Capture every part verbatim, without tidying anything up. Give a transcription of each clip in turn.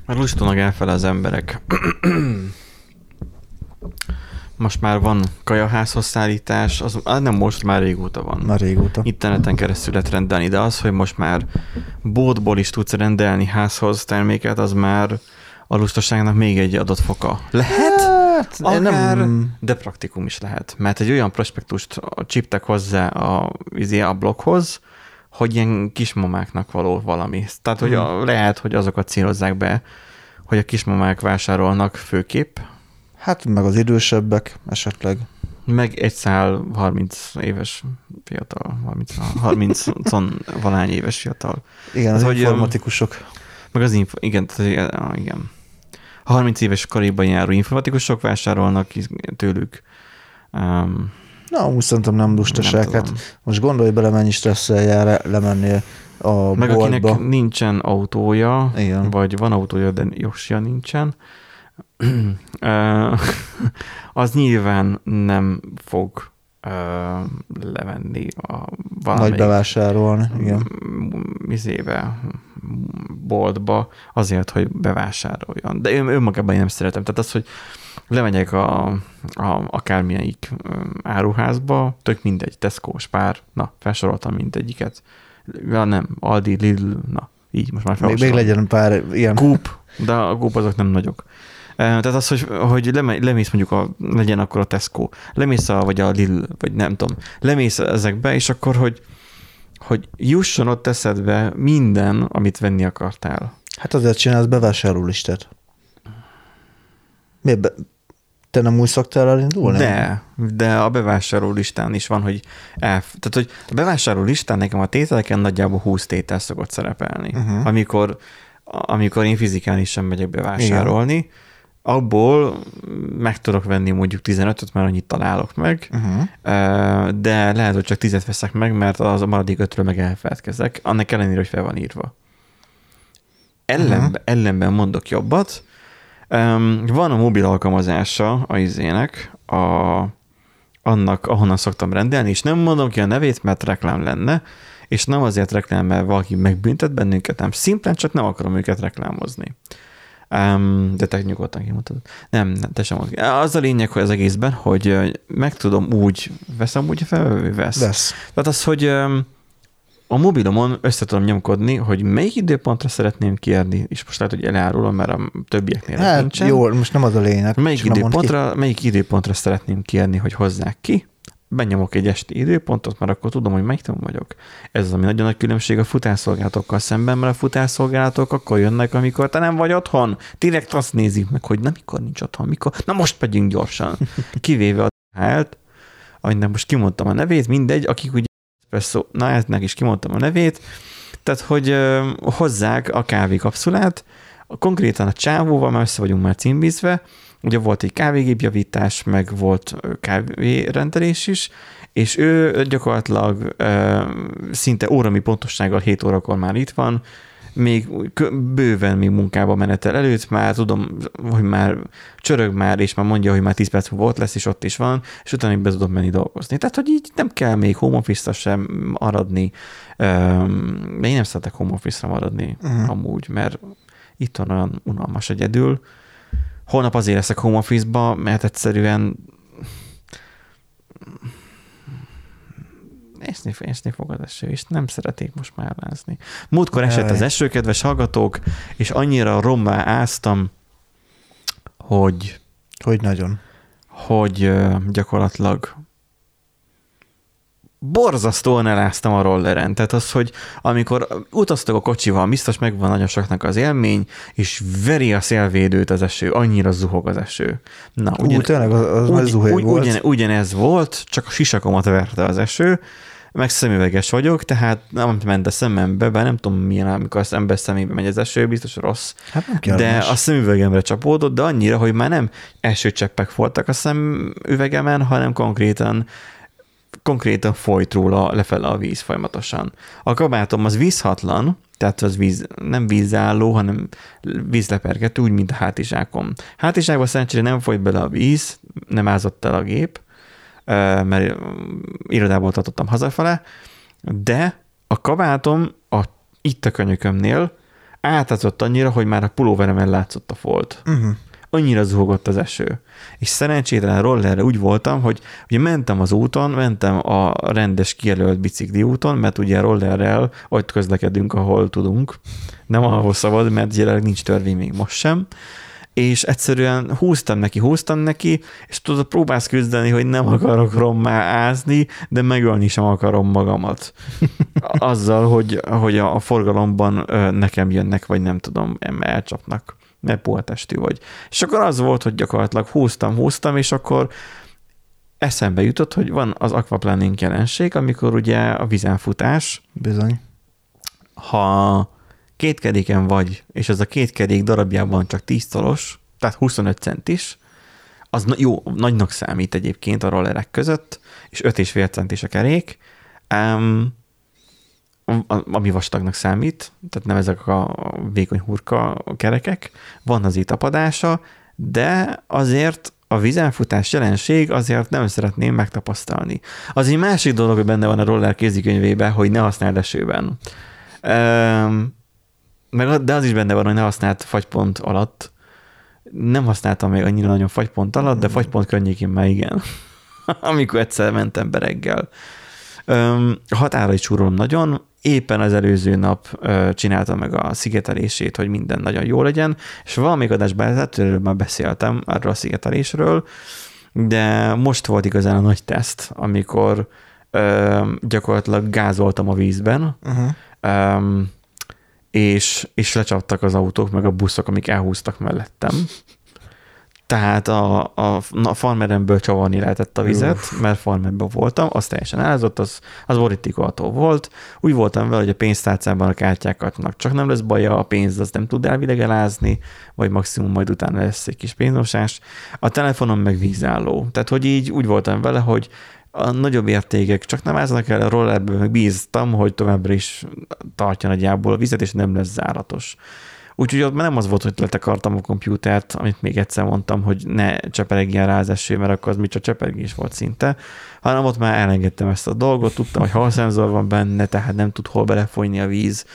Már lustanak elfele az emberek. Most már van kajaházhoz szállítás, az nem most, már régóta van. Már régóta. Interneten keresztül lehet rendelni, de az, hogy most már boltból is tudsz rendelni házhoz terméket, az már a lustaságnak még egy adott foka. Lehet? Hát, akár, nem... de praktikum is lehet. Mert egy olyan prospektust csíptek hozzá a, a bloghoz, hogy ilyen kismamáknak való valami. Tehát, hogy a, lehet, hogy azokat célozzák be, hogy a kismamák vásárolnak főképp. Hát meg az idősebbek esetleg. Meg egy szál harminc éves fiatal, harminc, harminc valány éves fiatal. Igen, az hát, informatikusok. Meg az info, igen, igen. A harminc éves korében járó informatikusok vásárolnak tőlük. Um, Na, úgy szerintem nem lustaság. Hát most gondolj bele, mennyi stresszel jár lemennél a meg boltba. Akinek nincsen autója, igen. Vagy van autója, de jogsia nincsen, az nyilván nem fog uh, levenni a valamelyik nagy bevásárolni, igen. Izébe, boltba azért, hogy bevásároljon. De én önmagában én nem szeretem. Tehát az, hogy lemegyek a, a akármilyenik áruházba, tök mindegy, Tesco, Spár, na, felsoroltam mindegyiket. Ja, nem, Aldi, Lidl, na, így most már felsoroltam. Még, még legyen pár ilyen. Coop, de a Coop azok nem nagyok. Tehát az, hogy, hogy lemész mondjuk, a, legyen akkor a Tesco, lemész a, vagy a Lidl, vagy nem tudom, lemész ezekbe, és akkor, hogy, hogy jusson ott eszedbe minden, amit venni akartál. Hát azért csinálsz bevásárlólistát. Miért be, te nem úgy szoktál elindulni? De, de a bevásárlólistán is van, hogy elf, tehát, hogy a bevásárlólistán nekem a tételeken nagyjából húsz tétel szokott szerepelni. Uh-huh. Amikor, amikor én fizikálisan megyek bevásárolni, igen. Abból meg tudok venni mondjuk tizenötöt, mert annyit találok meg, uh-huh. De lehet, hogy csak tízet veszek meg, mert az a maradék ötről meg elfeledkezek, annak ellenére, hogy fel van írva. Ellenben, uh-huh. ellenben mondok jobbat. Van a mobil alkalmazása a izének, a, annak, ahonnan szoktam rendelni, és nem mondom ki a nevét, mert reklám lenne, és nem azért reklám, mert valaki megbüntet bennünket, nem, szimplán csak nem akarom őket reklámozni. Um, de te nyugodtan kimondtad. Nem, nem, te sem mondod. Az a lényeg, hogy az egészben, hogy meg tudom úgy, veszem úgy fel, vesz. Vesz. Tehát az, hogy um, a mobilomon össze tudom nyomkodni, hogy melyik időpontra szeretném kérni, és most lehet, hogy elárulom, mert a többieknél hát, nincsen. Jó, most nem az a lényeg. Melyik időpontra, melyik időpontra szeretném kérni, hogy hozzák ki. Benyomok egy esti időpontot, mert akkor tudom, hogy melyik vagyok. Ez az, ami nagyon nagy különbség a futárszolgálatokkal szemben, mert a futárszolgálatok akkor jönnek, amikor te nem vagy otthon. Direkt azt nézik meg, hogy nem mikor nincs otthon, mikor. Na most megyünk gyorsan. Kivéve a há el-t, aminek most kimondtam a nevét, mindegy, akik ugye Espresso, na eznek is kimondtam a nevét, tehát, hogy ö, hozzák a kávékapszulát, konkrétan a csávóval, már össze vagyunk már címbízve, ugye volt egy kávégépjavítás, meg volt kávérendelés is, és ő gyakorlatilag ö, szinte órami pontossággal hét órakor már itt van, még bőven még munkába menetel előtt, már tudom, hogy már csörög már, és már mondja, hogy már tíz perc múlva ott lesz, és ott is van, és utána még be tudom menni dolgozni. Tehát, hogy így nem kell még home office-ra sem maradni, de én nem szeretek home office-ra maradni uh-huh. amúgy, mert itt van olyan unalmas egyedül. Holnap azért leszek home office-ba, mert egyszerűen Esni, esni fog az eső, és nem szeretnék most már lázni. Múltkor esett az eső, kedves hallgatók, és annyira rommá áztam, hogy... Hogy nagyon. Hogy gyakorlatilag borzasztóan eláztam a rolleren. Tehát az, hogy amikor utaztak a kocsival, biztos megvan nagyon soknak az élmény, és veri a szélvédőt az eső, annyira zuhog az eső. Na, ugyan, Ú, tényleg az ugy, zuhog ugy, volt. Ugyan, ugyanez volt, csak a sisakomat verte az eső, meg szemüveges vagyok, tehát nem ment a szemembe, bár nem tudom milyen, amikor az ember szemébe megy az eső, biztos rossz. Hát de a szemüvegemre csapódott, de annyira, hogy már nem esőcseppek voltak a szemüvegemen, hanem konkrétan konkrétan folyt róla lefele a víz folyamatosan. A kabátom az vízhatlan, tehát az víz, nem vízálló, hanem vízlepergető, úgy, mint a hátizsákom. Hátizsákban szerencsére nem folyt bele a víz, nem ázott el a gép, mert irodából tartottam hazafele, de a kabátom a, itt a könyökömnél átázott annyira, hogy már a pulóveremen látszott a folt. Uh-huh. Annyira zuhogott az eső. És szerencsétlen rollerre úgy voltam, hogy ugye mentem az úton, mentem a rendes kijelölt bicikli úton, mert ugye rollerrel ott közlekedünk, ahol tudunk. Nem ahol szabad, mert jelenleg nincs törvény még most sem. És egyszerűen húztam neki, húztam neki, és tudod, próbálsz küzdeni, hogy nem akarok rommá ázni, de megölni sem akarom magamat. Azzal, hogy, hogy a forgalomban nekem jönnek, vagy nem tudom, elcsapnak, mert puhatestű vagy. És akkor az volt, hogy gyakorlatilag húztam, húztam, és akkor eszembe jutott, hogy van az aquaplaning jelenség, amikor ugye a vízenfutás. Bizony. Ha két keréken vagy, és ez a két kerék darabjában csak tíz szolos, tehát huszonöt centis, az jó, nagynak számít egyébként a rollerek között, és öt és fél centis a kerék, um, ami vastagnak számít, tehát nem ezek a vékony hurka kerekek, van az itt tapadása, de azért a vízenfutás jelenség azért nem szeretném megtapasztalni. Az egy másik dolog, hogy benne van a roller kézikönyvében, hogy ne használd esőben. Um, de az is benne van, hogy ne használt fagypont alatt. Nem használtam még annyira nagyon fagypont alatt, de fagypont környékén már igen. Amikor egyszer mentem be reggel. A határa is csúrolom nagyon. Éppen az előző nap csináltam meg a szigetelését, hogy minden nagyon jó legyen, és valamelyik adásban erről már beszéltem, arról a szigetelésről, de most volt igazán a nagy teszt, amikor gyakorlatilag gázoltam a vízben, uh-huh. um, és, és lecsaptak az autók, meg a buszok, amik elhúztak mellettem. Tehát a, a, a farmeremből csavarni lehetett a vizet, Uf. mert farmerben voltam, az teljesen ázott, az, az borítékolható volt. Úgy voltam vele, hogy a pénztárcában a kártyáknak csak nem lesz baja, a pénz az nem tud elvilegelázni, vagy maximum majd utána lesz egy kis pénzmosás. A telefonom meg vízálló. Tehát, hogy így úgy voltam vele, hogy a nagyobb értékek csak nem áznak el, a rollerből meg bíztam, hogy továbbra is tartja nagyjából a vizet, és nem lesz záratos. Úgyhogy ott már nem az volt, hogy letekartam a kompjútert, amit még egyszer mondtam, hogy ne cseperegjen rá az eső, mert akkor az mit csak csepergés volt szinte, hanem ott már elengedtem ezt a dolgot, tudtam, hogy halszenzor van benne, tehát nem tud hol belefolyni a víz,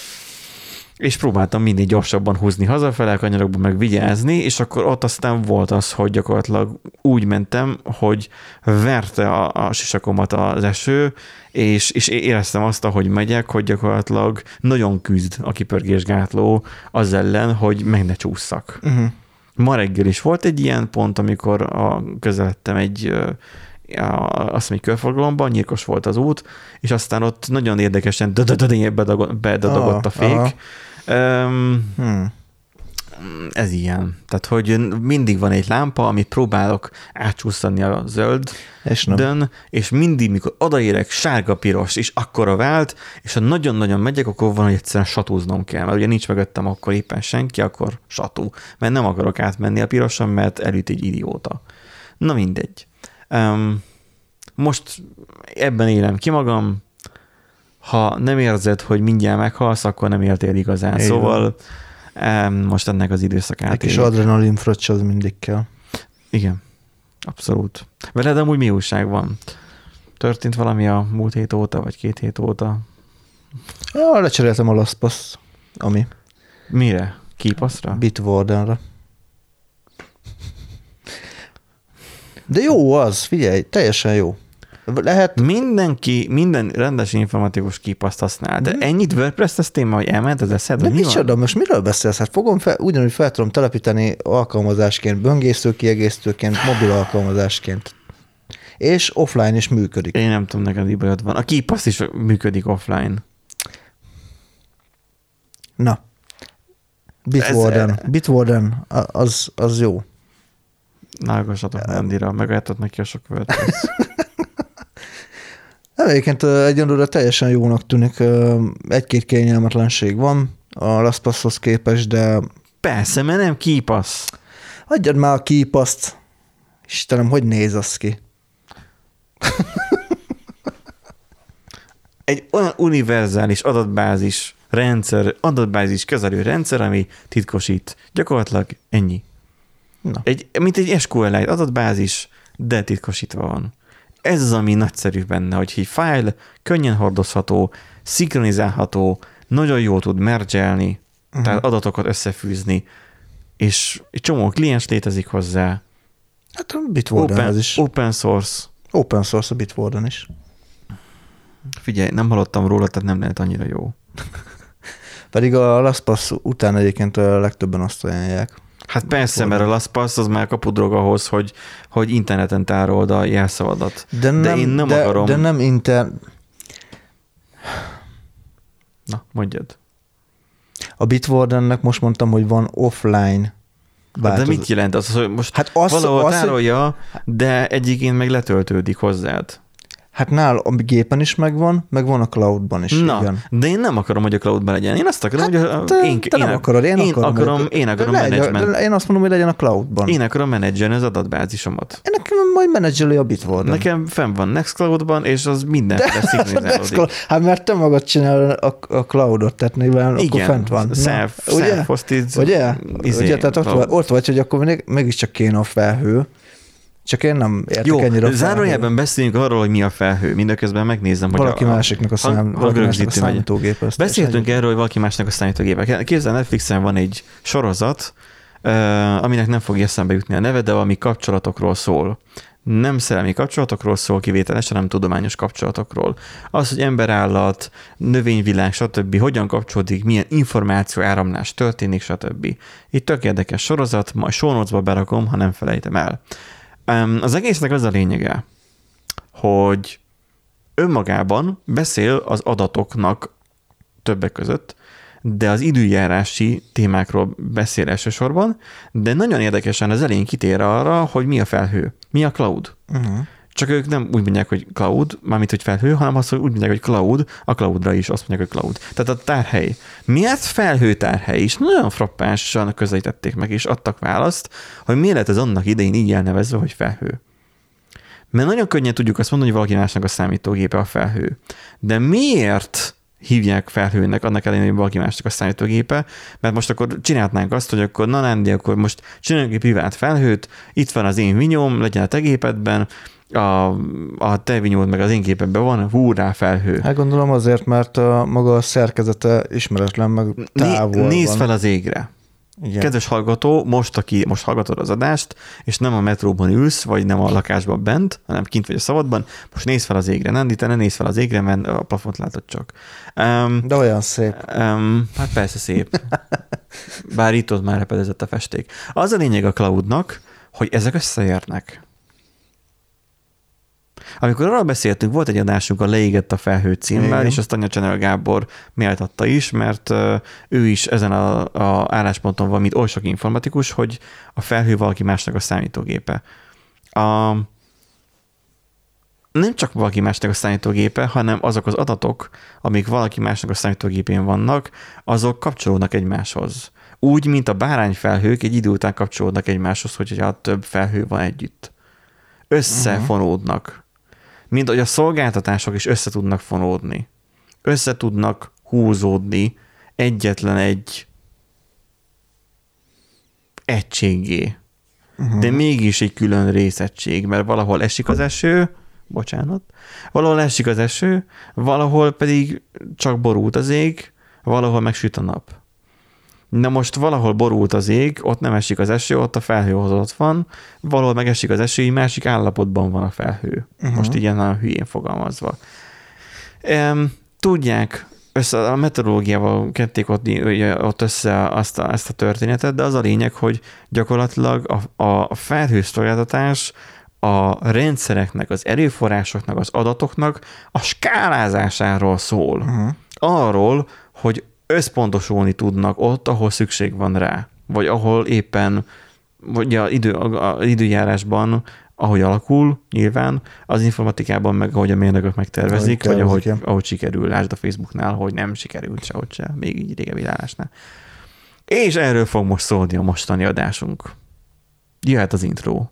és próbáltam mindig gyorsabban húzni hazafele, a kanyarokban meg vigyázni, és akkor ott aztán volt az, hogy gyakorlatilag úgy mentem, hogy verte a, a sisakomat az eső, és, és éreztem azt, ahogy megyek, hogy gyakorlatilag nagyon küzd a kipörgésgátló az ellen, hogy meg ne csússzak. Uh-huh. Ma reggel is volt egy ilyen pont, amikor a, közeledtem egy a, azt mondja, körforgalomban, nyírkos volt az út, és aztán ott nagyon érdekesen bedadogott a fék. Um, hmm. Ez ilyen. Tehát, hogy mindig van egy lámpa, amit próbálok átcsúszani a zöld és, dön, és mindig, mikor odaérek, sárga-piros, és akkora vált, és ha nagyon-nagyon megyek, akkor van, hogy egyszerűen satúznom kell, mert ugye nincs mögöttem akkor éppen senki, akkor satú. Mert nem akarok átmenni a piroson, mert elüt egy idióta. Na mindegy. Um, most ebben élem ki magam, ha nem érzed, hogy mindjárt meghalsz, akkor nem éltél igazán. Én szóval um, most ennek az időszakát. Egy kis adrenalin fröccs az mindig kell. Igen, abszolút. Veled amúgy mi újság van? Történt valami a múlt hét óta, vagy két hét óta? Ja, lecseréltem a LastPass, ami. Mire? Keepasra? Bitwardenra. De jó az, figyelj, teljesen jó. Lehet... Mindenki, minden rendes informatikus Keepast használ, de ennyit WordPress tesztél már, hogy elment az eszed? De mi micsoda, most miről beszélsz? Hát fogom fel, ugyanúgy fel tudom telepíteni alkalmazásként, böngésző kiegészítőként, mobil alkalmazásként. És offline is működik. Én nem tudom, neked így bajod van. A Keepast is működik offline. Na. Bitwarden. Ez... Bitwarden, az, az jó. Nágassatok Nandira, megálltott neki a sok WordPress. Egyébként egyenlőre teljesen jónak tűnik. Egy-két kényelmetlenség van a LastPasshoz képest, de... Persze, mert nem Keepass. Adjad már a Keepast. Istenem, hogy néz az ki? Egy olyan univerzális adatbázis rendszer, adatbázis kezelő rendszer, ami titkosít. Gyakorlatilag ennyi. Na. Egy, mint egy es kú el adatbázis, de titkosítva van. Ez az, ami nagyszerű benne, hogy egy file könnyen hordozható, szinkronizálható, nagyon jól tud mergelni. uh-huh. tehát adatokat összefűzni, és egy csomó kliens létezik hozzá. Hát a Bitwarden open, az is. Open source. Open source a Bitwarden is. Figyelj, nem hallottam róla, tehát nem lehet annyira jó. Pedig a LastPass után egyébként a legtöbben azt ajánlják. Hát persze, mert a LastPass az már kapudrog ahhoz, hogy, hogy interneten tárold a jelszavadat. De, nem, de én nem de, akarom... De nem inter... Na, mondjad. A Bitwardennek most mondtam, hogy van offline változat. De mit jelent az, hogy most hát az, valahol az, tárolja, de egyébként meg letöltődik hozzád? Hát nál a gépen is megvan, meg van a cloudban is. Na, igen. de én nem akarom, hogy a cloudban legyen. Én azt akarom, hát hogy a, te, én, te nem én, akarod, én, én akarom. akarom hogy, én akarom menedzsment. Én azt mondom, hogy legyen a cloudban. Én akarom menedzselni az adatbázisomat. Én nekem majd menedzseli a Bitwarden. Nekem fenn van Nextcloud-ban, és az mindenféle szinkronizálódik. Hát mert te magad csinál a, a cloudot, tehát nyilván akkor fent van. Self, self-hosted. Ugye? Izé, Ugye? Tehát ott vagy, ott vagy, hogy akkor még, mégiscsak kéne a felhő. Csak én nem értek jó, ennyire a felhő. Zárójelben beszéljünk arról, hogy mi a felhő. Mindeközben megnézem, hogy valaki a, másiknak a, szám, ha, valaki másnak a számítógép. Beszéltünk erről, hogy valaki másnak a számítógépe. Képzeld, Netflixen van egy sorozat, aminek nem fog eszembe jutni a neve, de valami kapcsolatokról szól. Nem szellemi kapcsolatokról szól kivételesen, hanem tudományos kapcsolatokról. Az, hogy emberállat, növényvilág, stb. Hogyan kapcsolódik, milyen információ áramlás történik, stb. Itt tök érdekes sorozat, majd show notes-ba berakom, ha nem felejtem el. Az egésznek az a lényege, hogy önmagában beszél az adatoknak többek között, de az időjárási témákról beszél elsősorban, de nagyon érdekesen az elején kitér arra, hogy mi a felhő, mi a cloud. Uh-huh. Csak ők nem úgy mondják, hogy cloud, mármint, hogy felhő, hanem azt, hogy úgy mondják, hogy cloud, a cloudra is azt mondják, hogy cloud. Tehát a tárhely. Miért felhő tárhely is? Nagyon frappánsan közelítették meg, és adtak választ, hogy miért lett ez annak idején így elnevezve, hogy felhő. Mert nagyon könnyen tudjuk azt mondani, hogy valaki másnak a számítógépe a felhő. De miért hívják felhőnek annak ellenére, hogy valaki másnak a számítógépe, mert most akkor csinálhatnánk azt, hogy akkor na Nándi, akkor most csináljunk egy privát felhőt, itt van az én vinyóm, legyen a te gépedben, a, a te vinyód meg az én gépedben van, húrá felhő. Hát gondolom azért, mert a maga a szerkezete ismeretlen, meg távol Né, nézd van. fel az égre. Igen. Kedves hallgató, most, aki most hallgatod az adást, és nem a metróban ülsz, vagy nem a lakásban bent, hanem kint vagy a szabadban, most nézd fel az égre. Nándi, te ne nézd fel az égre, mert a plafont látod csak. Um, De olyan szép. Um, hát persze szép. Bár itt ott már repedezett a festék. Az a lényeg a cloudnak, hogy ezek összeérnek. Amikor arról beszéltünk, volt egy adásunk a Leégett a felhő címmel, igen. És azt Anya Channel Gábor méltatta is, mert ő is ezen a, a állásponton van, mint oly sok informatikus, hogy a felhő valaki másnak a számítógépe. A, nem csak valaki másnak a számítógépe, hanem azok az adatok, amik valaki másnak a számítógépén vannak, azok kapcsolódnak egymáshoz. Úgy, mint a bárányfelhők egy idő után kapcsolódnak egymáshoz, hogyha több felhő van együtt. Összefonódnak. Uh-huh. Mint hogy a szolgáltatások is össze tudnak fonódni. Össze tudnak húzódni egyetlen egy egységgé. Uh-huh. De mégis egy külön részegység, mert valahol esik az eső, bocsánat, valahol esik az eső, valahol pedig csak borult az ég, valahol megsüt a nap. Na most valahol borult az ég, ott nem esik az eső, ott a felhő ott van, valahol meg esik az eső, így másik állapotban van a felhő. Uh-huh. Most ilyen nagyon hülyén fogalmazva. Um, tudják, össze, a meteorológiával kették ott, ott össze azt a, ezt a történetet, de az a lényeg, hogy gyakorlatilag a, a felhőszolgáltatás a rendszereknek, az erőforrásoknak, az adatoknak a skálázásáról szól. Uh-huh. Arról, hogy összpontosulni tudnak ott, ahol szükség van rá, vagy ahol éppen vagy az idő, a időjárásban, ahogy alakul, nyilván, az informatikában meg ahogy a mérnökök megtervezik, ahogy vagy ahogy, ahogy sikerül, lásd a Facebooknál, hogy nem sikerült sehogy se, még így régebbi állásnál. És erről fog most szólni a mostani adásunk. Jöhet az intro.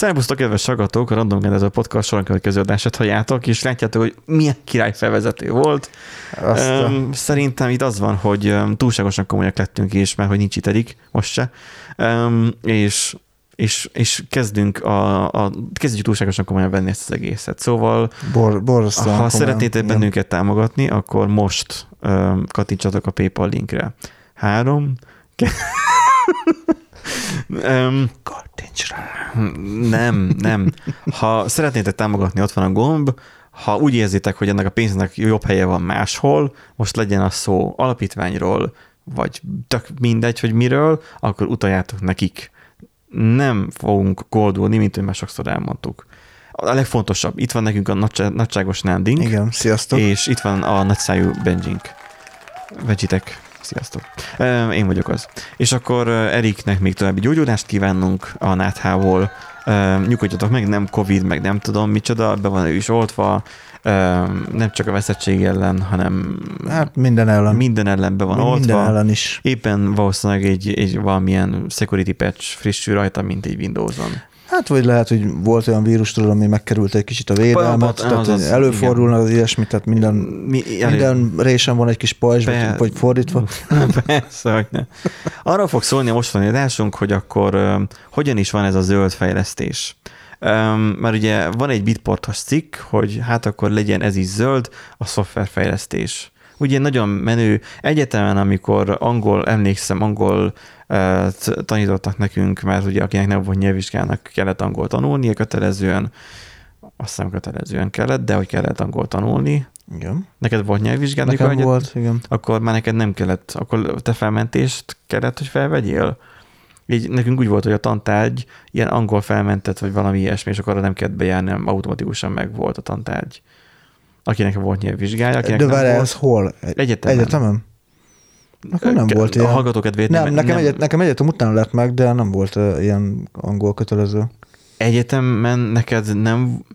Szerbusztok, kedves hallgatók, a Random Generator Podcast soron következő adását halljátok, és látjátok, hogy milyen király felvezető volt. Aztán. Um, szerintem itt az van, hogy um, túlságosan komolyak lettünk is, mert hogy nincs itt Erik, most se. Um, és, és, és kezdünk a, a, kezdjük túlságosan komolyan venni ezt az egészet. Szóval, Bor, borzasztóan ha komolyan. szeretnétek bennünket támogatni, akkor most um, kattintsatok a PayPal linkre. Három, Um, Kattints rá. nem, nem. Ha szeretnétek támogatni, ott van a gomb. Ha úgy érzitek, hogy ennek a pénznek jobb helye van máshol, most legyen a szó alapítványról, vagy tök mindegy, hogy miről, akkor utaljátok nekik. Nem fogunk koldulni, mint hogy már sokszor elmondtuk. A legfontosabb, itt van nekünk a nagyságos nándink. Igen, sziasztok. És itt van a nagyszájú Benjink. Benjitek. Sziasztok. Én vagyok az. És akkor Eriknek még további gyógyulást kívánunk a náthából. Nyugodjatok meg, nem Covid, meg nem tudom micsoda, be van ő is oltva, nem csak a veszettség ellen, hanem hát minden ellen. Minden ellen be van minden oltva. Minden ellen is. Éppen valószínűleg egy, egy valamilyen security patch frissül rajta, mint egy Windows-on. Hát vagy lehet, hogy volt olyan vírus, tudod, ami megkerült egy kicsit a védelmet, az, tehát az, előfordulnak az ilyesmi, tehát minden, Mi, minden résen van egy kis pajzs, Be... vagy fordítva. Persze, hogy ne. Arra fog szólni a mostani adásunk, hogy akkor um, hogyan is van ez a zöld fejlesztés. Um, mert ugye van egy bitportos cikk, hogy hát akkor legyen ez is zöld, a szoftverfejlesztés. Ugye nagyon menő, egyetemen, amikor angol, emlékszem, angol uh, tanítottak nekünk, mert ugye akinek nem volt nyelvvizsgának, kellett angol tanulni, kötelezően, azt hiszem kötelezően kellett, de hogy kellett angol tanulni. Igen. Neked volt nyelvvizsgád? Nekem egyet, volt, igen. Akkor már neked nem kellett, akkor te felmentést kellett, hogy felvegyél? Így nekünk úgy volt, hogy a tantárgy ilyen angol felmentett, vagy valami ilyesmi, és akkor arra nem kellett bejárni, nem automatikusan meg volt a tantárgy. Akinek volt nyelvvizsgája, akinek de nem várj, volt. ez hol? Egyetemen. Egyetemen? Akkor nem K- volt a ilyen. hallgatókedvéért Nem, nem, nekem, nem. Egyet, nekem egyetem után lett meg, de nem volt uh, ilyen angol kötelező. Egyetemen neked nem...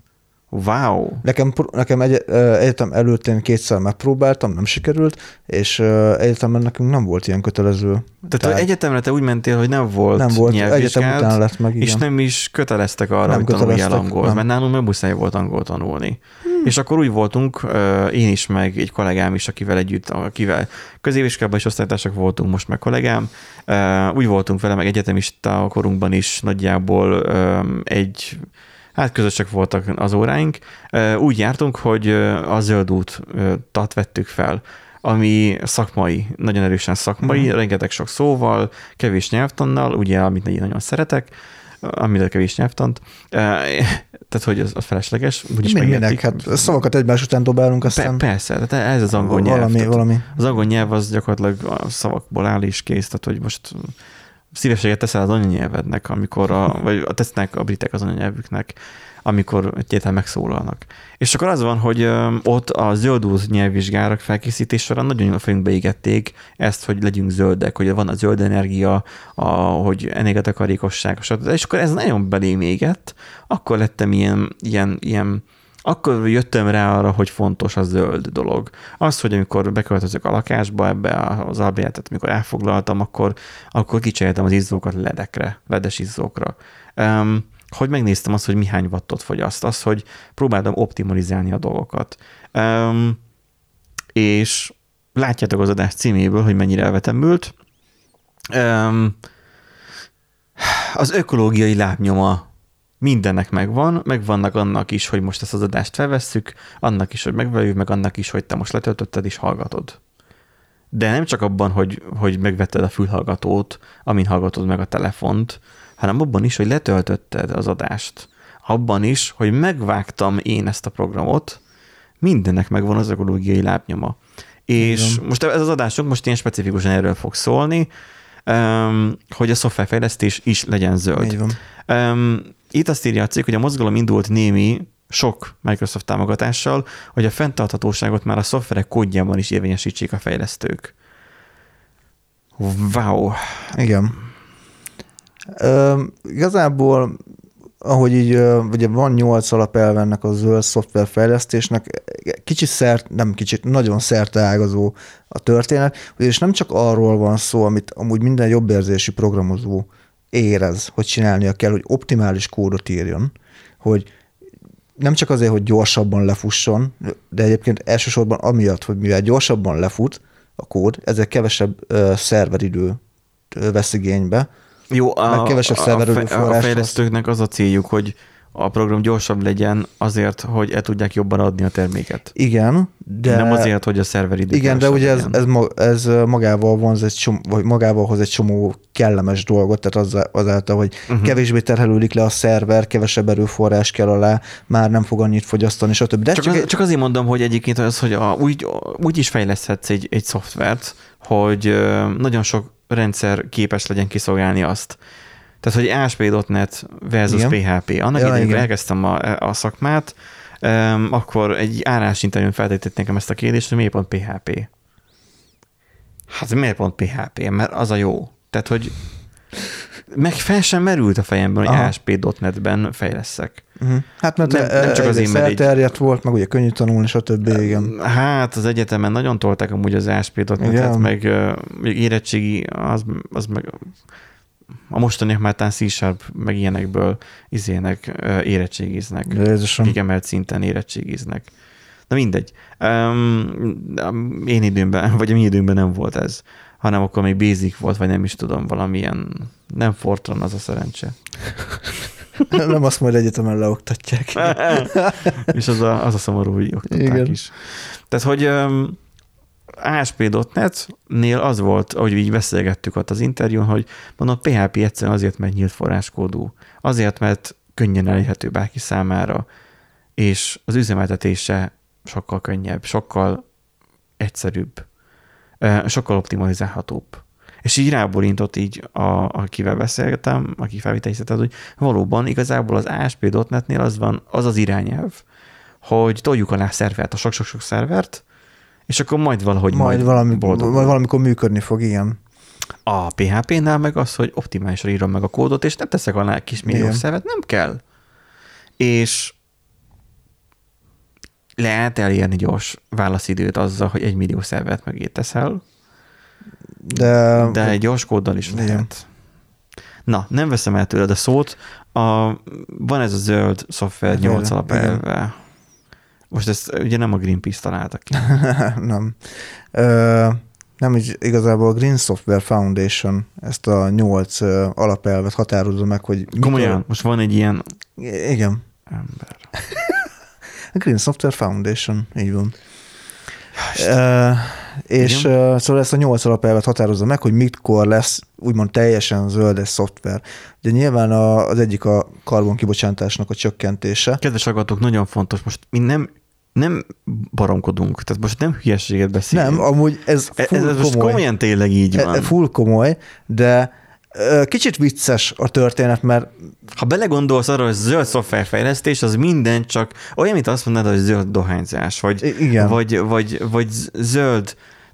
Wow! Nekem, nekem egy, egyetem előtt én kétszer megpróbáltam, nem sikerült, és egyetemen nekünk nem volt ilyen kötelező. Tehát, Tehát egyetemre te úgy mentél, hogy nem volt, nem volt nyelvvizsgád, egyetem után lett meg, igen. és nem is köteleztek arra, nem hogy tanuljál angolt, nem. mert nálunk meg muszáj volt angol tanulni. Hmm. És akkor úgy voltunk, én is, meg egy kollégám is, akivel együtt, akivel középiskában is osztálytársak voltunk, most meg kollégám, úgy voltunk vele, meg egyetemista korunkban is nagyjából egy... Hát közösek voltak az óráink. Úgy jártunk, hogy a zöld útat vettük fel, ami szakmai, nagyon erősen szakmai, mm. rengeteg sok szóval, kevés nyelvtannal, ugye, amit nagyon szeretek, amit kevés nyelvtant. Tehát, hogy az, az felesleges. Úgyis minek? Hát szavakat egymás után dobálunk, aztán... Pe- persze, tehát ez az angol nyelv. Valami, valami. Az angol nyelv az gyakorlatilag a szavakból áll és kész, tehát, hogy most... Szívességet teszel az anyanyelvednek, amikor a, vagy tesznek a britek az anyanyelvüknek, amikor egyáltalán megszólalnak. És akkor az van, hogy ott a zöldúz nyelvvizsgárak felkészítés során nagyon a fejünkbe égették ezt, hogy legyünk zöldek, hogy van a zöld energia, a, hogy energiatakarékosság, és akkor ez nagyon belém égett, akkor lettem ilyen, ilyen, ilyen akkor jöttem rá arra, hogy fontos a zöld dolog. Az, hogy amikor beköltözök a lakásba, ebbe az albérletet, amikor elfoglaltam, akkor, akkor kicseréltem az izzókat ledekre, ledes izzókra. Um, hogy megnéztem azt, hogy mi hány wattot fogyaszt, az, hogy próbáltam optimalizálni a dolgokat. Um, és látjátok az adás címéből, hogy mennyire elvetemült. Um, az ökológiai lábnyoma mindennek megvan, megvannak annak is, hogy most ezt az adást felvesszük, annak is, hogy megvegyük, meg annak is, hogy te most letöltötted és hallgatod. De nem csak abban, hogy, hogy megvetted a fülhallgatót, amin hallgatod meg a telefont, hanem abban is, hogy letöltötted az adást. Abban is, hogy megvágtam én ezt a programot, mindennek megvan az ökológiai lábnyoma. És igen. Most ez az adásunk most ilyen specifikusan erről fog szólni, hogy a szoftverfejlesztés is legyen zöld. Így van. Itt azt írja a cikk, hogy a mozgalom indult némi sok Microsoft támogatással, hogy a fenntarthatóságot már a szoftverek kódjában is érvényesítsék a fejlesztők. Wow! Igen. Ö, igazából, ahogy így, ugye van nyolc alapelve ennek a zöld szoftverfejlesztésnek, kicsit szert, nem kicsit, nagyon szerteágazó a történet, és nem csak arról van szó, amit amúgy minden jobbérzési programozó érez, hogy csinálnia kell, hogy optimális kódot írjon, hogy nem csak azért, hogy gyorsabban lefusson, de egyébként elsősorban amiatt, hogy mivel gyorsabban lefut a kód, ezzel kevesebb uh, szerveridő vesz igénybe. Jó, a, kevesebb a, a, forrás a fejlesztőknek az a céljuk, hogy a program gyorsabb legyen azért, hogy el tudják jobban adni a terméket. Igen, de... Nem azért, hogy a szerveridő. Igen, de ugye ez, ez, ez magával vonz egy csomó, vagy magával hoz egy csomó kellemes dolgot, tehát azáltal, hogy uh-huh. kevésbé terhelődik le a szerver, kevesebb erőforrás kell alá, már nem fog annyit fogyasztani, stb. De csak, csak, az, egy... csak azért mondom, hogy egyébként az, hogy a, úgy, úgy is fejleszthetsz egy, egy szoftvert, hogy nagyon sok rendszer képes legyen kiszolgálni azt. Tehát, hogy á es pé pont net versus igen. pé há pé. Annak ja, idején elkezdtem a, a szakmát, um, akkor egy árásinterjún feltették nekem ezt a kérdést, hogy miért pont pé há pé? Hát miért pont pé há pé? Mert az a jó. Tehát, hogy meg fel sem merült a fejemben, hogy á es pé pont netben fejleszek. Uh-huh. Hát mert nem, nem csak az én elterjedt volt, meg ugye könnyű tanulni, stb. Igen. Hát az egyetemen nagyon tolták amúgy az á es pé pont netet, meg uh, érettségi, az, az meg... A mostaniak már tán C-sharp meg ilyenekből izének érettségiznek. Akik emelt szinten érettségiznek. Na mindegy. Um, én időmben, vagy a mi időmben nem volt ez, hanem akkor még Basic volt, vagy nem is tudom, valamilyen, nem Fortran az a szerencse. Nem azt majd egyetemen leoktatják. És az a, az a szomorú, hogy oktatták igen. is. Tehát, hogy um, á es pé pont net-nél az volt, ahogy így beszélgettük ott az interjún, hogy mondom, pé há pé egyszerűen azért, mert nyílt forráskódú. Azért, mert könnyen elérhető bárki számára, és az üzemeltetése sokkal könnyebb, sokkal egyszerűbb, sokkal optimalizálhatóbb. És így ráborintott így, a, akivel beszélgetem, aki felvételiztetett, hogy valóban igazából az á es pé pont net-nél az van, az az irányelv, hogy toljuk alá szervert, a sok-sok-sok szervert, és akkor majd valahogy majd, majd, valami, majd valamikor működni fog, igen. A pé há pé-nál meg az, hogy optimálisra írom meg a kódot, és nem teszek alá kis millió szervet, nem kell. És lehet elérni gyors válaszidőt azzal, hogy egy millió szervet megé teszel, de, de egy gyors kóddal is igen. lehet. Na, nem veszem el tőled a szót. A, van ez a zöld szoftver nyolc alapelve. Most ezt ugye nem a Greenpeace találta ki. nem. Ö, nem így igazából a Green Software Foundation ezt a nyolc alapelvet határozza meg, hogy... Komolyan, mikor... most van egy ilyen... Igen. Ember. A Green Software Foundation, így van. Uh, és uh, szóval ezt a nyolc alapelvet határozza meg, hogy mikor lesz úgymond teljesen zöldes szoftver. Ugye nyilván a, az egyik a karbonkibocsátásnak a csökkentése. Kedves hallgatók, nagyon fontos, most mi nem, nem baromkodunk, tehát most nem hülyeséget beszélünk. Nem, amúgy ez full ez, ez komoly. most komolyan tényleg így van. E, full komoly, de uh, kicsit vicces a történet, mert ha belegondolsz arra, hogy zöld szoftverfejlesztés, az minden csak olyan, mint azt mondanád, hogy zöld dohányzás, vagy, vagy, vagy, vagy zöld,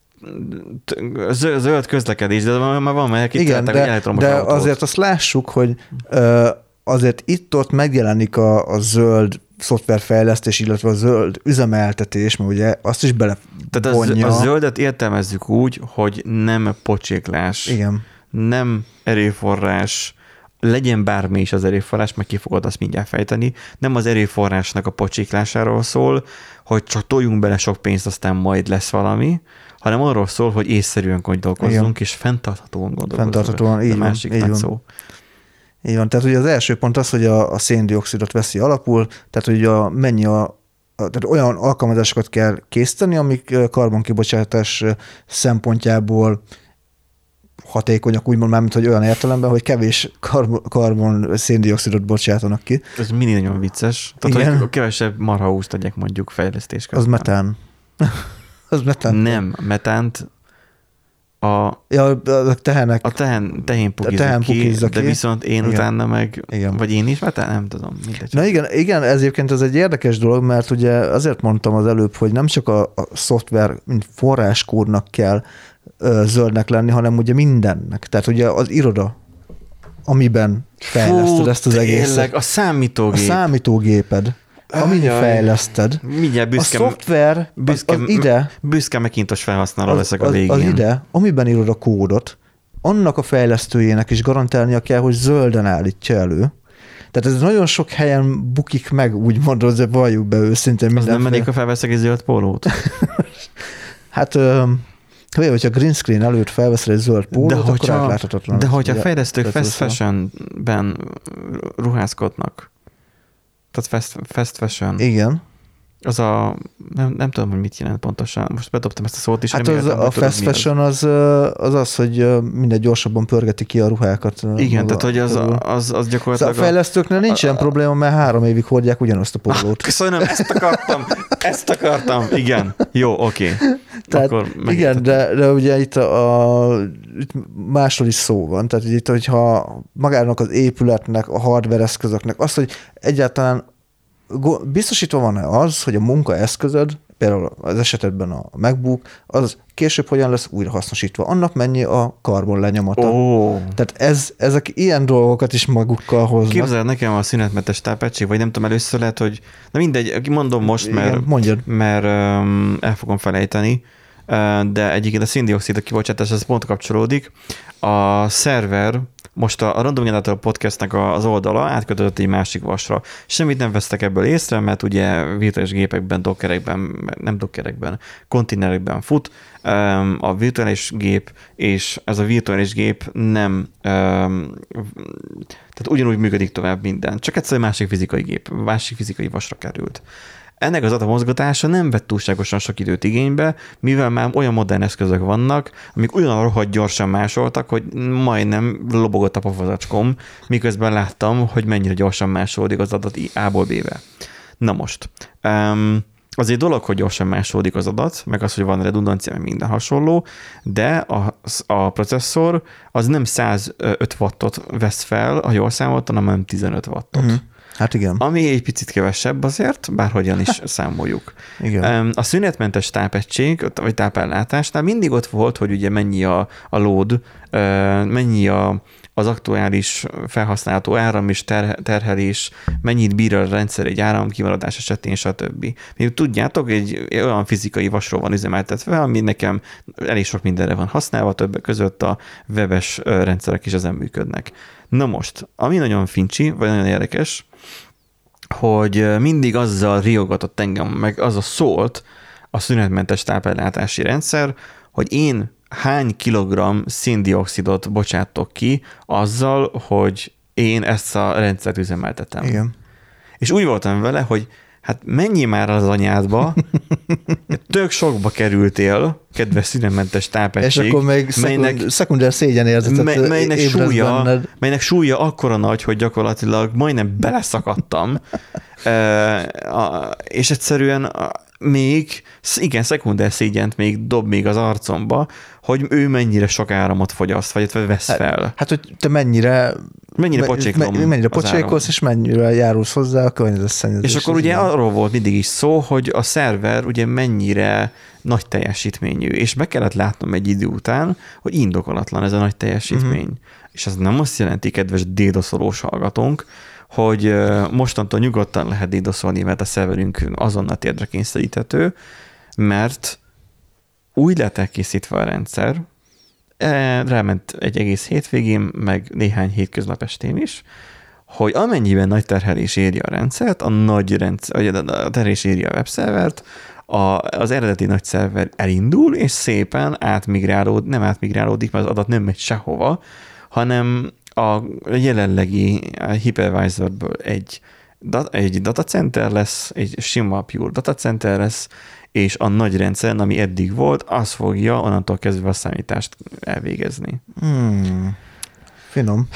zöld közlekedés, de már van, mert igen, de, de azért azt lássuk, hogy uh, azért itt-ott megjelenik a, a zöld szoftverfejlesztés, illetve a zöld üzemeltetés, mert ugye azt is belevonja. Tehát a zöldet értelmezzük úgy, hogy nem pocséklás, igen. nem erőforrás, legyen bármi is az erőforrás, meg ki fogod azt mindjárt fejteni, nem az erőforrásnak a pocséklásáról szól, hogy csak toljunk bele sok pénzt, aztán majd lesz valami, hanem arról szól, hogy észszerűen gondolkozzunk, igen. és fenntarthatóan gondolkozzunk. Fenntarthatóan, így a másik van, így van. szó. Így van, tehát ugye az első pont az, hogy a, a széndioxidot veszi alapul, tehát hogy a, mennyi a, a tehát olyan alkalmazásokat kell készíteni, amik karbonkibocsátás szempontjából hatékonyak, úgymond már, mint hogy olyan értelemben, hogy kevés karbon, karbon széndioxidot bocsátanak ki. Ez mindig nagyon vicces. Tehát, igen. hogy kevesebb marhahúst tegyek mondjuk fejlesztés közben. Az metán. az metán. Nem, metánt a, ja, a tehenek. A tehen, tehén pukizza ki, ki, de viszont én igen. utána meg, igen. vagy én is metán, nem tudom. Mindegy. Na igen, igen, ez egyébként ez egy érdekes dolog, mert ugye azért mondtam az előbb, hogy nem csak a, a szoftver, mint forráskódnak kell zöldnek lenni, hanem ugye mindennek. Tehát ugye az iroda, amiben fejleszted Fú, ezt az egészet. A számítógép. A számítógéped, amin Ajaj. fejleszted. Mindjárt büszke, a szoftver, büszke, az, az ide. Büszke Macintosh felhasználó az, leszek a az, végén. Az ide, amiben írod a kódot, annak a fejlesztőjének is garantálnia kell, hogy zölden állítja elő. Tehát ez nagyon sok helyen bukik meg, úgymond, hogy valljuk be őszintén. Az nem mennék, ha felveszek egy zöld pólót? Hát, olyan, hogyha green screen előtt felveszel egy zöld pólót, de akkor hogyha, átláthatatlan. De hogyha a fejlesztők fast fashionben ruházkodnak, tehát fast, fast fashion. Igen. Az a, nem, nem tudom, hogy mit jelent pontosan. Most bedobtam ezt a szót is. Hát az, a fast fashion az, az az, hogy minden gyorsabban pörgeti ki a ruhákat. Igen, tehát hogy az, az, az gyakorlatilag... A fejlesztőknél nincs ilyen probléma, mert három évig hordják ugyanazt a pólót. Köszönöm, ezt akartam, ezt akartam, igen. Jó, oké. Tehát igen, de, de ugye itt, a, a, itt másról is szó van. Tehát itt, hogyha magának az épületnek, a hardware eszközöknek, azt, hogy egyáltalán biztosítva van-e az, hogy a munkaeszközöd, például az esetben a MacBook, az később hogyan lesz újra hasznosítva. Annak mennyi a karbon lenyomata. Oh. Tehát ez, ezek ilyen dolgokat is magukkal hoznak. Képzeld nekem a szünetmentes tápegység, vagy nem tudom, először lehet, hogy na mindegy, mondom most, mert, igen, mert um, el fogom felejteni, uh, de egyébként a széndioxid kibocsátás, ez pont kapcsolódik. A szerver, most a Random Generator Podcastnek az oldala átkötött egy másik vasra. Semmit nem vesztek ebből észre, mert ugye virtuális gépekben, dockerekben, nem dockerekben, konténerekben fut a virtuális gép, és ez a virtuális gép nem, tehát ugyanúgy működik tovább minden, csak egyszerűen másik fizikai gép, másik fizikai vasra került. Ennek az adatmozgatása nem vett túlságosan sok időt igénybe, mivel már olyan modern eszközök vannak, amik olyan rohadt gyorsan másoltak, hogy majdnem lobogott a pofazacskóm, miközben láttam, hogy mennyire gyorsan másolódik az adat A-ból B-be. Na most, um, az egy dolog, hogy gyorsan másolódik az adat, meg az, hogy van redundancia, meg minden hasonló, de a, a processzor az nem százöt wattot vesz fel, ha jól számoltam, hanem tizenöt wattot. Uh-huh. Hát igen. Ami egy picit kevesebb azért, bárhogyan is számoljuk. Igen. A szünetmentes tápegység, vagy tápellátásnál mindig ott volt, hogy ugye mennyi a, a load, mennyi a, az aktuális felhasználható áram és ter, terhelés, mennyit bír a rendszer egy áramkimaradás esetén, stb. Még tudjátok, egy olyan fizikai vasról van üzemeltetve, ami nekem elég sok mindenre van használva, többek között a webes rendszerek is ezen működnek. Na most, ami nagyon fincsi, vagy nagyon érdekes, hogy mindig azzal riogatott engem, meg az a szólt a szünetmentes tápellátási rendszer, hogy én hány kilogramm széndioxidot bocsátok ki azzal, hogy én ezt a rendszert üzemeltetem. Igen. És úgy voltam vele, hogy hát mennyi már az anyádba, tök sokba kerültél, kedves szünetmentes tápegység. És akkor még melynek, szekunder szégyenérzetet mely, melynek súlya, melynek súlya akkora nagy, hogy gyakorlatilag majdnem beleszakadtam. e, a, és egyszerűen még, igen, szekunder szégyent még dob még az arcomba, hogy ő mennyire sok áramot fogyaszt, vagy vesz fel. Hát, hát hogy te mennyire Mennyire pocséklom Mennyire pocsékolsz, és mennyire járulsz hozzá a környezetszennyezés. És akkor ugye igen. arról volt mindig is szó, hogy a szerver ugye mennyire nagy teljesítményű, és be kellett látnom egy idő után, hogy indokolatlan ez a nagy teljesítmény. Uh-huh. És ez nem azt jelenti, kedves dédoszolós hallgatónk, hogy mostantól nyugodtan lehet dédoszolni, mert a szerverünk azonnal térdre kényszeríthető, mert úgy lett elkészítve a rendszer, ráment egy egész hétvégén, meg néhány hétköznap estén is, hogy amennyiben nagy terhelés éri a rendszert, a nagy rendszer, vagy a terhelés éri a webszervert, a, az eredeti nagy szerver elindul, és szépen átmigrálód, nem átmigrálódik, mert az adat nem megy sehova, hanem a jelenlegi hypervisorből egy, egy datacenter lesz, egy sima pure datacenter lesz, és a nagy rendszer, ami eddig volt, az fogja onnantól kezdve a számítást elvégezni. Hmm. Finom.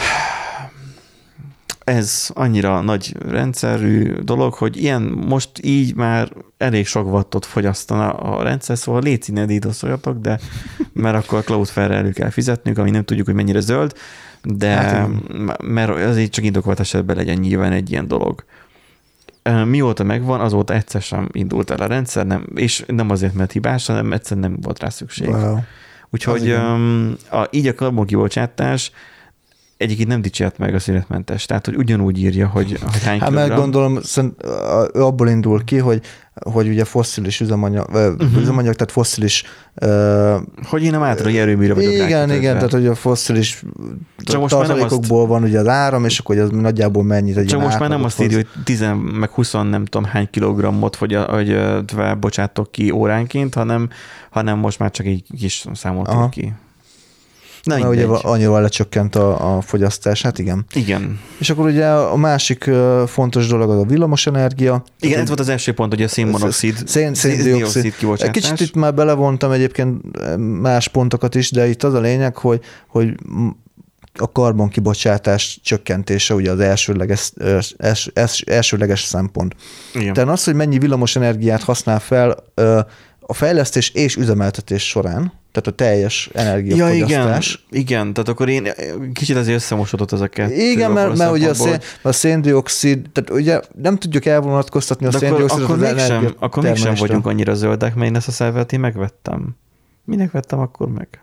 Ez annyira nagy rendszerű dolog, hogy ilyen most így már elég sok wattot fogyasztana a rendszer, szóval légy színe dídoszoljatok, de mert akkor Cloudflare-re elő kell fizetnünk, ami nem tudjuk, hogy mennyire zöld, de hát, mert azért csak indokolt esetben legyen nyilván egy ilyen dolog. Mióta megvan, azóta egyszer sem indult el a rendszer, nem, és nem azért, mert hibás, hanem egyszerűen nem volt rá szükség. Wow. Úgyhogy um, a, így a karbonkibocsátás egyébként nem dicsért meg a szünetmentes, tehát hogy ugyanúgy írja, hogy, hogy hány Hát kilogramm. meg gondolom, ő abból indul ki, hogy, hogy ugye fosszilis üzemanyag, uh-huh. üzemanyag tehát fosszilis... Uh, hogy én nem általában erőműre vagyok igen, rákötözve. igen, tehát hogy a fosszilis tartalékokból azt... van ugye az áram, és akkor az nagyjából mennyit egy Csak most már nem azt írja, hogy tíz meg húsz nem tudom hány kilogrammot, hogy, hogy bocsátok ki óránként, hanem, hanem most már csak egy kis számoltuk ki. Na, mert ugye annyival lecsökkent a, a fogyasztás, hát igen. Igen. És akkor ugye a másik fontos dolog az a villamosenergia. Igen, ez volt az első pont, hogy a szénmonoxid, szén, széndioxid kibocsátás. Kicsit itt már belevontam egyébként más pontokat is, de itt az a lényeg, hogy, hogy a karbonkibocsátás csökkentése ugye az elsőleges, els, els, elsőleges szempont. Igen. Tehát az, hogy mennyi villamosenergiát használ fel a fejlesztés és üzemeltetés során, tehát a teljes energiafogyasztás. Ja, igen, igen, tehát akkor én kicsit azért összemosodott ez a kettő. Igen, mert, mert ugye a, szén, a széndioxid, tehát ugye nem tudjuk elvonatkoztatni a széndioxidot az energiatermelésre. Akkor mégsem vagyunk annyira zöldek, mert én ezt a szervet én megvettem. Minek vettem akkor meg?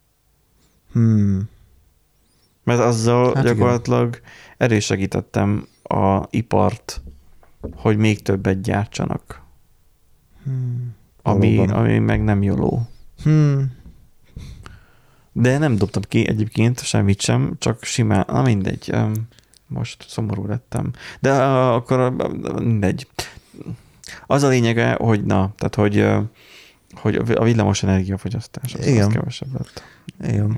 Hmm. Mert azzal hát gyakorlatilag igen. Erősegítettem a ipart, hogy még többet gyártsanak. Hmm. Ami, ami meg nem jóló. Hmm. De nem dobtam ki egyébként semmit sem, csak simán, na mindegy, most szomorú lettem. De akkor mindegy. Az a lényege, hogy na, tehát hogy, hogy a villamos energiafogyasztás az, az kevesebb lett. Igen. Igen.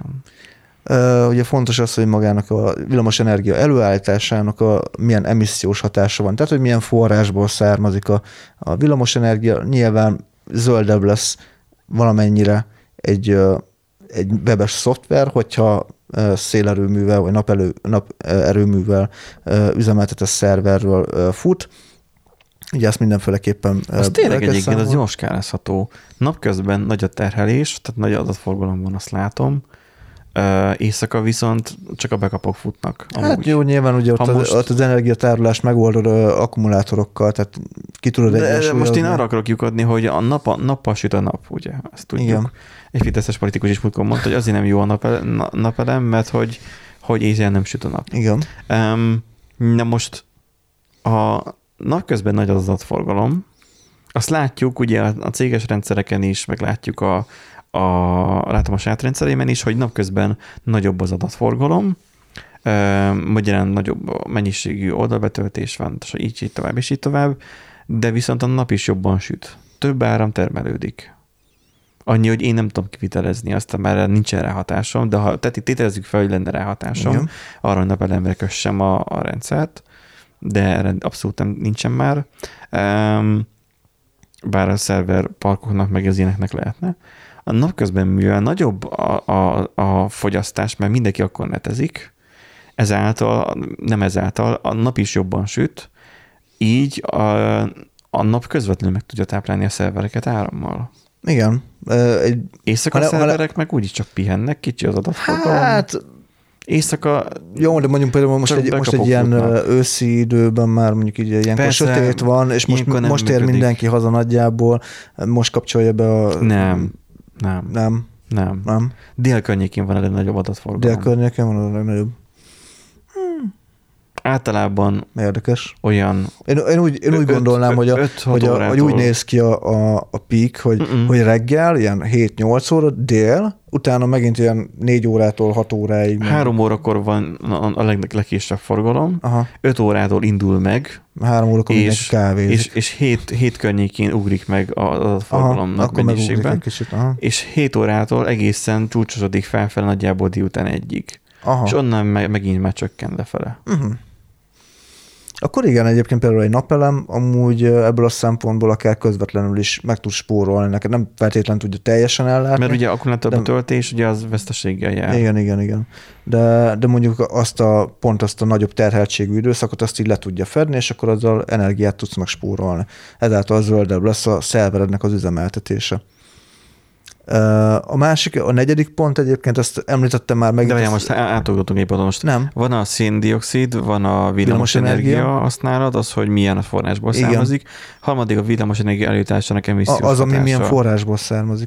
Uh, ugye fontos az, hogy magának a villamos energia előállításának a milyen emissziós hatása van. Tehát, hogy milyen forrásból származik a, a villamos energia. Nyilván zöldebb lesz valamennyire egy, egy webes szoftver, hogyha szélerőművel vagy napelő, naperőművel üzemeltetett szerverről fut. Ugye ezt mindenféleképpen... Az tényleg egyébként az jól skálázható. Napközben nagy a terhelés, tehát nagy adatforgalom van, azt látom. Éjszaka viszont csak a backupok futnak. Amúgy. Hát jó, nyilván ugye ott, most... az, ott az energiatárolást megoldod akkumulátorokkal, tehát ki tudod egyesülni. Most én arra akarok lyukadni, hogy a nap, nappal süt a nap, ugye? Ezt tudjuk. Igen. Egy fideszes politikus is múltkor mondta, hogy azért nem jó a napelem, napelem mert hogy, hogy éjjel nem süt a nap. Igen. Um, na most a napközben nagy az adatforgalom, azt látjuk ugye a céges rendszereken is, meg látjuk a A, látom a saját rendszerében is, hogy napközben nagyobb az adatforgalom, magyarán nagyobb mennyiségű oldalbetöltés van, és így, így tovább, és így tovább, de viszont a nap is jobban süt. Több áram termelődik. Annyi, hogy én nem tudom kivitelezni azt, mert nincsen rá hatásom, de ha tehát tételezzük fel, hogy lenne rá hatásom, igen. Arra, hogy napelemre kössem a, a rendszert, de erre abszolút nem, nincsen már. Um, bár a szerver parkoknak meg az ilyeneknek lehetne. A napközben, mivel nagyobb a, a, a fogyasztás, mert mindenki akkor netezik, ezáltal, nem ezáltal, a nap is jobban süt, így a, a nap közvetlenül meg tudja táplálni a szervereket árammal. Igen. Egy, Éjszaka a szerverek meg úgyis csak pihennek, kicsi az adatforgalom. Hát... Éjszaka... Jó, de mondjuk például most egy, most egy ilyen futnak. Őszi időben már mondjuk így ilyenkor persze, sötét van, és most, most ér mindenki haza nagyjából, most kapcsolja be a... Nem. Nem. Nem. Nem. Nem. Dél környékén van a legnagyobb adatforgalom. Dél környékén van a legnagyobb. Hmm. Általában érdekes. Olyan... Én, én úgy, én úgy öt, gondolnám, öt, hogy, a, hogy, a, hogy úgy néz ki a, a, a peak, hogy, hogy reggel ilyen hét-nyolc óra, dél, utána megint ilyen négy órától hat óráig. Három órakor van a leg, legkésőbb forgalom, aha. öt órától indul meg, három órakor mindenki kávézik. És, és hét, hét környékén ugrik meg a forgalomnak mennyiségben, kicsit, és hét órától egészen csúcsosodik felfel nagyjából délután egyig. Aha. És onnan meg, megint már csökken lefele. Uh-huh. Akkor igen, egyébként például egy napelem amúgy ebből a szempontból akár közvetlenül is meg tud spórolni, neked nem feltétlenül tudja teljesen ellátni. Mert ugye akkumulátorba töltés, ugye az veszteséggel jár. Igen, igen, igen. De, de mondjuk azt a, pont azt a nagyobb terheltségű időszakot azt így le tudja fedni, és akkor azzal energiát tudsz meg spórolni. Ezáltal zöldebb lesz a szerverednek az üzemeltetése. A másik, a negyedik pont egyébként, ezt említettem már meg. De várjál, most átugratunk egy most. Nem. Van a széndioxid, van a villamosenergia használat, az, hogy milyen a forrásból igen. származik. Harmadik a villamosenergia előállításának emissziós Az, hatása. ami milyen forrásból származik.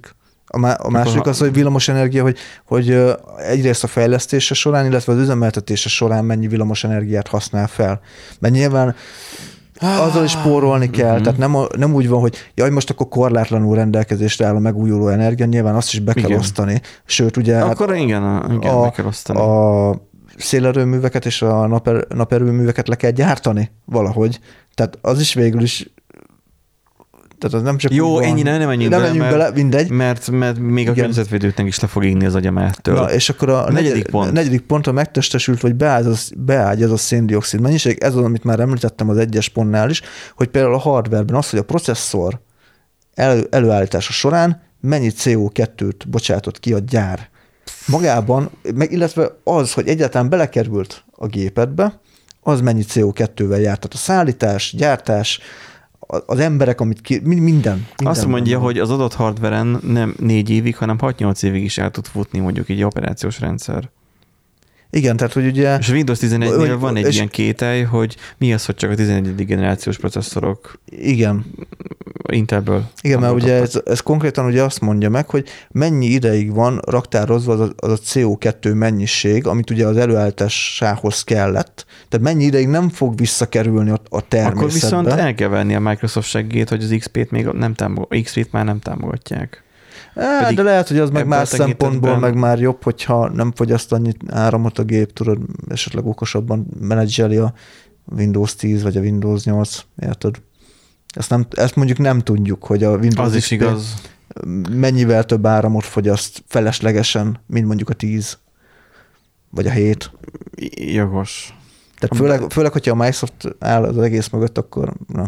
A, má, a második az, hogy villamosenergia, hogy, hogy egyrészt a fejlesztése során, illetve az üzemeltetése során mennyi villamosenergiát használ fel. Mert nyilván azzal is spórolni kell, uh-huh. tehát nem, nem úgy van, hogy jaj, most akkor korlátlanul rendelkezésre áll a megújuló energia, nyilván azt is be kell igen. osztani. Sőt, ugye akkor hát igen, igen, a, be kell osztani. A szélerőműveket és a naper, naperőműveket le kell gyártani valahogy. Tehát az is végül is tehát az nem csak jó, ennyire nem menjünk nem bele, menjünk mert, bele, mindegy. Mert, mert még a környezetvédőknek is le fog égni az agyamáttől. Na, és akkor a, a negyedik, pont. negyedik pontra megtestesült, vagy beágyazott széndioxid mennyiség, ez az, amit már említettem az egyes pontnál is, hogy például a hardwareben az, hogy a processzor elő, előállítása során mennyi cé o kettőt bocsátott ki a gyár. Magában, meg illetve az, hogy egyáltalán belekerült a gépedbe, az mennyi cé o kettővel járt. Tehát a szállítás, gyártás, az emberek, amit ki, minden, minden. Azt mondja, minden. hogy az adott hardveren nem négy évig, hanem hat-nyolc évig is el tud futni mondjuk egy operációs rendszer. Igen, tehát hogy ugye... És a Windows tizenegynél van egy ilyen kételj, hogy mi az, hogy csak a tizenegyedik generációs processzorok igen. Intelből. Igen, mert ugye ez, ez konkrétan ugye azt mondja meg, hogy mennyi ideig van raktározva az a, az a cé o kettő mennyiség, amit ugye az előállításához kellett. Tehát mennyi ideig nem fog visszakerülni a, a természetbe. Akkor viszont el kell venni a Microsoft segít, hogy az iksz pét még nem támogat, iksz pét már nem támogatják. É, de lehet, hogy az meg más szempontból meg már jobb, hogyha nem fogyaszt annyit áramot a gép, tudod, esetleg okosabban menedzseli a Windows tíz vagy a Windows nyolc, érted? Ezt, nem, ezt mondjuk nem tudjuk, hogy a Windows az is igaz. Mennyivel több áramot fogyaszt feleslegesen, mint mondjuk a tíz vagy a hét. Jogos. Tehát főleg, főleg hogyha a Microsoft áll az egész mögött, akkor na.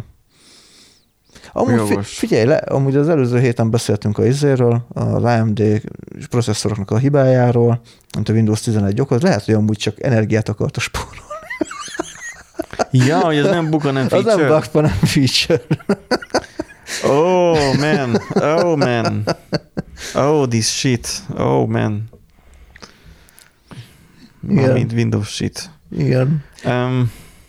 Amúgy fi, figyelj le, amúgy az előző héten beszéltünk a izéről, az á em dé processzoroknak a hibájáról, mint a Windows tizenegy okoz, lehet, hogy amúgy csak energiát akart a spórolni. Ja, hogy ez nem buka, nem feature. Az nem bug, nem feature. Oh, man. Oh, man. Oh, this shit. Oh, man. Igen. Mint Windows shit. Igen. Um,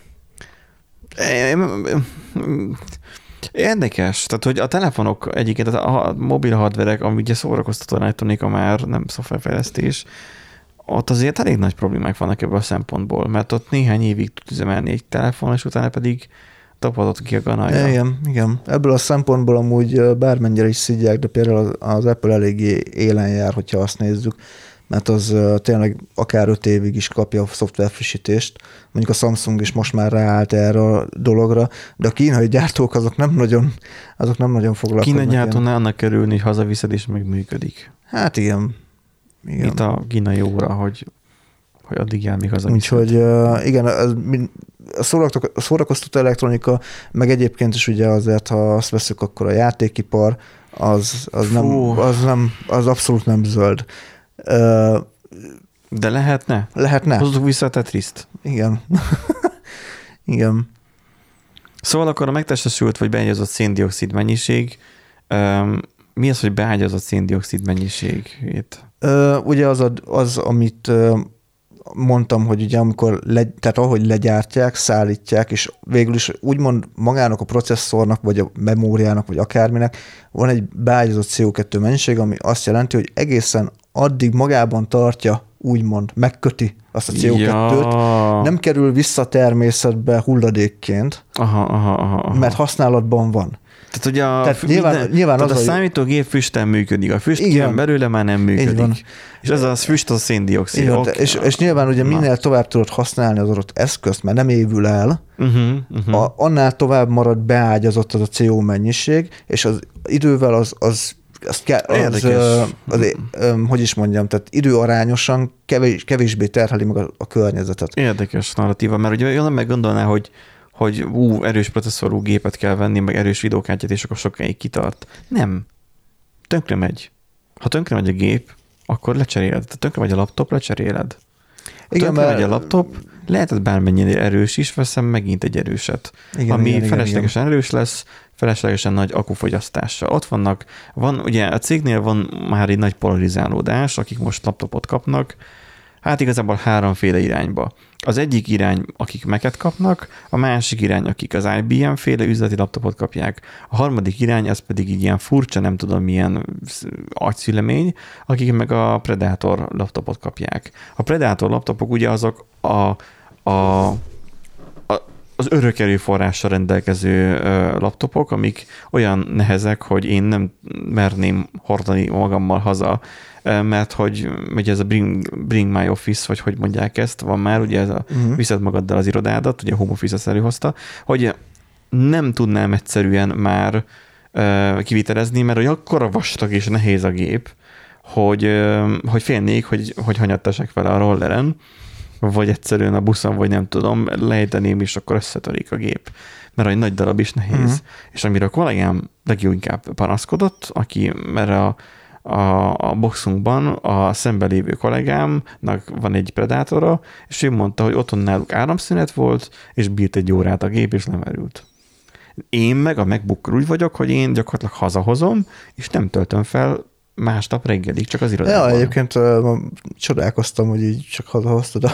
Érdekes, tehát hogy a telefonok egyébként, a mobil hardverek, ami ugye szórakoztató elektronika már, nem szoftverfejlesztés, ott azért elég nagy problémák vannak ebből a szempontból, mert ott néhány évig tud üzemelni egy telefon, és utána pedig dobhatott ki a ganajra. Igen, igen. Ebből a szempontból amúgy bármennyire is szidják, de például az Apple eléggé élen jár, hogyha azt nézzük, mert az tényleg akár öt évig is kapja a szoftverfrissítést. Mondjuk a Samsung is most már ráállt erre a dologra, de a kínai gyártók azok nem nagyon, azok nem nagyon foglalkoznak. Kínai gyártónál annak kerülni, hogy hazaviszed és meg működik. Hát igen. igen. Itt a kínai óra, hogy, hogy addig jár, még hazaviszed. Úgyhogy igen, az, a szórakoztató elektronika, meg egyébként is ugye azért, ha azt veszük, akkor a játékipar, az, az, nem, az, nem, az abszolút nem zöld. De lehetne? Lehetne. Hozzuk vissza a Tetriszt. Igen. Igen. Szóval akkor a megtestesült vagy beágyazott széndioxid mennyiség, mi az, hogy beágyazott széndioxid mennyiség? Ugye az, a, az, amit mondtam, hogy ugye amikor, le, tehát ahogy legyártják, szállítják, és végül is úgymond magának a processzornak, vagy a memóriának, vagy akárminek van egy beágyazott cé o kettő mennyiség, ami azt jelenti, hogy egészen addig magában tartja, úgymond megköti azt a cé o kettőt, ja. Nem kerül vissza a természetbe hulladékként, aha, aha, aha, aha. mert használatban van. Tehát ugye a, tehát nyilván, minden, nyilván tehát az a a számítógép füsten működik, a füst kijön belőle már nem működik. És ez a füst a széndioxid. Okay. És, és nyilván ugye minél Na. tovább tudod használni az adott eszközt, mert nem évül el, uh-huh, uh-huh. A, annál tovább marad beágyazott az a cé o mennyiség, és az idővel az, az az, az, az, az, hogy is mondjam, tehát időarányosan kevés, kevésbé terheli meg a, a környezetet. Érdekes narratíva, mert ugye nem meggondolná, hogy hogy ú, erős processzorú gépet kell venni, meg erős videókártyát, és akkor sokáig kitart. Nem. Tönkre megy. Ha tönkre megy a gép, akkor lecseréled. Ha tönkre megy a laptop, lecseréled. Ha igen, tönkre mert... megy a laptop, lehetett bármennyire erős is, veszem megint egy erőset. Igen, ami igen, feleslegesen igen. erős lesz, feleslegesen nagy akufogyasztással. Ott vannak, van, ugye a cégnél van már egy nagy polarizálódás, akik most laptopot kapnak, Hát igazából háromféle irányba. Az egyik irány, akik Mac-et kapnak, a másik irány, akik az I B M-féle üzleti laptopot kapják, a harmadik irány, az pedig így ilyen furcsa, nem tudom milyen agyszülemény, akik meg a Predator laptopot kapják. A Predator laptopok ugye azok a, a az örök erőforrással rendelkező laptopok, amik olyan nehezek, hogy én nem merném hordani magammal haza, mert hogy ugye ez a bring, bring my office, vagy hogy mondják ezt, van már, ugye ez a uh-huh. viszed magaddal az irodádat, ugye a home office ezt előhozta, hogy nem tudnám egyszerűen már kivitelezni, mert hogy akkora vastag és nehéz a gép, hogy, hogy félnék, hogy, hogy hanyattesek vele a rolleren, vagy egyszerűen a buszon, vagy nem tudom, lejteném, és akkor összetörik a gép. Mert egy nagy darab is nehéz. Uh-huh. És amiről a kollégám leginkább panaszkodott, aki, mert a, a, a boxunkban a szemben lévő kollégámnak van egy Predatora, és ő mondta, hogy otthon náluk áramszünet volt, és bírt egy órát a gép, és lemerült. Én meg a MacBookkal úgy vagyok, hogy én gyakorlatilag hazahozom, és nem töltöm fel másnap reggelig, csak az irodában. Ja, egyébként uh, csodálkoztam, hogy így csak hazahoztad a...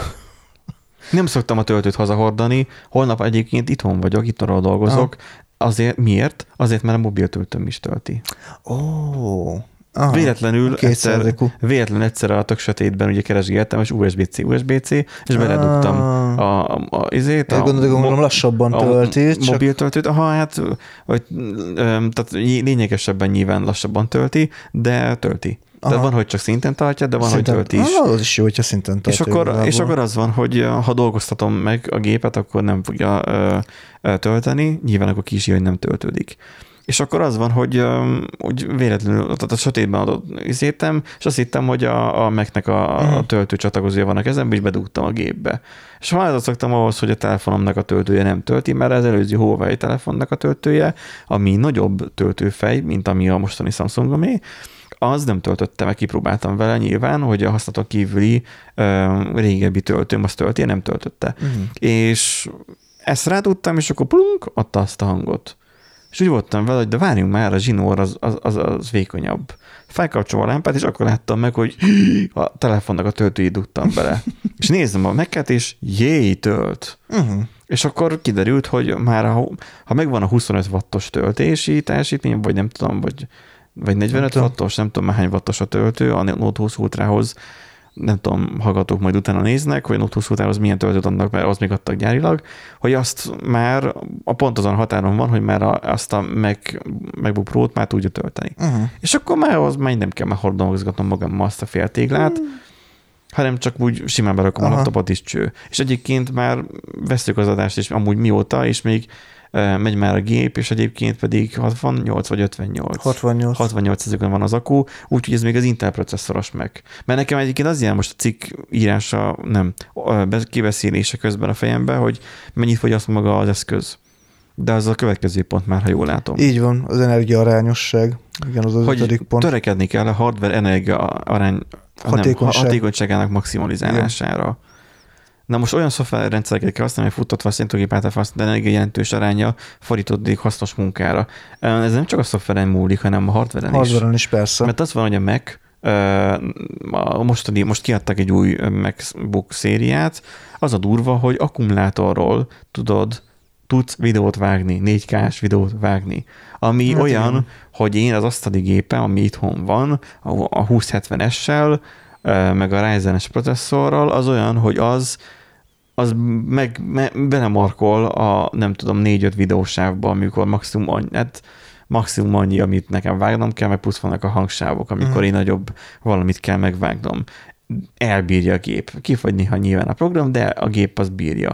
Nem szoktam a töltőt hazahordani, holnap egyébként itthon vagyok, itthonról dolgozok. Ah. Azért miért? Azért, mert a mobiltöltőm is tölti. Ó, oh. Aha, véletlenül, egyszer, véletlenül egyszer a tök sötétben ugye keresgéltem, és u es bé cé, u es bé cé, és beledugtam ah. a, a, a, izét, a, gondolom, mo- lassabban tölti. A csak... mobiltöltőt, aha, hát vagy, tehát lényegesebben nyilván lassabban tölti, de tölti. Aha. Tehát van, hogy csak szinten tartja, de van, szinten, hogy tölti is. Ah, az is jó, hogyha szinten tartja. És akkor, és akkor az van, hogy ha dolgoztatom meg a gépet, akkor nem fogja ö, ö, tölteni, nyilván akkor kisír, hogy nem töltődik. És akkor az van, hogy, hogy véletlenül tehát a sötétben adott izétem, és azt hittem, hogy a, a Mac-nek a, a töltő csatlakozója van a kezembe, és bedugtam a gépbe. És hozzászoktam ahhoz, hogy a telefonomnak a töltője nem tölti, mert az előző Huawei telefonnak a töltője, ami nagyobb töltőfej, mint ami a mostani Samsungomé, az nem töltötte meg, kipróbáltam vele nyilván, hogy a használaton kívüli uh, régebbi töltőm azt tölti, nem töltötte. Uh-huh. És ezt rádugtam, és akkor plunk, adta azt a hangot. És úgy voltam vele, hogy de várjunk már, a zsinór az, az, az, az vékonyabb. Felkapcsolom a lámpát, és akkor láttam meg, hogy a telefonnak a töltőjét dugtam bele. És nézem a Mac-et, és jéj, tölt. Uh-huh. És akkor kiderült, hogy már ha, ha megvan a huszonöt wattos töltési teljesítmény, vagy nem tudom, vagy, vagy negyvenöt nem wattos, nem tudom, hány wattos a töltő, a Note húsz Ultrahoz, nem tudom, hallgatók majd utána néznek, hogy a Note húsz Ultrahoz milyen töltőt adnak, mert az még adtak gyárilag, hogy azt már a pont azon határon van, hogy már a, azt a Mac, MacBook Pro-t már tudja tölteni. Uh-huh. És akkor már az már nem kell már hordolgozgatnom magammal azt a féltéglát, uh-huh. hanem csak úgy simán berakom uh-huh. a laptopot is cső. És egyébként már vesztük az adást, és amúgy mióta, és még megy már a gép, és egyébként pedig hatvannyolc vagy ötvennyolc. hatvannyolc. hatvannyolc ezeken van az akku, úgyhogy ez még az Intel processzoros meg. Mert nekem egyébként az ilyen most a cikk írása, nem, kibeszélése közben a fejembe, hogy mennyit fogyaszt maga az eszköz. De az a következő pont már, ha jól látom. Így van, az energiaarányosság. Igen, az az hogy ötödik pont. Törekedni kell a hardware energia arány Hatékonyság. hatékonyságának maximalizálására. Igen. Na most olyan szoftverrendszereket kell használni, hogy futtatva a számítógép által használt energia jelentős aránya fordítódik hasznos munkára. Ez nem csak a szoftveren múlik, hanem a hardveren is. Hardveren is, persze. Mert az van, hogy a Mac, most, most kiadtak egy új MacBook szériát, az a durva, hogy akkumulátorról tudod, tudsz videót vágni, négy ká-s videót vágni. Ami hát olyan, igen. hogy én az asztali gépem, ami itthon van, a húsz hetven es-sel, meg a Ryzen-es processzorral, az olyan, hogy az az meg, meg belemarkol a nem tudom, négy-öt videósávba, amikor maximum annyi, hát maximum annyi, amit nekem vágnom kell, meg plusz vannak a hangsávok, amikor uh-huh. én nagyobb valamit kell megvágnom. Elbírja a gép. Kifagy néha nyilván a program, de a gép az bírja.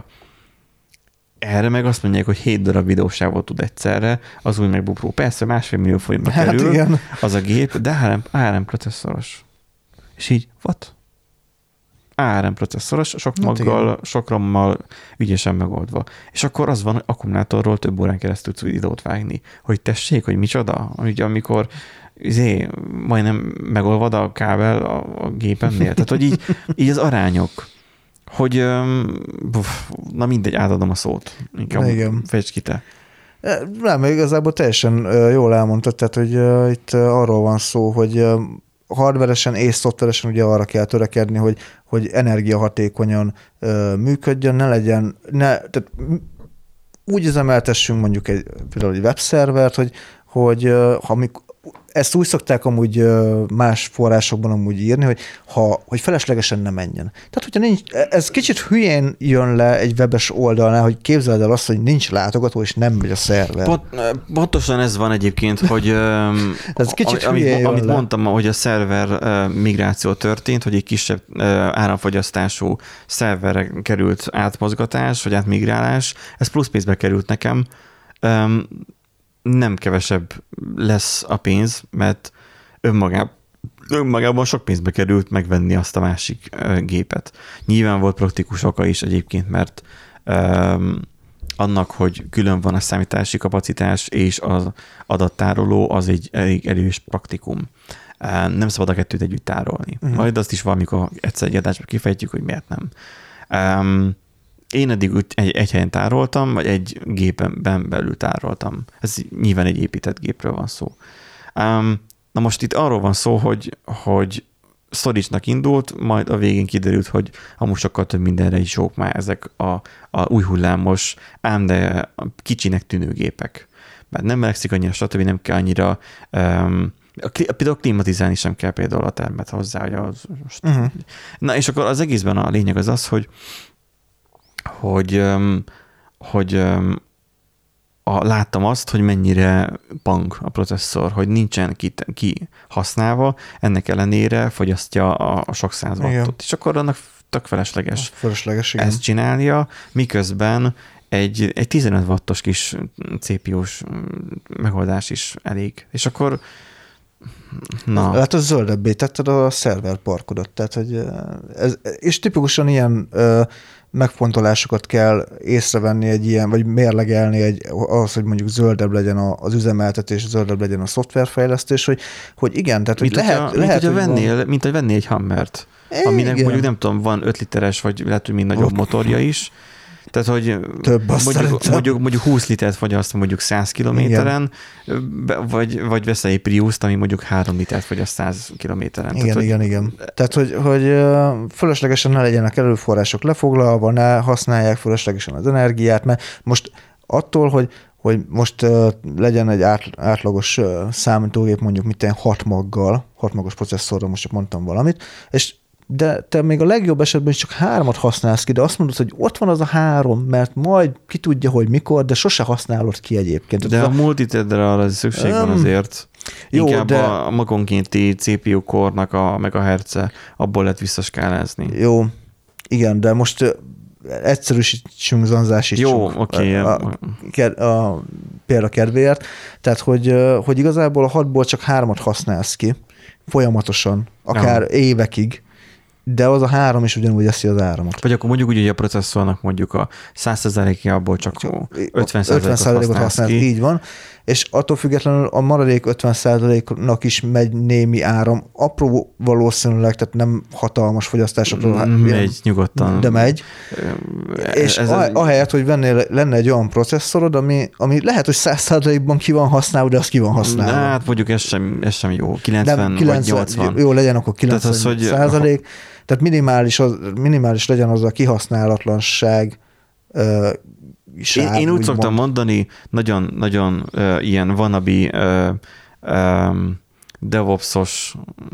Erre meg azt mondják, hogy hét darab videósávot tud egyszerre, az új MacBook Pro. Persze másfél millió forintba hát kerül igen. az a gép, de á er em processzoros. És így, what? á er em processzoros, sok maggal, sok rammal ügyesen megoldva. És akkor az van, hogy akkumulátorról több órán keresztül tudsz videót vágni. Hogy tessék, hogy micsoda? Ugye amikor izé, majdnem megolvad a kábel a, a gépemnél. Tehát, hogy így, így az arányok. Hogy buf, na mindegy, átadom a szót. Inkább fejtsd ki te. Nem, igazából teljesen jól elmondtad, tehát, hogy itt arról van szó, hogy hardveresen és szoftveresen ugye arra kell törekedni, hogy, hogy energiahatékonyan ö, működjön, ne legyen, ne, tehát úgy üzemeltessünk mondjuk egy, például egy webszervert, hogy, hogy ö, ha mi, ezt úgy szokták amúgy más forrásokban amúgy írni, hogy, ha, hogy feleslegesen ne menjen. Tehát, hogyha nincs, ez kicsit hülyén jön le egy webes oldalnál, hogy képzeld el azt, hogy nincs látogató, és nem megy a szerver. Pont, pontosan ez van egyébként, hogy ez kicsit amit, hülyén amit jön le. mondtam, hogy a szerver migráció történt, hogy egy kisebb áramfogyasztású szerverre került átmozgatás, vagy átmigrálás, ez plusz pénzbe került nekem. Nem kevesebb lesz a pénz, mert önmagában, önmagában sok pénzbe került megvenni azt a másik gépet. Nyilván volt praktikus oka is egyébként, mert um, annak, hogy külön van a számítási kapacitás és az adattároló, az egy elég erős praktikum. Um, nem szabad a kettőt együtt tárolni. Uh-huh. Majd azt is valamikor egyszer egy adásban kifejtjük, hogy miért nem. Um, Én eddig úgy egy, egy helyen tároltam, vagy egy gépen belül tároltam. Ez nyilván egy épített gépről van szó. Um, na most itt arról van szó, hogy, hogy storage-nak indult, majd a végén kiderült, hogy amúgy sokkal több mindenre is jók már ezek a, a új hullámos, ám de kicsinek tűnő gépek. Mert nem melegszik annyira, stb. Nem kell annyira... Um, például klimatizálni sem kell például a termet hozzá. Hogy az most... uh-huh. Na és akkor az egészben a lényeg az az, hogy hogy, hogy a, láttam azt, hogy mennyire pang a processzor, hogy nincsen ki, ki használva, ennek ellenére fogyasztja a, a sok száz wattot. És akkor annak tök felesleges, felesleges igen. ezt csinálja, miközben egy, egy tizenöt wattos kis cé pé u-s megoldás is elég. És akkor na. Hát az zöldebbé tetted a szerverparkodat. Tehát, hogy ez, és tipikusan ilyen ö, megfontolásokat kell észrevenni egy ilyen, vagy mérlegelni egy, ahhoz, hogy mondjuk zöldebb legyen az üzemeltetés, zöldebb legyen a szoftverfejlesztés, hogy, hogy igen, tehát hogy mint lehet... Hogyha, lehet mint, hogy vennél, mint hogy vennél egy Hammert, aminek igen. mondjuk nem tudom, van öt literes, vagy lehet, hogy még nagyobb okay. motorja is, tehát, hogy több mondjuk, mondjuk, mondjuk húsz litert fogyaszt mondjuk száz kilométeren, vagy, vagy veszel egy Prius-t, ami mondjuk három litert fogyaszt száz kilométeren. Igen, tehát, igen, hogy... igen. Tehát, hogy, hogy fölöslegesen ne legyenek előforrások lefoglalva, ne használják fölöslegesen az energiát, mert most attól, hogy, hogy most legyen egy átlagos számítógép mondjuk mint hat maggal, hat magos processzorral, most csak mondtam valamit, és de te még a legjobb esetben is csak háromat használsz ki, de azt mondod, hogy ott van az a három, mert majd ki tudja, hogy mikor, de sose használod ki egyébként. De a multithreadre arra szükség um, van azért. Jó, inkább de... a magonkénti cé pé u core-nak a megahertze, abból lehet visszaskálázni. Jó, igen, de most egyszerűsítsünk, zanzásítsunk. Jó, oké. Okay. A, a, a példa kedvéért. Tehát, hogy, hogy igazából a hatból csak háromat használsz ki, folyamatosan, akár ja. évekig, de az a három is ugyanúgy eszi az áramot. Vagy akkor mondjuk úgy, hogy a processzornak mondjuk a száz százalékjából csak ötven százalékot használsz ki. Így van, és attól függetlenül a maradék ötven százaléknak is megy némi áram, apró valószínűleg, tehát nem hatalmas fogyasztásokról. Megy nyugodtan. De megy. És ez ah, ahelyett, hogy vennél, lenne egy olyan processzorod, ami, ami lehet, hogy száz százalékban ki van használva, de az ki van használva. Hát mondjuk ez sem, ez sem jó. kilencven, kilencven vagy nyolcvan. Jó, legyen akkor kilencven százalék. Tehát minimális, az, minimális legyen az a kihasználatlanság. Uh, Sáv, én, én úgy, úgy szoktam mond. mondani, nagyon, nagyon uh, ilyen wannabe uh, um, DevOps-os,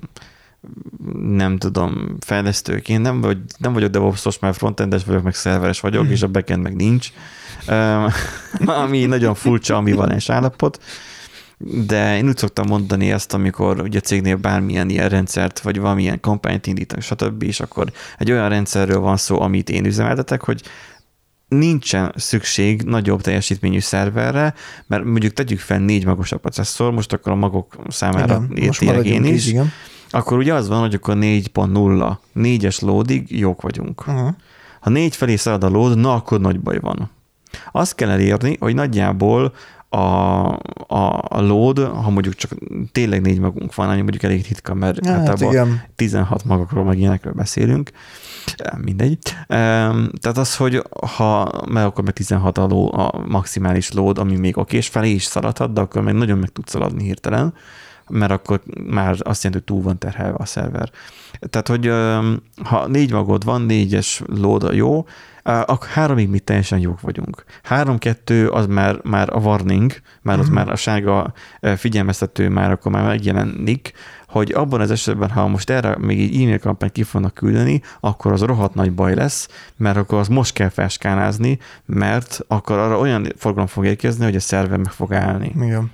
nem tudom, fejlesztőként, nem, vagy, nem vagyok DevOps-os, mert frontendes vagyok, meg szerveres vagyok, mm. és a backend meg nincs. Um, ami nagyon furcsa, ambivalens állapot. De én úgy szoktam mondani ezt, amikor ugye a cégnél bármilyen ilyen rendszert, vagy valamilyen kampányt indítanak, stb., és akkor egy olyan rendszerről van szó, amit én üzemeltetek, hogy nincsen szükség nagyobb teljesítményű szerverre, mert mondjuk tegyük fel négy magosabb processzor, most akkor a magok számára értiek én is, így, akkor ugye az van, hogy akkor négy pont nulla, négyes loadig jók vagyunk. Uh-huh. Ha négy felé szalad a load, na akkor nagy baj van. Azt kell elérni, hogy nagyjából a, a, a load, ha mondjuk csak tényleg négy magunk van, ami mondjuk elég ritka, mert hát általában tizenhat magokról meg ilyenekről beszélünk, mindegy. Tehát az, hogy ha meg akkor meg tizenhat a, load, a maximális load, ami még oké, és felé is szaladhat, de akkor meg nagyon meg tud szaladni hirtelen, mert akkor már azt jelenti, hogy túl van terhelve a szerver. Tehát, hogy ha négy magod van, négyes load jó, akkor háromig mi teljesen jók vagyunk. Három-kettő az már, már a warning, már ott már a sárga figyelmeztető már akkor már megjelenik, hogy abban az esetben, ha most erre még egy e-mail kampányt ki fognak küldeni, akkor az rohadt nagy baj lesz, mert akkor az most kell felskánázni, mert akkor arra olyan forgalom fog érkezni, hogy a szerver meg fog állni. Igen.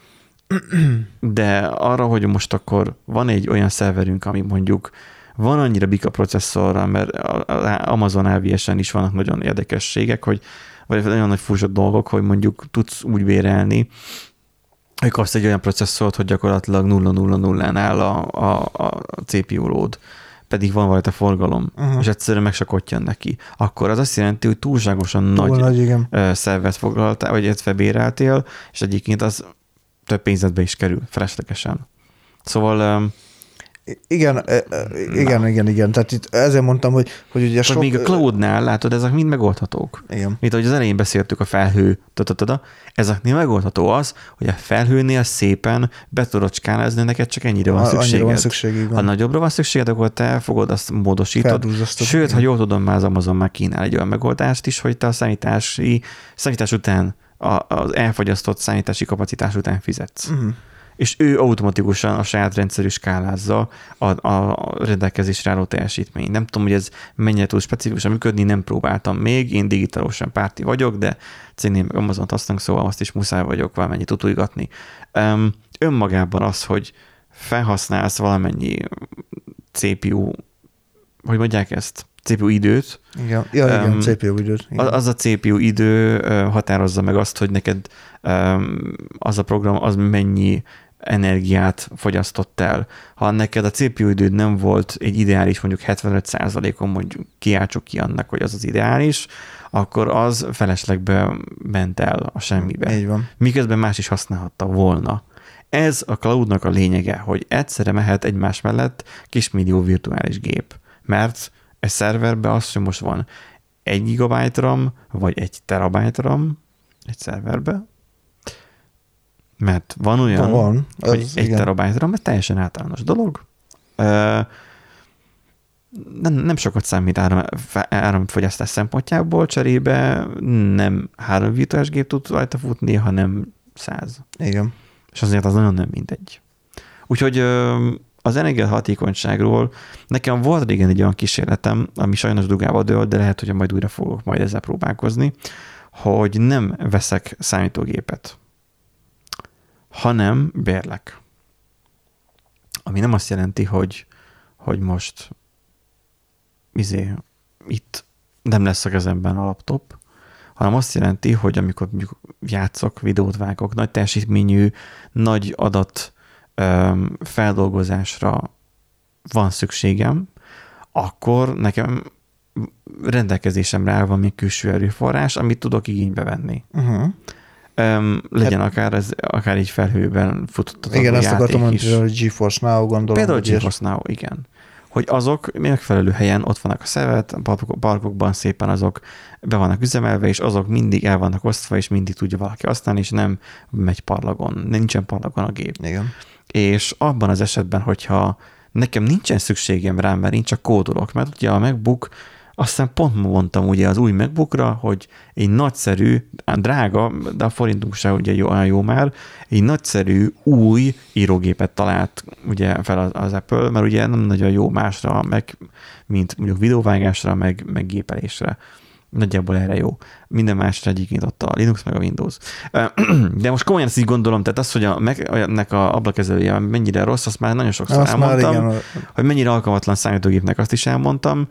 De arra, hogy most akkor van egy olyan szerverünk, ami mondjuk van annyira bika processzorra, mert az Amazon á vé es-en is vannak nagyon érdekességek, hogy, vagy nagyon nagy fúzsott dolgok, hogy mondjuk tudsz úgy bérelni, hogy kapsz egy olyan processzort, hogy gyakorlatilag nulla nulla nullán áll a, a, a cé pé u load, pedig van rajta forgalom, uh-huh. és egyszerűen meg se kottyan neki. Akkor az azt jelenti, hogy túlságosan Túl nagy, nagy szervert foglaltál, vagy illetve béreltél, és egyébként az több pénzedbe is kerül, feleslegesen. Szóval... Igen, igen, Na. igen, igen. Tehát itt ezért mondtam, hogy, hogy ugye sok... Még a cloudnál, látod, ezek mind megoldhatók. Igen. Mint ahogy az elején beszéltük a felhő, tatatata, ezeknél megoldható az, hogy a felhőnél szépen be tudod skálázni, neked csak ennyire van szükséged. Annyira van szükséged. Ha nagyobbra van szükséged, akkor te fogod, azt módosítod. Sőt, igen. ha jól tudom, már az Amazon már kínál egy olyan megoldást is, hogy te a számítási, számítás után, az elfogyasztott számítási kapacitás után fizetsz. Uh-huh. És ő automatikusan a saját rendszerű skálázza a, a rendelkezésre álló teljesítményt. Nem tudom, hogy ez mennyire tud specifikusan működni, nem próbáltam még, én digitálosan párti vagyok, de cénén meg Amazont használunk, szóval azt is muszáj vagyok valamennyit utolgatni. Um, önmagában az, hogy felhasználsz valamennyi cé pé u, hogy mondják ezt, cé pé u időt. Igen, ja, igen um, cé pé u időt. Igen. Az a cé pé u idő uh, határozza meg azt, hogy neked um, az a program, az mennyi energiát fogyasztott el. Ha neked a cé pé u időd nem volt egy ideális, mondjuk hetvenöt százalékon mondjuk kiáltsuk ki annak, hogy az az ideális, akkor az feleslegbe ment el a semmibe. Így van. Miközben más is használhatta volna. Ez a cloudnak a lényege, hogy egyszerre mehet egymás mellett kismillió virtuális gép. Mert egy szerverben az, hogy most van egy gigabyte RAM, vagy egy terabyte RAM egy szerverben, mert van olyan, van, hogy egy igen. terabyte RAM, ez teljesen általános dolog. Nem, nem sokat számít áram, áramfogyasztás szempontjából, cserébe nem három virtuális gép tud rajta futni, hanem száz. Igen. És azért az nagyon nem mindegy. Úgyhogy az energiahatékonyságról nekem volt régen egy olyan kísérletem, ami sajnos dugába dőlt, de lehet, hogy majd újra fogok majd ezzel próbálkozni, hogy nem veszek számítógépet, hanem bérlek. Ami nem azt jelenti, hogy, hogy most izé, itt nem lesz a kezemben a laptop, hanem azt jelenti, hogy amikor mondjuk játszok, videót vágok, nagy teljesítményű, nagy adat öm, feldolgozásra van szükségem, akkor nekem rendelkezésemre áll valami külső erőforrás, amit tudok igénybe venni. Uh-huh. Um, legyen hát, akár, ez, akár így felhőben futott igen, ezt akartam mondani, hogy GeForce Now gondolom. Például GeForce Now, igen. Hogy azok megfelelő helyen ott vannak a szervert, a parkokban szépen azok be vannak üzemelve, és azok mindig el vannak osztva, és mindig tudja valaki használni, és nem megy parlagon, nincsen parlagon a gép. Igen. És abban az esetben, hogyha nekem nincsen szükségem rá, mert én csak kódolok, mert ugye a MacBook, aztán pont mondtam ugye az új MacBookra, hogy egy nagyszerű, drága, de a forintunk se ugye jó, olyan jó már, egy nagyszerű új írógépet talált ugye fel az, az Apple, mert ugye nem nagyon jó másra, meg, mint mondjuk videóvágásra, meg, meg gépelésre. Nagyjából erre jó. Minden másra egyébként ott a Linux, meg a Windows. De most komolyan ezt így gondolom, tehát az, hogy a Mac-nek a ablakkezelője mennyire rossz, azt már nagyon sokszor azt elmondtam, hogy mennyire alkalmatlan számítógépnek, azt is elmondtam.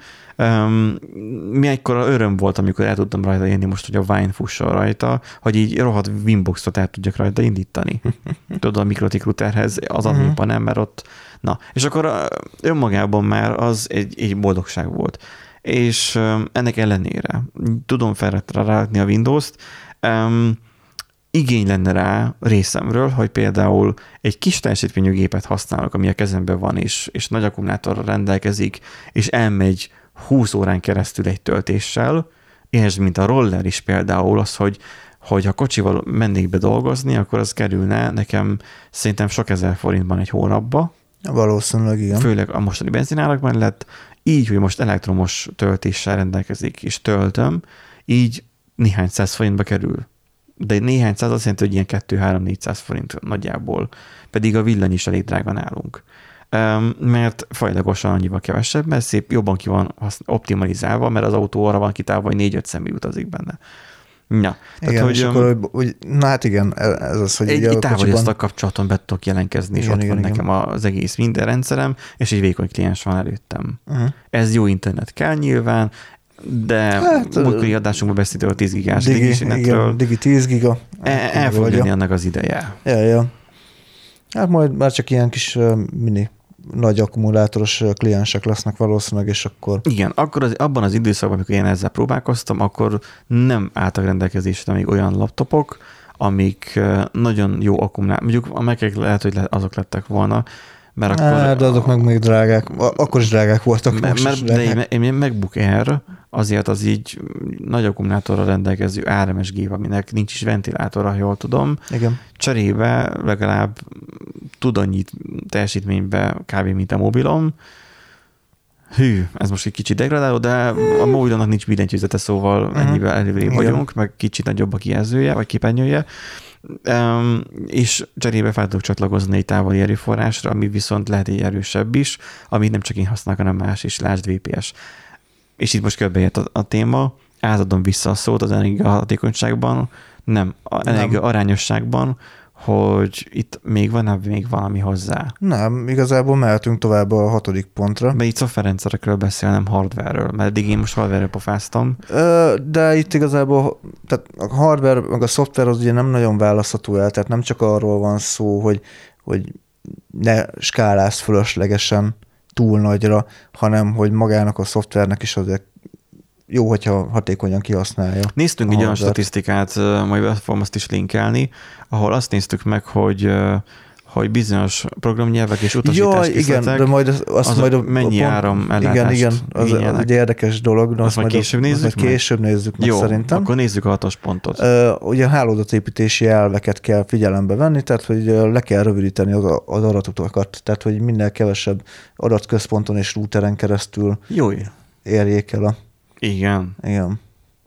Mi egykor öröm volt, amikor el tudtam rajta írni most, hogy a Wine fusson rajta, hogy így rohadt Winboxot el tudjak rajta indítani. Tudod, a Mikrotik routerhez az adminban nem, mert ott... Na, és akkor önmagában már az egy, egy boldogság volt. És ennek ellenére tudom felrakni a Windows-t, um, igény lenne rá részemről, hogy például egy kis teljesítményű gépet használok, ami a kezemben van, és, és nagy akkumulátorra rendelkezik, és elmegy húsz órán keresztül egy töltéssel, és mint a roller is például az, hogy hogy ha kocsival mennék be dolgozni, akkor az kerülne nekem szerintem sok ezer forintban egy hónapba. Valószínűleg igen. Főleg a mostani benzinárak mellett, így, hogy most elektromos töltéssel rendelkezik, és töltöm, így néhány száz forintba kerül. De néhány száz azt jelenti, hogy ilyen kettő-három-négyszáz forint nagyjából. Pedig a villany is elég drága nálunk. Mert fajlagosan annyival kevesebb, mert szép jobban ki van optimalizálva, mert az autó arra van kitálva, hogy négy-öt személy utazik benne. Ja, igen, tehát, hogy, és akkor, hogy, na hát igen, ez az, hogy... Egy, egy távolista kapcsolaton be tudok jelentkezni, és igen, ott igen, van igen. nekem az egész minden rendszerem, és egy vékony kliens van előttem. Uh-huh. Ez jó internet kell nyilván, de hát, múltkori adásunkban beszéltünk a tíz gigás digi, igen, digi tíz giga. El, el fog jönni annak az ideje. Ja, ja. Hát majd már csak ilyen kis uh, mini nagy akkumulátoros kliensek lesznek valószínűleg, és akkor... Igen, akkor az, abban az időszakban, amikor én ezzel próbálkoztam, akkor nem álltak rendelkezésre még olyan laptopok, amik nagyon jó akkumulátor, mondjuk a Mac-ek lehet, hogy azok lettek volna, mert akkor... Á, de azok meg még drágák, akkor is drágák voltak. Mert, mert drágák. De én, én MacBook Air azért az így nagy akkumulátorral rendelkező á er em es gép, aminek nincs is ventilátora, ha jól tudom. Igen. Cserébe legalább tud annyit teljesítménybe kb. Mint a mobilom. Hű, ez most egy kicsit degradáló, de a mobilomnak nincs billentyűzete, szóval uh-huh. ennyivel előrébb vagyunk, meg kicsit nagyobb a kijelzője, vagy képernyője. Um, és cserébe fel tudok csatlakozni egy távoli erőforrásra, ami viszont lehet egy erősebb is, amit nem csak én használok, hanem más is, lásd vé pé es. És itt most körbejött a, a téma, átadom vissza a szót az energiahatékonyságban, nem, a energia arányosságban, hogy itt még van még valami hozzá. Nem, igazából mehetünk tovább a hatodik pontra. De itt szoftverrendszerekről beszél, nem hardware-ről, mert eddig én most hardware-ről pofáztam. De itt igazából tehát a hardware, meg a szoftver az ugye nem nagyon választható el, tehát nem csak arról van szó, hogy, hogy ne skálázz fölöslegesen túl nagyra, hanem hogy magának a szoftvernek is azért jó, hogyha hatékonyan kihasználja. Néztünk egy olyan statisztikát, majd be fogom azt is linkelni, ahol azt néztük meg, hogy, hogy bizonyos programnyelvek és utasításkészletek, igen, de majd az, azt az majd a, mennyi a, áram ellátást igen, igen, az, az egy érdekes dolog, de azt, azt majd később nézzük azt meg? Később nézzük meg jó, szerintem. Akkor nézzük a hatos pontot. Uh, ugye a hálózatépítési elveket kell figyelembe venni, tehát hogy le kell rövidíteni az, az adatutakat, tehát hogy minél kevesebb adatközponton és routeren keresztül jó. érjék el a... Igen. Igen.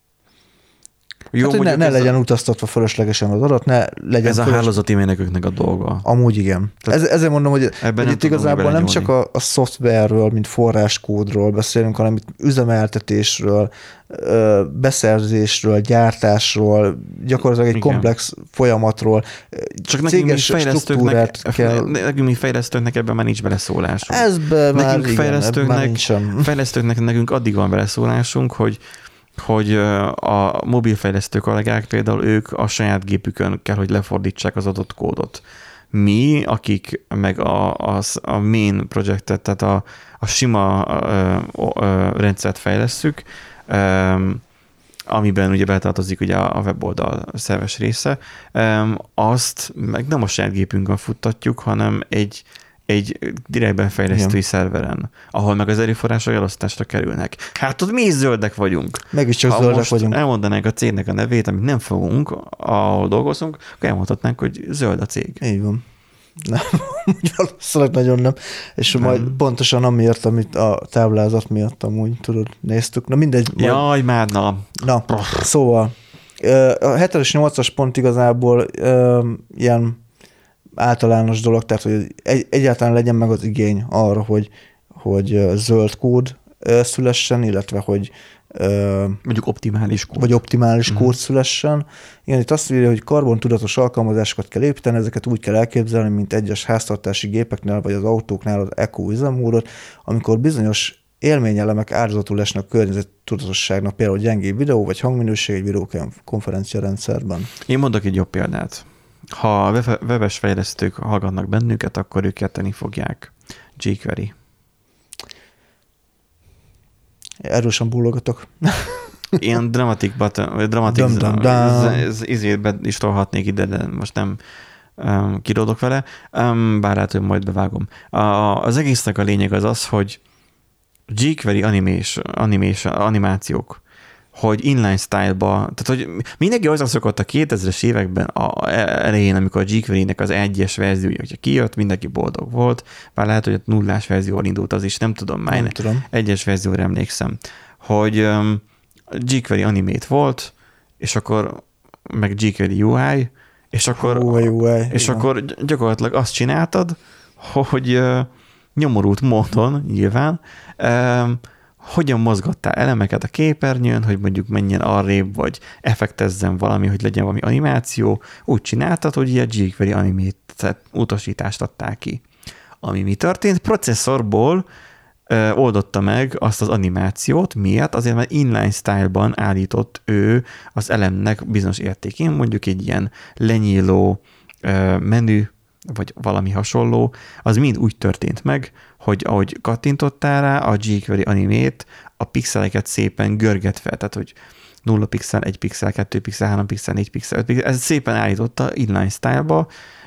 Jó, hát, ne, ne legyen a... utaztatva fölöslegesen az adat, ne legyen... Ez fölös... a hálózati mérnököknek a dolga. Amúgy igen. Ez, ezért mondom, hogy, hogy itt igazából nem csak a, a szoftverről, mint forráskódról beszélünk, hanem itt üzemeltetésről, beszerzésről, gyártásról, gyakorlatilag egy igen. komplex folyamatról, csak céges struktúrát kell... Nekünk mi fejlesztőknek ebben már nincs beleszólásunk. Ezben már nekünk igen, fejlesztőknek, fejlesztőknek nekünk addig van beleszólásunk, hogy hogy a mobilfejlesztő kollégák például ők a saját gépükön kell, hogy lefordítsák az adott kódot. Mi, akik meg a, a, a main projektet, tehát a, a sima ö, ö, rendszert fejlesszük, ö, amiben ugye betartozik ugye a weboldal szerves része, ö, azt meg nem a saját gépünkön futtatjuk, hanem egy egy direktben fejlesztői igen. szerveren, ahol meg az erőforrások elosztásra kerülnek. Hát ott mi is zöldek vagyunk. Meg is csak ha zöldek most vagyunk. Elmondanánk a cégnek a nevét, amit nem fogunk, ahol dolgozunk, akkor elmondhatnánk, hogy zöld a cég. Így van. Nem, valószínűleg nagyon nem. És nem. Majd pontosan amiért, amit a táblázat miatt amúgy, tudod, néztük. Na mindegy. Majd... Jaj, már na. Na, szóval a hetes nyolcas pont igazából ilyen általános dolog, tehát hogy egy, egyáltalán legyen meg az igény arra, hogy, hogy zöld kód szülessen, illetve hogy mondjuk optimális kód. Vagy optimális uh-huh. kód szülessen. Igen, itt azt írja, hogy karbontudatos alkalmazásokat kell építeni, ezeket úgy kell elképzelni, mint egyes háztartási gépeknél, vagy az autóknál az eco üzemmódot, amikor bizonyos élményelemek áldozatul esnek a környezettudatosságnak, például gyengébb videó, vagy hangminőség egy videókonferencia rendszerben. Én mondok egy jobb példát. Ha a webes fejlesztők hallgatnak bennünket, akkor ők érteni fogják. jQuery. Erősen búlogatok. Ilyen dramatik button, dramatik izét is tolhatnék ide, de most nem um, kiródok vele, um, bár hát, hogy majd bevágom. A, az egésznek a lényeg az az, hogy jQuery animés, animés, animációk hogy inline style-ba, tehát hogy mindenki hozzá szokott a kétezres években a elején, amikor a jQuery-nek az egyes verziója, hogyha kijött, mindenki boldog volt, bár lehet, hogy a nullás verzióval indult az is, nem tudom már, nem tudom. Egyes verzióra emlékszem, hogy um, jQuery Animate volt, és akkor meg jQuery u i, és akkor, Hú, u i, és akkor gyakorlatilag azt csináltad, hogy uh, nyomorult módon nyilván um, hogyan mozgattál elemeket a képernyőn, hogy mondjuk menjen arrébb, vagy effektezzen valami, hogy legyen valami animáció, úgy csináltad, hogy ilyen jQuery Animate utasítást adtál ki. Ami mi történt? Processzorból ö, oldotta meg azt az animációt. Miért? Azért, mert inline style-ban állított ő az elemnek bizonyos értékén, mondjuk egy ilyen lenyíló ö, menü, vagy valami hasonló, az mind úgy történt meg, hogy ahogy kattintottál rá, a jQuery Animate a pixeleket szépen görget fel, tehát hogy nulla pixel, egy pixel, kettő pixel, három pixel, négy pixel, öt pixel, ez szépen állította inline style-ba,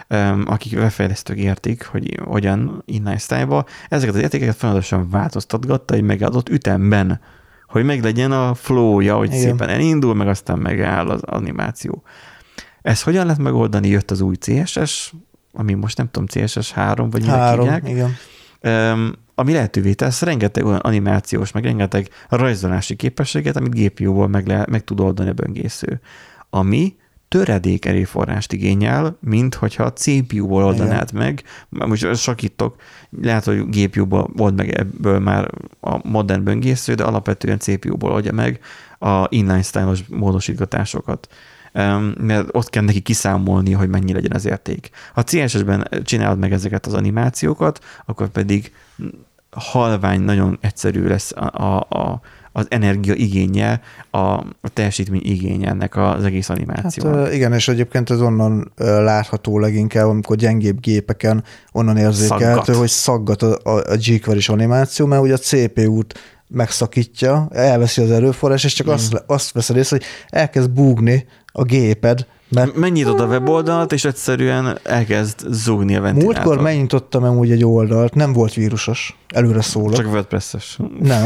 akik webfejlesztők értik, hogy hogyan inline style-ba, ezeket az értékeket folyamatosan változtatgatta egy megadott ütemben, hogy meglegyen a flow-ja, hogy igen, szépen elindul, meg aztán megáll az animáció. Ez hogyan lehet megoldani? Jött az új cé es es, ami most nem tudom, cé es es három, vagy minek hívják, igen. Um, ami lehetővé tesz rengeteg olyan animációs, meg rengeteg rajzolási képességet, amit gé pé u-ból meg, le, meg tud oldani a böngésző. Ami töredék erőforrást igényel, mint hogyha a cé pé u-ból oldanád igen, meg. Most sakítok, lehet, hogy gé pé u-ból old meg ebből már a modern böngésző, de alapvetően cé pé u-ból oldja meg a inline style-os módosítgatásokat. Um, mert ott kell neki kiszámolni, hogy mennyi legyen az érték. Ha cé es es-ben csinálod meg ezeket az animációkat, akkor pedig halvány, nagyon egyszerű lesz a, a, a, az energia igénye, a, a teljesítmény igénye ennek az egész animációnak. Hát igen, és egyébként ez onnan látható leginkább, amikor gyengébb gépeken onnan érzékelhető, szaggat. hogy szaggat a, a, a jQuery-s animáció, mert ugye a cé pé u-t megszakítja, elveszi az erőforrás, és csak mm. azt, azt veszed észre, hogy elkezd búgni a géped. Mert... Megnyitod a weboldalt, és egyszerűen elkezd zúgni a ventilátor. Múltkor megnyitottam amúgy egy oldalt, nem volt vírusos, előre szólok. Csak WordPress-es. Nem.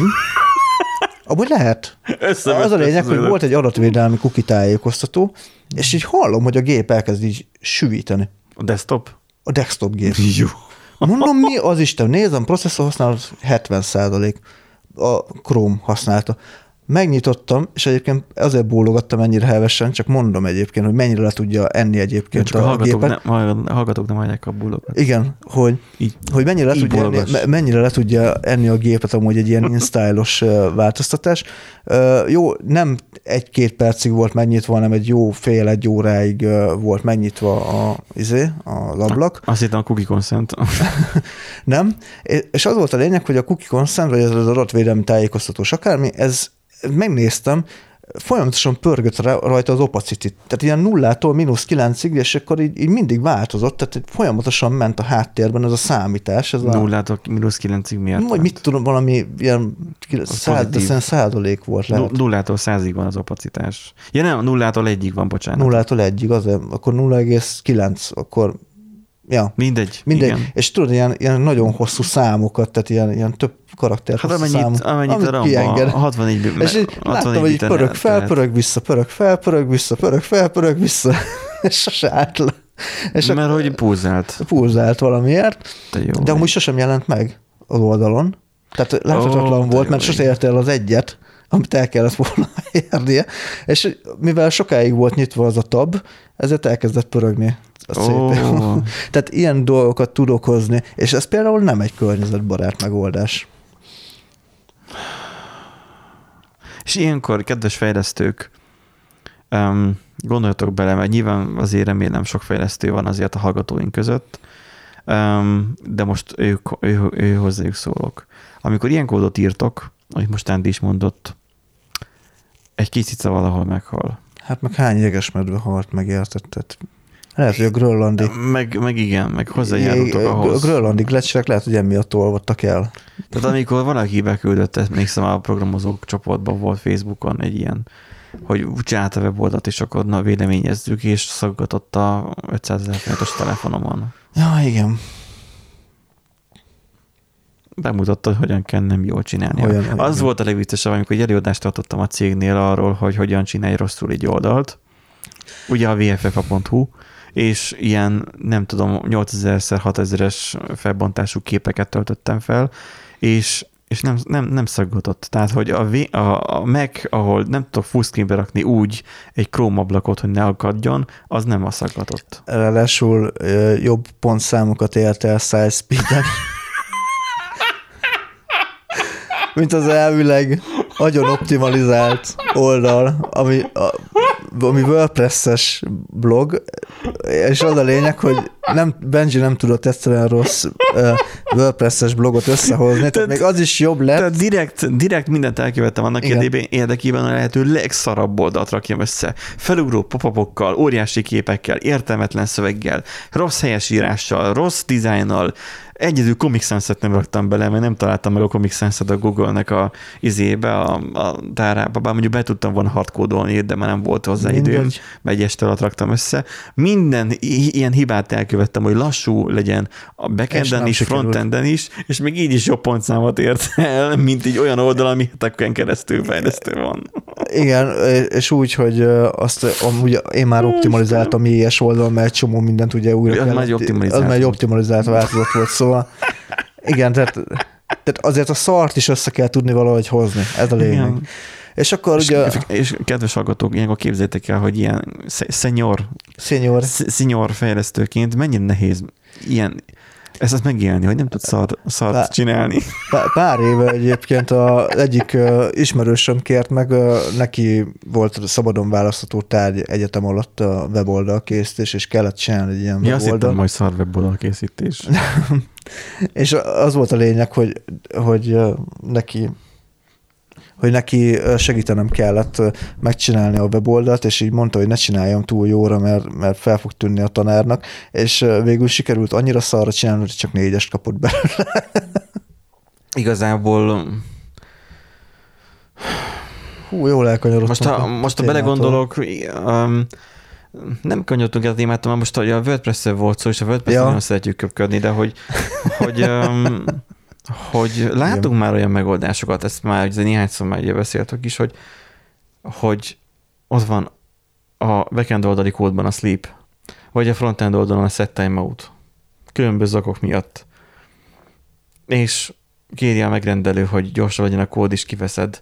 Amúgy lehet. Az a lényeg, hogy volt egy adatvédelmi cookie tájékoztató, és így hallom, hogy a gép elkezd így sűvíteni. A desktop? A desktop gép. Jó. Mondom, mi az Isten? Nézem, processzor használat hetven százalék. A Chrome használta. Megnyitottam, és egyébként azért bólogattam ennyire hevesen, csak mondom egyébként, hogy mennyire le tudja enni egyébként csak a, a gépet. Ne, a hallgatók nem hallják a bólogat. Igen, hogy, így, hogy mennyire, le tudja enni, mennyire le tudja enni a gépet amúgy egy ilyen instylos változtatás. Uh, jó, nem egy-két percig volt megnyitva, hanem egy jó fél, egy óráig uh, volt megnyitva a, izé, az ablak. Azt hittem a cookie consent. Nem, és az volt a lényeg, hogy a cookie consent, vagy az adatvédelmi tájékoztatós akármi, ez megnéztem, folyamatosan pörgött rajta az opacity. Tehát ilyen nullától mínusz kilencig, és akkor így, így mindig változott, tehát folyamatosan ment a háttérben ez a számítás. Ez nullától mínusz kilencig miért? Vagy mit tudom, valami ilyen százalék volt lehet. Nullától százig van az opacitás. Ja nem, nullától egyig van, bocsánat. Nullától egyig, azért, akkor nulla egész kilenc, akkor ja. Mindegy. Mindegy. Igen. És tudod, ilyen, ilyen nagyon hosszú számokat, tehát ilyen, ilyen több karakter hát hosszú amennyit, számok. Amennyit a ramba, a hatvanegy És így láttam, hogy pörög fel, pörög vissza, pörög fel, pörög vissza, pörög fel, pörög vissza. És sose állt le. És mert hogy pulzált. Pulzált valamiért. De, jó, de amúgy sosem jelent meg az oldalon. Tehát láthatatlan oh, volt, mert sose érte el az egyet, amit el kellett volna érnie. És mivel sokáig volt nyitva az a tab, ezért elkezdett pörögni a oh. cé pé u. Tehát ilyen dolgokat tud okozni, és ez például nem egy környezetbarát megoldás. És ilyenkor, kedves fejlesztők, um, gondoljatok bele, mert nyilván azért remélem sok fejlesztő van azért a hallgatóink között, um, de most ő, ő, ő hozzájuk szólok. Amikor ilyen kódot írtok, ahogy most Andy is mondott, egy kis cica valahol meghal. Hát meg hány jegesmedve halt meg, érted? Tehát lehet, hogy a grönlandi... Meg, meg igen, meg hozzájárultok ahhoz. A grönlandi gletszerek lehet, hogy emiatt olvadtak el. Tehát amikor valaki beküldött, emlékszem, a programozók csoportban volt Facebookon egy ilyen, hogy csinálta weboldalt, és akkor na, véleményezzük, és szaggatott a ötszázezer forintos telefonomon. Ja, igen. bemutatta, hogy hogyan kell nem jól csinálni. Olyan, az olyan. volt a legviccesebb, amikor egy előadást tartottam a cégnél arról, hogy hogyan csinálj rosszul egy oldalt. Ugye a vé ef ef á pont hú, és ilyen, nem tudom, nyolcezer hatezeres felbontású képeket töltöttem fel, és, és nem, nem, nem szaggatott. Tehát, hogy a, v, a, a Mac, ahol nem tudok fullscreenbe rakni úgy egy Chrome ablakot, hogy ne akadjon, az nem a szaggatott. Ráadásul jobb pontszámokat ért el size speeden, mint az elvileg nagyon optimalizált oldal, ami, a, ami WordPress-es blog, és az a lényeg, hogy nem, Benji nem tudott egyszerűen rossz uh, WordPress-es blogot összehozni, tehát, tehát még az is jobb lett. Tehát direkt, direkt mindent elkövettem annak érdekében, érdekében a lehető legszarabb oldalt rakjam össze. Felugró pop-upokkal, óriási képekkel, értelmetlen szöveggel, rossz helyesírással, rossz dizájnnal. Egyedül Comic Sans-et nem raktam bele, mert nem találtam meg a Comic Sans-et a Google-nek a izébe, a, a tárába, bár mondjuk be tudtam volna hardkódolni, de már nem volt hozzá időm, mert egy este alatt raktam össze. Minden ilyen hibát elkövettem, hogy lassú legyen a backenden is, frontenden is, és még így is jobb pontszámot ért el, mint így olyan oldal, ami hetekön keresztül fejlesztő van. Igen, és úgy, hogy azt amúgy én már optimalizáltam i es oldal, mert egy csomó mindent ugye újra kellett. Az már egy optimalizált változat volt, szóval igen, tehát, tehát azért a szart is össze kell tudni valahogy hozni, ez a lényeg. Igen. És akkor és, ugye... És kedves hallgatók, ilyenkor képzeljétek el, hogy ilyen senior, senior. senior fejlesztőként mennyire nehéz ilyen, ezt, ezt megélni, hogy nem tudsz szart, szart pár, csinálni. Pár, pár éve egyébként az egyik uh, ismerősöm kért meg, uh, neki volt szabadon választható tárgy egyetem alatt a weboldal készítés, és kellett csinálni egy ilyen ja, weboldal. azt hittem, majd szar weboldal készítés. És az volt a lényeg, hogy, hogy uh, neki hogy neki segítenem kellett megcsinálni a weboldalt, és így mondta, hogy ne csináljam túl jóra, mert, mert fel fog tűnni a tanárnak, és végül sikerült annyira szarra csinálni, hogy csak négyest kapott belőle. Igazából... Hú, jól elkanyarodtam. Most, a, most a belegondolok, um, nem kanyarodtunk el a témától, mert most a WordPress-szel volt szó, és a WordPress-szel ja. nagyon szeretjük köpködni, de hogy, hogy um, hogy látunk igen. már olyan megoldásokat, ezt már néhányszor már beszéltük is, hogy, hogy ott van a backend oldali kódban a sleep, vagy a frontend oldalon a set timeout. Különböző okok miatt. És kéri a megrendelő, hogy gyorsan legyen a kód, és kiveszed.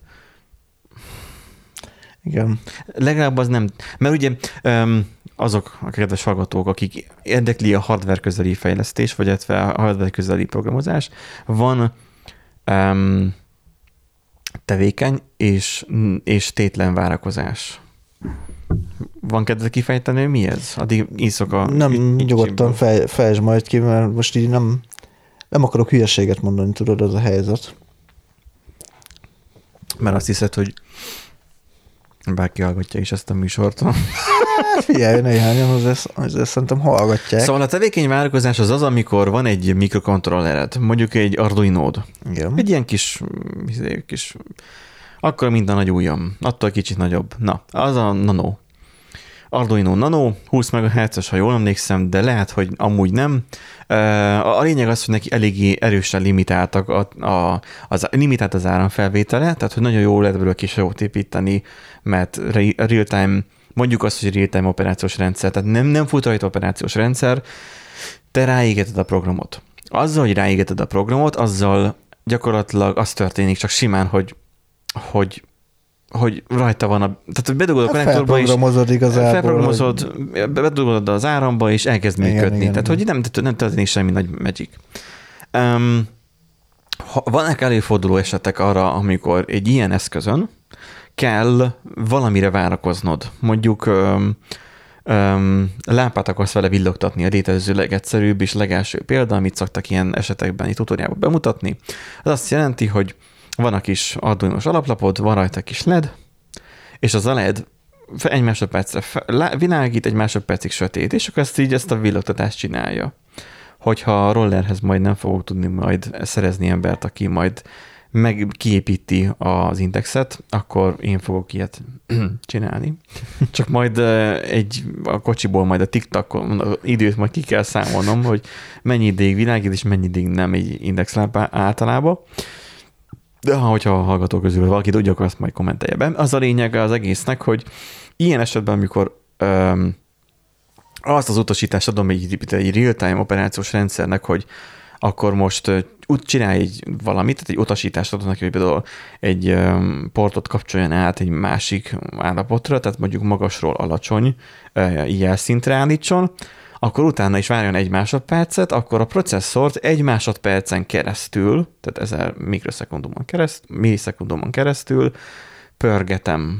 Igen. Legalább az nem, mert ugye azok a kedves hallgatók, akik érdekli a hardware közeli fejlesztés, vagy illetve a hardware közeli programozás, van um, tevékeny és, és tétlen várakozás. Van kedved kifejteni, mi ez? Addig iszok a... Nem, nyugodtan fej, fejtsd majd ki, mert most így nem, nem akarok hülyeséget mondani, tudod, az a helyzet. Mert azt hiszed, hogy bárki hallgatja is ezt a műsort. Figyelj, néhányan azért, azért szerintem hallgatják. Szóval a tevékeny várakozás az az, amikor van egy mikrokontrollered, mondjuk egy Arduinód. Igen. Egy ilyen kis, kis akkor mint a nagy ujjam, attól kicsit nagyobb. Na, az a Nano. Arduino Nano, húsz megahertzes, ha jól emlékszem, de lehet, hogy amúgy nem. A lényeg az, hogy neki eléggé erősen limitáltak a, a, az, limitált az áramfelvétele, tehát hogy nagyon jól lehet belőle kis jót építeni, mert real-time, mondjuk azt, hogy real-time operációs rendszer, tehát nem, nem fut rajta operációs rendszer, te ráégeted a programot. Azzal, hogy ráégeted a programot, azzal gyakorlatilag az történik csak simán, hogy, hogy hogy rajta van a... Tehát, hogy bedugod a konnektorba, és felprogramozod, hogy... bedugod az áramba, és elkezd működni. Igen, igen, tehát, igen. hogy nem, nem történik semmi nagy magic. Um, vannak előforduló esetek arra, amikor egy ilyen eszközön kell valamire várakoznod. Mondjuk um, um, lámpát akarsz vele villogtatni, a létező legegyszerűbb és legelső példa, amit szoktak ilyen esetekben itt tutoriában bemutatni. Az azt jelenti, hogy van a kis Arduino-s alaplapod, van rajta kis led, és az a led egy másodpercre világít, egy másodpercig sötét, és akkor ezt így ezt a villogtatást csinálja. Hogyha a rollerhez majd nem fogok tudni majd szerezni embert, aki majd meg kiépíti az indexet, akkor én fogok ilyet csinálni. Csak majd egy a kocsiból majd a TikTokon időt majd ki kell számolnom, hogy mennyi ideig világít, és mennyi ideig nem egy indexlámpa általában. De hogyha a hallgató közül valaki tudja, akkor azt majd kommentelje be. Az a lényeg az egésznek, hogy ilyen esetben, amikor öm, azt az utasítást adom egy, egy real-time operációs rendszernek, hogy akkor most úgy csinálj egy valamit, tehát egy utasítást adod neki, hogy például egy portot kapcsoljon át egy másik állapotra, tehát mondjuk magasról alacsony jelszintre állítson, akkor utána is várjon egy másodpercet, akkor a processzort egy másodpercen keresztül, tehát ezer mikroszekundumon keresztül, millisekundumon keresztül pörgetem.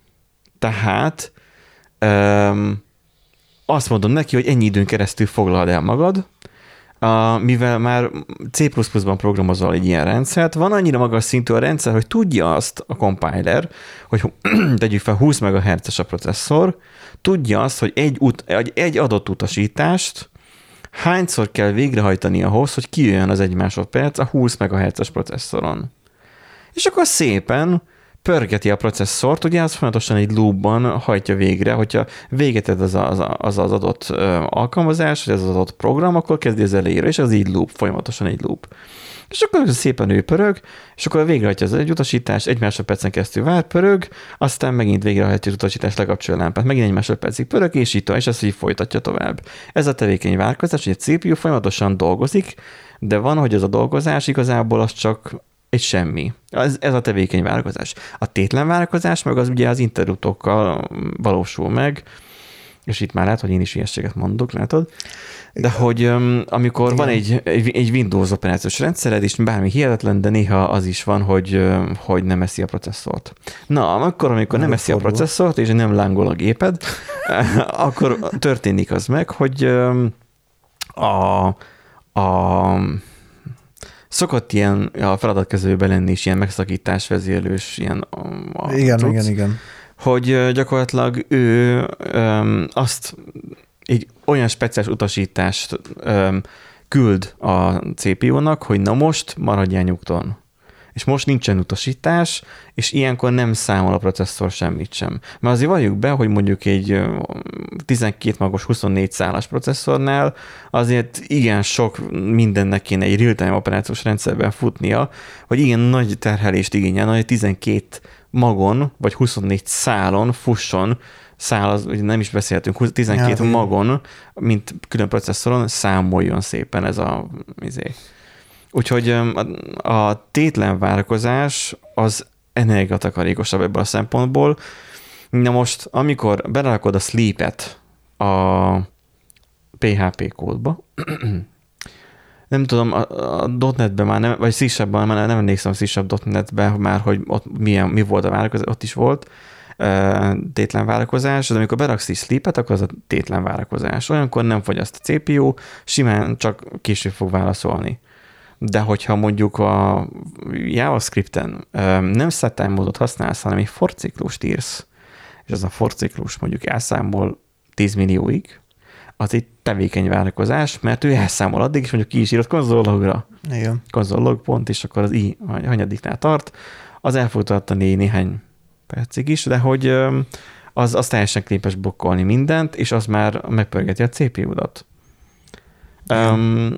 Tehát öm, azt mondom neki, hogy ennyi időn keresztül foglald el magad, Uh, mivel már C plusz pluszban programozol egy ilyen rendszert, van annyira magas szintű a rendszer, hogy tudja azt a compiler, hogy tegyük fel húsz megahertzes a processzor, tudja azt, hogy egy, ut- egy adott utasítást hányszor kell végrehajtani ahhoz, hogy kijöjjön az egy másodperc a húsz megahertzes processzoron. És akkor szépen pörgeti a processzort, ugye az folyamatosan egy loopban hajtja végre, hogyha véget ed az az, az, az adott alkalmazás, vagy az az adott program, akkor kezdi az elejére, és az így loop, folyamatosan egy loop. És akkor szépen ő pörög, és akkor végrehajtja az egy utasítást, egy másodpercen keresztül vár, pörög, aztán megint végrehajtja az utasítást, lekapcsolja a lámpát, megint egy másodpercig pörög, és így tovább, és ezt így folytatja tovább. Ez a tevékeny várkozás, hogy a cé pé u folyamatosan dolgozik, de van, hogy az a dolgozás igazából az csak egy semmi. Ez, ez a tevékeny várakozás. A tétlen várakozás meg az ugye az interruptokkal valósul meg, és itt már lehet, hogy én is ilyenséget mondok, látod? De hogy um, amikor igen. van egy, egy, egy Windows operációs rendszered, és bármi hihetetlen, de néha az is van, hogy, hogy nem eszi a processzort. Na, akkor, amikor nem, nem eszi fordul. a processzort, és nem lángol a géped, akkor történik az meg, hogy um, a, a szokott ilyen a feladatkezelőben lenni is ilyen megszakítás vezérlős ilyen igen, tudsz, igen, igen. hogy gyakorlatilag ő öm, azt egy olyan speciális utasítást öm, küld a cé pé u-nak, hogy na most maradjál nyugton. És most nincsen utasítás, és ilyenkor nem számol a processzor semmit sem. Mert azért valljuk be, hogy mondjuk egy tizenkét magos huszonnégy szálas processzornál azért igen sok mindennek kéne egy real-time operációs rendszerben futnia, hogy igen nagy terhelést igényel, hogy tizenkét magon, vagy huszonnégy szálon fusson, szál, az, ugye nem is beszéltünk, tizenkét ja, magon, mint külön processzoron számoljon szépen ez a izé. Úgyhogy a tétlen várakozás az energiatakarékosabb ebből a szempontból. Na most, amikor belerakod a sleep-et a pé há pé kódba, nem tudom, a, a .NET-ben már nem, vagy C-Sharp-ban már nem emlékszem a C-Sharp .NET-ben már, hogy ott milyen, mi volt a várakozás, ott is volt tétlen várakozás, de amikor beraksz is sleep-et, akkor az a tétlen várakozás. Olyankor nem fogyaszt a cé pé u, simán csak később fog válaszolni. De hogyha mondjuk a JavaScripten nem set-time módot használsz, hanem egy for ciklust írsz, és az a for ciklus mondjuk elszámol tíz millióig, az egy tevékeny várakozás, mert ő elszámol addig, és mondjuk ki is írod konzolllogra. Igen. Konzollog pont, és akkor az i hanyadiknál tart, az el fog tartani néhány percig is, de hogy az, az teljesen képes blokkolni mindent, és az már megpörgeti a cé pé u-dat. Um,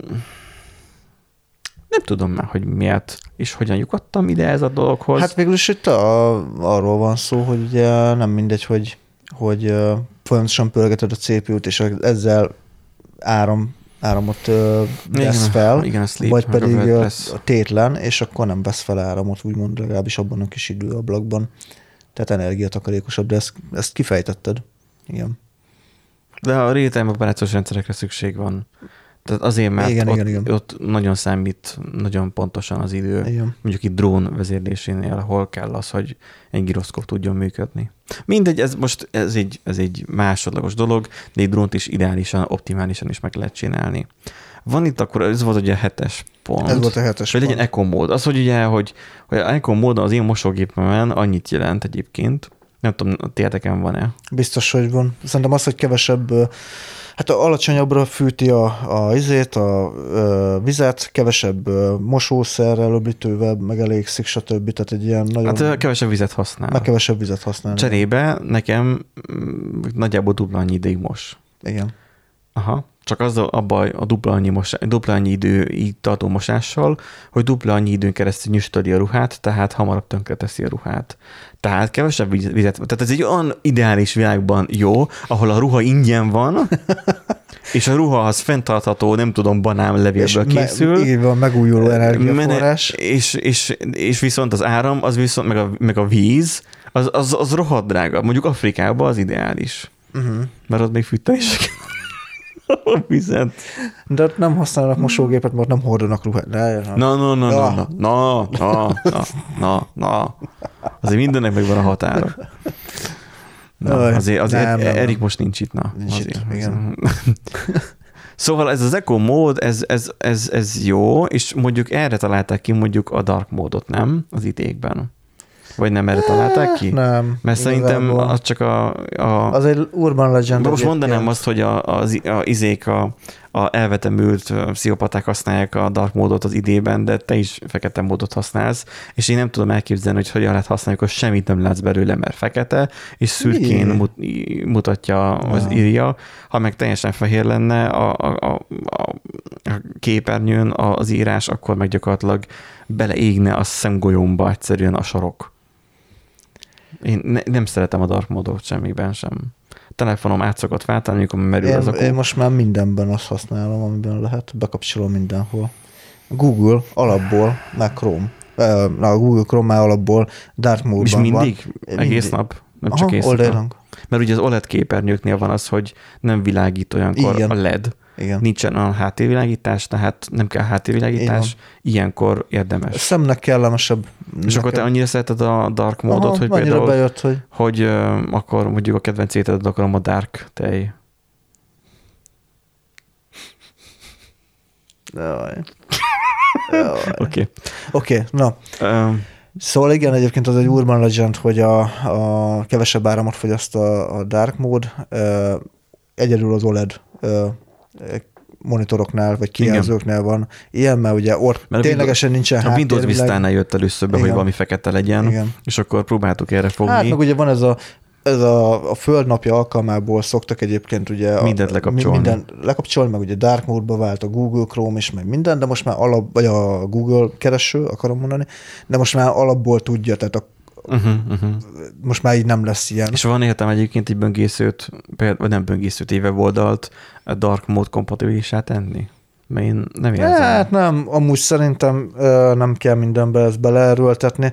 Nem tudom már, hogy miért és hogyan lyukadtam ide ez a dologhoz. Hát végül is itt a, arról van szó, hogy ugye nem mindegy, hogy, hogy uh, folyamatosan pörgeted a cé pé u-t, és ezzel áram, áramot uh, vesz fel, igen, sleep, vagy pedig a, a tétlen, és akkor nem vesz fel áramot, úgymond legalábbis abban a kis időablakban. Tehát energiatakarékosabb, de ezt, ezt kifejtetted. Igen. De a real-time operációs rendszerekre szükség van. Tehát azért, mert igen, ott, igen, igen. ott nagyon számít, nagyon pontosan az idő. Igen. Mondjuk itt drón vezérlésénél, hol kell az, hogy egy gyroszkóp tudjon működni. Mindegy, ez most ez egy, ez egy másodlagos dolog, de egy drónt is ideálisan, optimálisan is meg lehet csinálni. Van itt akkor, ez volt ugye a hetes pont. Ez volt a hetes hogy pont. Legyen eco mód. Az, hogy ugye, hogy, hogy eco módon az én mosógépemen annyit jelent egyébként, Nem tudom, a tiéteken van-e? Biztos, hogy van. Szerintem az, hogy kevesebb, hát alacsonyabbra fűti a, a izét, a, a vizet, kevesebb mosószerrel, öblítővel megelégszik, stb. Tehát egy ilyen nagyon... Hát kevesebb vizet használ. Meg kevesebb vizet használ. Cserébe nekem nagyjából dupla annyi ideig mos. Igen. Aha. Csak az a, a baj a dupla annyi, mosá, dupla annyi időig tartó mosással, hogy dupla annyi időn keresztül nyüstöli a ruhát, tehát hamarabb tönkreteszi a ruhát. Tehát kevesebb vizet. Tehát ez egy olyan ideális világban jó, ahol a ruha ingyen van, és a ruha az fenntartható, nem tudom, banánlevélből készül. Me, így van, megújuló energiaforrás. És, és, és viszont az áram, az viszont, meg a, meg a víz, az, az, az rohadt drága. Mondjuk Afrikában az ideális. Uh-huh. Mert ott még fűtések. A vizet. De ott nem használnak mosógépet, mert nem hordanak ruhát. Na, na, na, na, na, na, na, na, na, na. Azért mindennek megvan a határa. Na, azért azért nem, nem, Erik most nincs itt. Na, nincs azért, itt, igen. Szóval ez az eco mód, ez, ez, ez, ez jó, és mondjuk erre találták ki mondjuk a dark módot, nem? Az idékben. Vagy nem erre találták ki? Nem. Mert szerintem az csak a... a az egy urban legend. Most mondanám azt, hogy a, a, a izék, a, a elvetemült pszichopaták használják a dark módot az idében, de te is fekete módot használsz, és én nem tudom elképzelni, hogy hogyan lehet használni, hogy semmit nem látsz belőle, mert fekete, és szürkén mut, mutatja az ja. írja. Ha meg teljesen fehér lenne a, a, a, a képernyőn az írás, akkor meg gyakorlatilag beleégne a szemgolyomba egyszerűen a sarok. Én ne, nem szeretem a dark módot semmiben sem. A telefonom át szokott váltani, amikor merül én, az a kó... Én most már mindenben azt használom, amiben lehet. Bekapcsolom mindenhol. Google alapból, meg Chrome. A Google Chrome már alapból dark módban és mindig? van. Egész mindig. Nap? Nem Aha, csak éjszaka? Mert ugye az o led képernyőknél van az, hogy nem világít olyankor igen. a led. Igen. Nincsen olyan háttérvilágítás, tehát nem kell háttérvilágítás, ilyenkor érdemes. Szemnek kellemesebb. És nekem. akkor te annyira szereted a dark módot, Aha, hogy például, bejött, hogy, hogy uh, akkor mondjuk a kedvenc ételed akarom a dark tej. Jaj. Oké. Oké, okay, na. Um, Szóval igen, egyébként az egy urban legend, hogy a, a kevesebb áramot fogyaszt a, a dark mód. Egyedül az o led monitoroknál, vagy kijelzőknél van ilyen, mert ugye ott mert ténylegesen nincsen háttérvilág. A Windows Vista-nál jött először be, igen. hogy valami fekete legyen, igen. és akkor próbáltuk erre fogni. Hát meg ugye van ez a Ez a, a földnapja alkalmából szoktak egyébként ugye mindent lekapcsolni. Minden lekapcsolni, meg ugye dark módba vált a Google Chrome is, meg minden, de most már alap, vagy a Google kereső, akarom mondani, de most már alapból tudja, tehát a, uh-huh, uh-huh. most már így nem lesz ilyen. És van értem egyébként egy böngészőt, vagy nem böngészőt, éveoldalt a dark mód kompatibilissá tenni? Mert én nem érzem. Hát nem, amúgy szerintem nem kell mindenbe ezt beleerőltetni.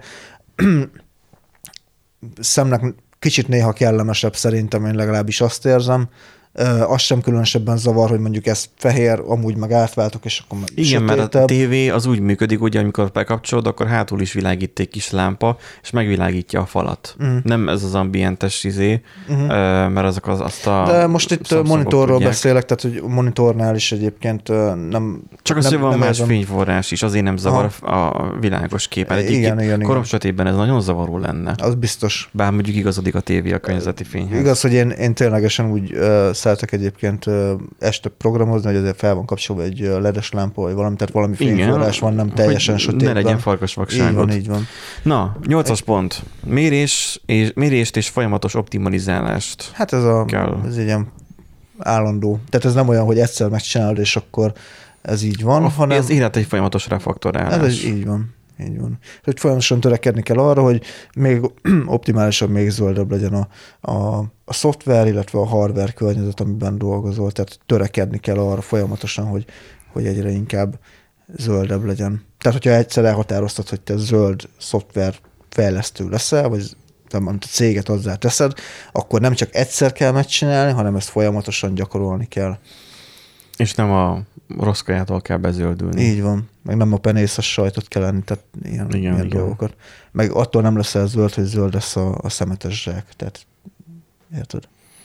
Szemnek kicsit néha kellemesebb szerintem, én legalábbis azt érzem. Az sem különösebben zavar, hogy mondjuk ez fehér, amúgy meg átváltok, és akkor meg igen, sötétebb. Mert a tévé az úgy működik, ugye, amikor bekapcsolod, akkor hátul is világít egy kis lámpa, és megvilágítja a falat. Uh-huh. Nem ez az ambientes izé, uh-huh. mert azok az, azt a... De most itt monitorról tudják. Beszélek, tehát hogy monitornál is egyébként nem... Csak az, hogy van más érzem. Fényforrás is, azért nem zavar ha. a világos képen. Igen, igen, koromsötétben ez nagyon zavaró lenne. Az biztos. Bár mondjuk igazodik a tévé a környezeti fényhez. Igaz, hogy én, én ténylegesen úgy uh, szeretek egyébként uh, este programozni, hogy azért fel van kapcsolva egy ledes lámpa, vagy valami, tehát valami fényforrás van, nem teljesen sötétben. Ne legyen farkasvakságot. Így van, így van. Na, nyolcas pont. Mérés és, mérést és folyamatos optimalizálást. Hát ez, a, ez egy ilyen állandó. Tehát ez nem olyan, hogy egyszer megcsinálod, és akkor ez így van, a, hanem... Ez élet egy folyamatos refaktorálás. Ez így van. Így van. Hogy folyamatosan törekedni kell arra, hogy még optimálisabb, még zöldebb legyen a, a, a szoftver, illetve a hardware környezet, amiben dolgozol. Tehát törekedni kell arra folyamatosan, hogy, hogy egyre inkább zöldebb legyen. Tehát, hogyha egyszer elhatároztad, hogy te zöld szoftver fejlesztő leszel, vagy amit a céget hozzá teszed, akkor nem csak egyszer kell megcsinálni, hanem ezt folyamatosan gyakorolni kell. És nem a rossz kajától kell bezöldülni. Így van. Meg nem a penészes sajtot kell enni, tehát ilyen, igen, ilyen igen. dolgokat. Meg attól nem lesz el zöld, hogy zöld lesz a, a szemetes zsák. Tehát, érted?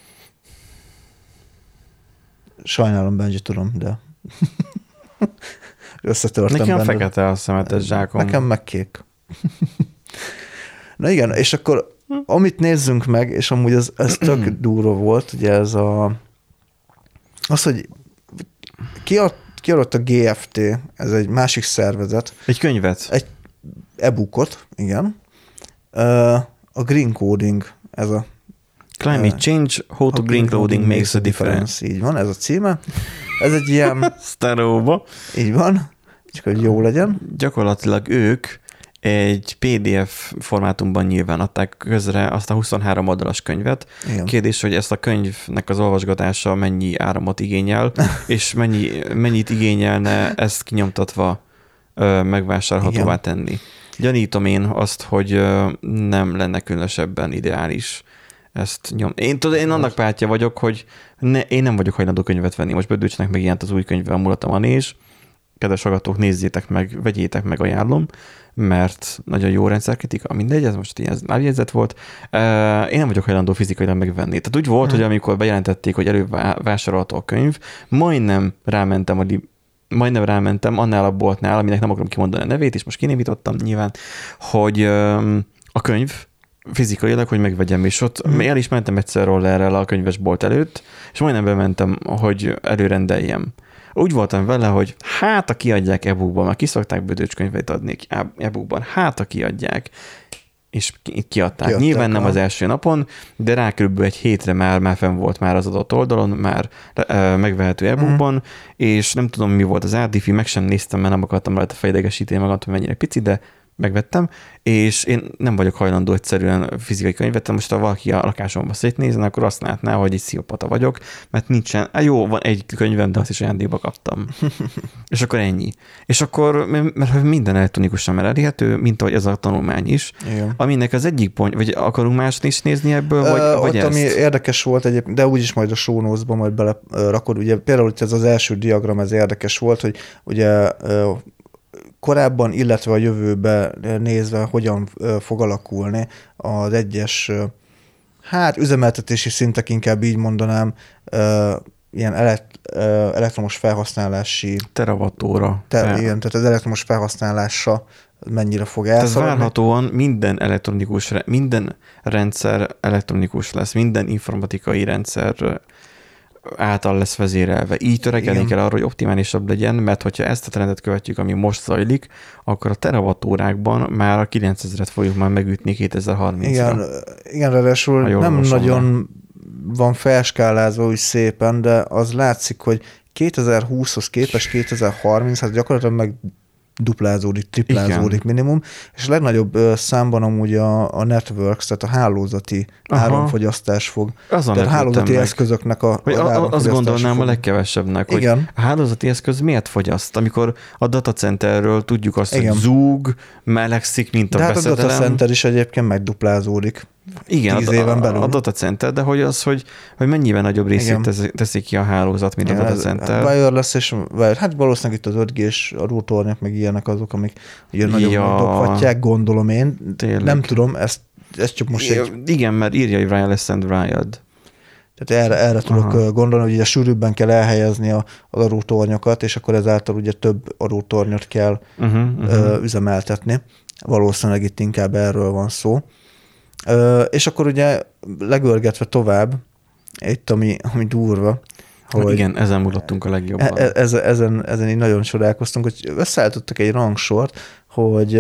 Sajnálom, Benji, tudom, de összetörtem nekem benned. Fekete a szemetes zsákom. Nekem meg kék. Na igen, és akkor amit nézzünk meg, és amúgy ez, ez tök durva volt, ugye ez a az, hogy kiad, kiadott a gé ef té, ez egy másik szervezet. Egy könyvet. Egy e-bookot, igen. A Green Coding, ez a Climate Change, How to Green Coding Makes a Difference. Így van, ez a címe. Ez egy ilyen... Sztereóba. Így van, csak hogy jó legyen. Gyakorlatilag ők egy pé dé ef formátumban nyilván adták közre azt a huszonhárom oldalas könyvet. Igen. Kérdés, hogy ezt a könyvnek az olvasgatása mennyi áramot igényel, és mennyi, mennyit igényelne ezt kinyomtatva ö, megvásárolhatóvá tenni. Gyanítom én azt, hogy ö, nem lenne különösebben ideális ezt nyom. Én, tudod, én annak pártja vagyok, hogy ne, én nem vagyok hajlandó könyvet venni. Most Bödőcsnek megjelent az új könyve, a Mulatom a Nés. Kedves hallgatók, nézzétek meg, vegyétek meg, ajánlom, mert nagyon jó rendszerkritika, mindegy, ez most ilyen lábjegyzet volt. Én nem vagyok hajlandó fizikailag megvenni. Tehát úgy volt, hmm. hogy amikor bejelentették, hogy elővásárolható a könyv, majdnem rámentem a majdnem rámentem annál a boltnál, aminek nem akarom kimondani a nevét, és most kinémítottam nyilván, hogy a könyv fizikailag, hogy megvegyem, és ott hmm. el is mentem egyszer rollerrel a könyvesbolt előtt, és majdnem bementem, hogy előrendeljem. Úgy voltam vele, hogy hát a kiadják e-bookban, mert kiszokták Bödöcs könyveit adni e-bookban, hát a kiadják, és kiadták. kiadták Nyilván nem a... az első napon, de rá körülbelül egy hétre már, már fenn volt már az adott oldalon, már e, megvehető e-bookban, mm. és nem tudom, mi volt az árdifi, meg sem néztem, mert nem akartam rajta fejlegesíteni magam, hogy mennyire pici, de megvettem, és én nem vagyok hajlandó egyszerűen fizikai könyvet, most ha valaki a lakásomban szétnézne, akkor azt látná, hogy egy sziopata vagyok, mert nincsen, á, jó, van egy könyvem, de azt is ajándékba kaptam. És akkor ennyi. És akkor, mert minden elektronikusan már elérhető, mint ahogy ez a tanulmány is, igen. Aminek az egyik pont, vagy akarunk mást is nézni ebből, vagy, Ö, vagy ott, ezt? Ami érdekes volt egyébként, de úgyis majd a show notes-ba majd bele rakod, ugye például ez az első diagram, ez érdekes volt, hogy ugye korábban, illetve a jövőbe nézve hogyan fog alakulni az egyes, hát üzemeltetési szintek, inkább így mondanám, ilyen elekt, elektromos felhasználási... Teravattóra. Te, igen, tehát az elektromos felhasználása mennyire fog elszaladni. Tehát várhatóan minden elektronikus, minden rendszer elektronikus lesz, minden informatikai rendszer által lesz vezérelve. Így törekedni kell arra, hogy optimálisabb legyen, mert hogyha ezt a trendet követjük, ami most zajlik, akkor a teravattórákban már a kilencezret fogjuk már megütni kétezer-harmincra. Igen, igen, ráadásul nem nagyon le. van felskálázva úgy szépen, de az látszik, hogy kétezer-húszhoz képest kétezer-harminc, hát gyakorlatilag meg duplázódik, triplázódik igen. minimum, és a legnagyobb számban amúgy a, a networks, tehát a hálózati Aha. áramfogyasztás fog. Azon tehát a hálózati meg. eszközöknek a, a, a Azt gondolnám fog. a legkevesebbnek, igen. hogy a hálózati eszköz miért fogyaszt? Amikor a datacenterről tudjuk azt, igen. hogy zúg, melegszik, mint a de beszedelem. De hát a datacenter is egyébként megduplázódik. Igen, tíz éven belül. A, a datacenter, de hogy az, hogy, hogy mennyivel nagyobb részét teszik ki a hálózat, mint igen, a datacenter. Wireless és wire, hát valószínűleg itt az öt G-s a routernek, meg ilyenek azok, amik ugye nagyon ja, dobhatják, gondolom én. Tényleg. Nem tudom, ezt, ezt csak most ja, egy... Igen, mert írja, hogy wireless and wired. Tehát erre, erre tudok gondolni, hogy ugye sűrűbben kell elhelyezni a, az adótornyokat, és akkor ezáltal ugye több adótornyot kell uh-huh, uh-huh. üzemeltetni. Valószínűleg itt inkább erről van szó. Uh, és akkor ugye legörgetve tovább, itt ami, ami durva, hogy igen, ezen mutattunk a legjobban. E- ezen, ezen, ezen így nagyon csodálkoztunk, hogy összeállítottak egy rangsort, hogy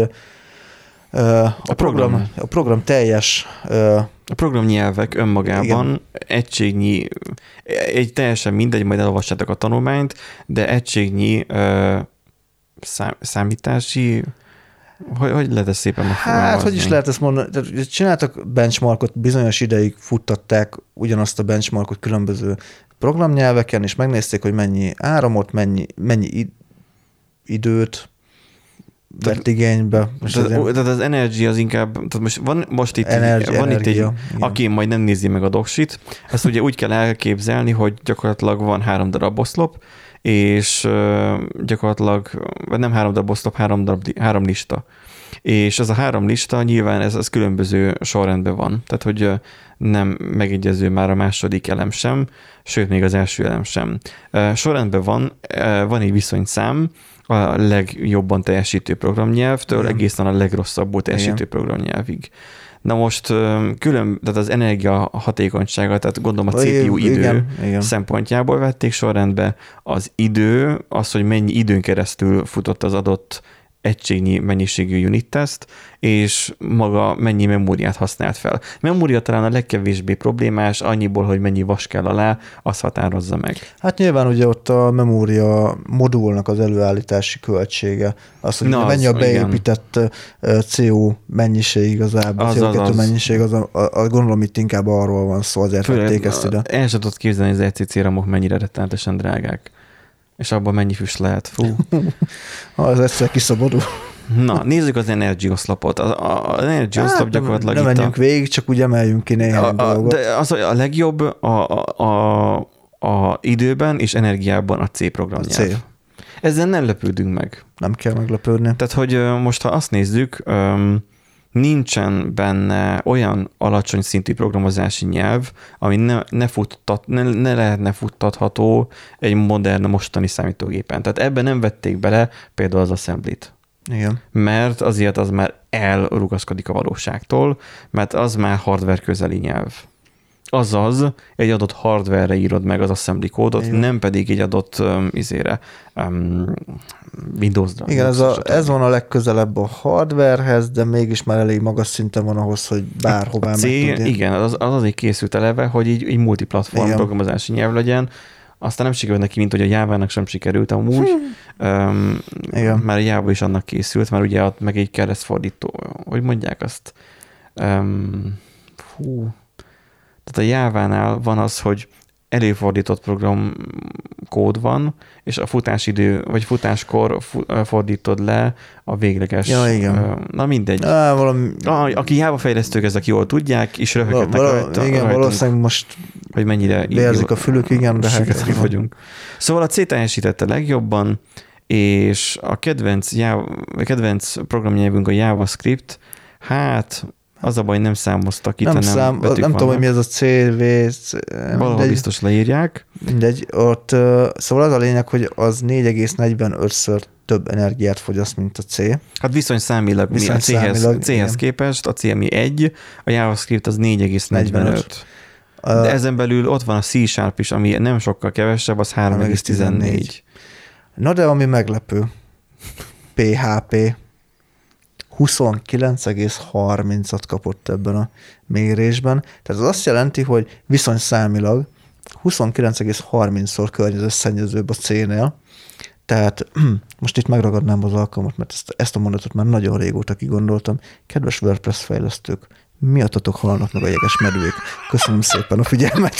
uh, a, a, program, program, a program teljes... Uh, a programnyelvek önmagában igen. egységnyi, egy teljesen mindegy, majd elolvassátok a tanulmányt, de egységnyi uh, szám, számítási... Hogy, hogy lehet ezt szépen megfogalmazni? Hát, hogy is lehet ezt mondani? Tehát csináltak benchmarkot, bizonyos ideig futtatták ugyanazt a benchmarkot különböző programnyelveken, és megnézték, hogy mennyi áramot, mennyi, mennyi időt vett igénybe. Tehát az energy az inkább, tehát most van most itt, energy, van energia, itt egy, igen. aki majd nem nézi meg a doksit, ezt ugye úgy kell elképzelni, hogy gyakorlatilag van három darab oszlop, és gyakorlatilag, vagy nem három darab oszlop, három, darab, három lista. És ez a három lista nyilván ez, ez különböző sorrendben van. Tehát, hogy nem megegyező már a második elem sem, sőt, még az első elem sem. Sorrendben van, van egy viszonyszám a legjobban teljesítő programnyelvtől igen. egészen a legrosszabbul teljesítő igen. programnyelvig. Na most külön, tehát az energia hatékonysága, tehát gondolom a cé pé u idő igen, igen. szempontjából vették sorrendbe, az idő, az, hogy mennyi időn keresztül futott az adott egységnyi mennyiségű unit test, és maga mennyi memóriát használt fel. Memória talán a legkevésbé problémás, annyiból, hogy mennyi vas kell alá, az határozza meg. Hát nyilván ugye ott a memória modulnak az előállítási költsége, az, hogy Na, mennyi az, a beépített igen. cé o mennyiség igazából, az, cé o kettő az, az. mennyiség, az a, a, a, gondolom itt inkább arról van szó, azért vették ezt ide. El sem tudod képzelni, hogy az e cé cé ramok mennyire rettenetesen drágák. És abban mennyi füst lehet. Fú. Ha az egyszer kiszabadul. Na, nézzük az energy oszlopot. Az energy hát, oszlop gyakorlatilag nem, nem menjünk a... végig, csak úgy emeljünk ki néhány a, dolgot. De az a legjobb a, a, a, a időben és energiában a C programnyelv. C. Ezzel nem lepődünk meg. Nem kell meglepődni. Tehát, hogy most ha azt nézzük, nincsen benne olyan alacsony szintű programozási nyelv, ami ne, ne, futtat, ne, ne lehetne futtatható egy modern mostani számítógépen. Tehát ebben nem vették bele például az assembly-t. Igen. Mert azért az már elrugaszkodik a valóságtól, mert az már hardware közeli nyelv. Azaz, egy adott hardware-re írod meg az assembly kódot, igen. nem pedig egy adott um, izére, um, Windows-ra. Igen, ez, a, ez van a legközelebb a hardwarehez, de mégis már elég magas szinten van ahhoz, hogy bárhová C, meg tudni. Igen, az, az azért készült eleve, hogy így, így multiplatform igen. programozási nyelv legyen. Aztán nem sikerült neki, mint hogy a Jávának sem sikerült amúgy. um, igen. Már a Java is annak készült, mert ugye ott meg egy keresztfordító, hogy mondják azt? Um, fú... Tehát a Jávánál van az, hogy előfordított programkód van, és a futásidő, vagy futáskor fordítod le a végleges... Ja, igen. Na mindegy. Á, valami... a, aki Java fejlesztők, ezek jól tudják, és röhöghetnek Val- rajta. Igen, rajtunk, valószínűleg most hogy mennyire vérzik a fülük, igen, de hát mi vagyunk. Szóval a C teljesítette legjobban, és a kedvenc, Java, a kedvenc programnyelvünk a JavaScript, hát... Az a baj, nem számoztak itt, nem, nem szám, nem vannak. tudom, hogy mi ez a cé vé. Valahol mindegy, biztos leírják. Mindegy. Ott, szóval az a lényeg, hogy az négy egész negyvenötször több energiát fogyaszt, mint a C. Hát viszonyszámilag viszony a C-hez, C-hez képest, a C ami egy, a JavaScript az négy egész negyvenöt. De ezen belül ott van a C-sharp is, ami nem sokkal kevesebb, az három egész tizennégy. Na de ami meglepő, pé há pé huszonkilenc egész harmincat kapott ebben a mérésben. Tehát az azt jelenti, hogy viszonyszámilag huszonkilenc egész harmincszor környezetszennyezőbb a C-nél. Tehát most itt megragadnám az alkalmat, mert ezt, ezt a mondatot már nagyon régóta kigondoltam. Kedves WordPress fejlesztők, miattatok halnak meg a jeges medvék. Köszönöm szépen a figyelmet.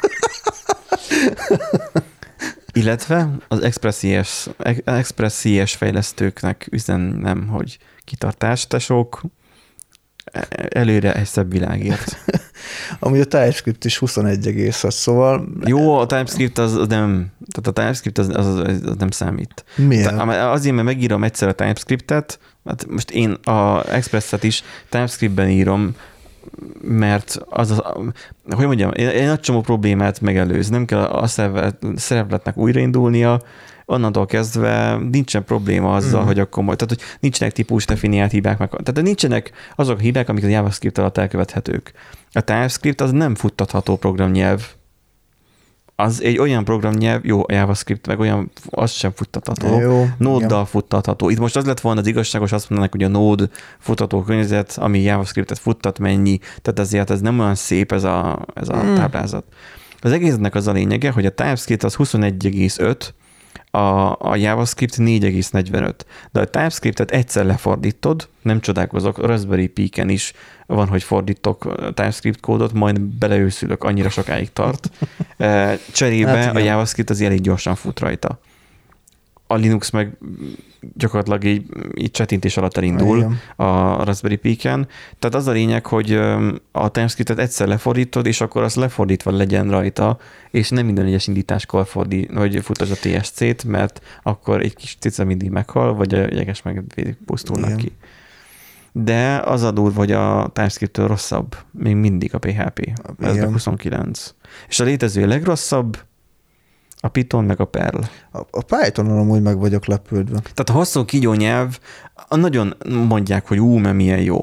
Illetve az Express.js, Express.js fejlesztőknek üzenem, hogy kitartás, tesók, előre egy szebb világért. Amúgy a TypeScript is huszonegy egész hat, szóval... Jó, a TypeScript az nem, tehát a TypeScript az, az, az, az nem számít. Miért? Azért, mert megírom egyszer a TypeScriptet, hát most én a Expresset is TypeScriptben írom, mert az, az hogy mondjam, egy nagy csomó problémát megelőz. Nem kell a szervletnek újraindulnia, onnantól kezdve nincsen probléma azzal, mm. hogy akkor majd, tehát hogy nincsenek típus definiált hibák, meg, tehát nincsenek azok a hibák, amik a JavaScript alatt elkövethetők. A TypeScript az nem futtatható programnyelv. Az egy olyan programnyelv, jó, a JavaScript meg olyan, az sem futtatható. Node-dal futtatható. Itt most az lett volna az igazságos, azt mondanak, hogy a Node futtató környezet, ami JavaScriptet futtat, mennyi, tehát ezért ez nem olyan szép ez a, ez a mm. táblázat. Az egésznek az a lényege, hogy a TypeScript az huszonegy egész öt, a, a JavaScript négy egész negyvenöt. De a TypeScriptet egyszer lefordítod, nem csodálkozok, a Raspberry Pi-ken is van, hogy fordítok TypeScript kódot, majd beleőszülök, annyira sokáig tart. Cserébe hát, a JavaScript az elég gyorsan fut rajta. A Linux meg gyakorlatilag így, így csetintés alatt elindul igen. a Raspberry Pi-ken. Tehát az a lényeg, hogy a TypeScriptet egyszer lefordítod, és akkor az lefordítva legyen rajta, és nem minden egyes indításkor fordít, hogy futasd a té es cét, mert akkor egy kis cica mindig meghal, vagy a jeges meg pusztulnak igen. ki. De az a durva, hogy a TypeScript-től rosszabb, még mindig a pé há pé. Ez meg huszonkilenc. És a létező legrosszabb a Python meg a Perl. A, a Pythonon amúgy meg vagyok lepődve. Tehát a hosszú kígyó nyelv, nagyon mondják, hogy ú, mert milyen jó.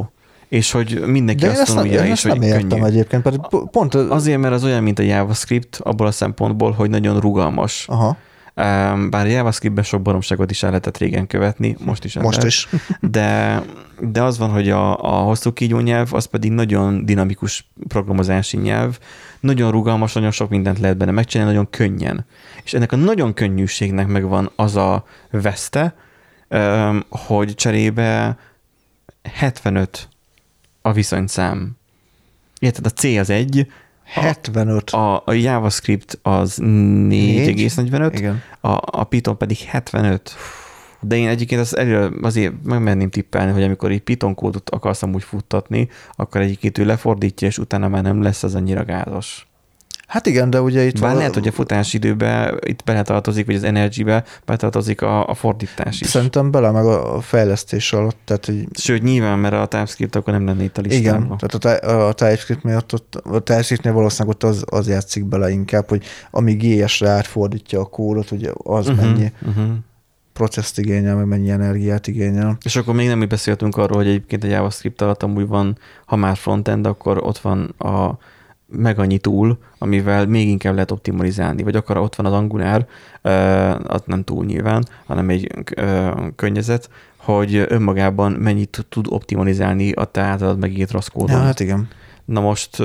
és hogy mindenki De azt ezt nem, tanulja, én és ezt hogy nem értem könnyű. egyébként, pedig pont... Azért, mert az olyan, mint a JavaScript, abból a szempontból, hogy nagyon rugalmas. Aha. Bár a JavaScriptben sok baromságot is el lehetett régen követni, most is el Most lehet. is. De, de az van, hogy a, a hosszú kígyó nyelv, az pedig nagyon dinamikus programozási nyelv, nagyon rugalmas, nagyon sok mindent lehet benne megcsinálni, nagyon könnyen. És ennek a nagyon könnyűségnek megvan az a veszte, hogy cserébe hetvenöt a viszonyszám. Érted, a C az egy, hetvenöt. A, a JavaScript az négy egész negyvenöt, Igen. a, a Python pedig hetvenöt. De én egyébként az előre azért megmerném tippelni, hogy amikor így Python kódot akarsz amúgy futtatni, akkor egyébként ő lefordítja, és utána már nem lesz az annyira gázos. Hát igen, de ugye itt... Bár vala... lehet, hogy a futásidőbe itt beletartozik, vagy az energy-be beletartozik a, a fordítás is. Szerintem bele meg a fejlesztés alatt. Tehát, hogy... Sőt, nyilván, mert a TypeScript akkor nem lenne itt a listában. Igen, tehát a, a TypeScript miatt ott, a TypeScriptnél valószínűleg ott az, az játszik bele inkább, hogy amíg gé es-re átfordítja a kódot, ugye az uh-huh, mennyi uh-huh. processzt igényel, meg mennyi energiát igényel. És akkor még nem úgy beszéltünk arról, hogy egyébként a JavaScript alatt amúgy van, ha már frontend, akkor ott van a meg annyi tool, amivel még inkább lehet optimalizálni, vagy akár ott van az Angular, az nem túl nyilván, hanem egy környezet, hogy önmagában mennyit tud optimalizálni a te általad megírt rossz kódon. Ja, hát igen. Na most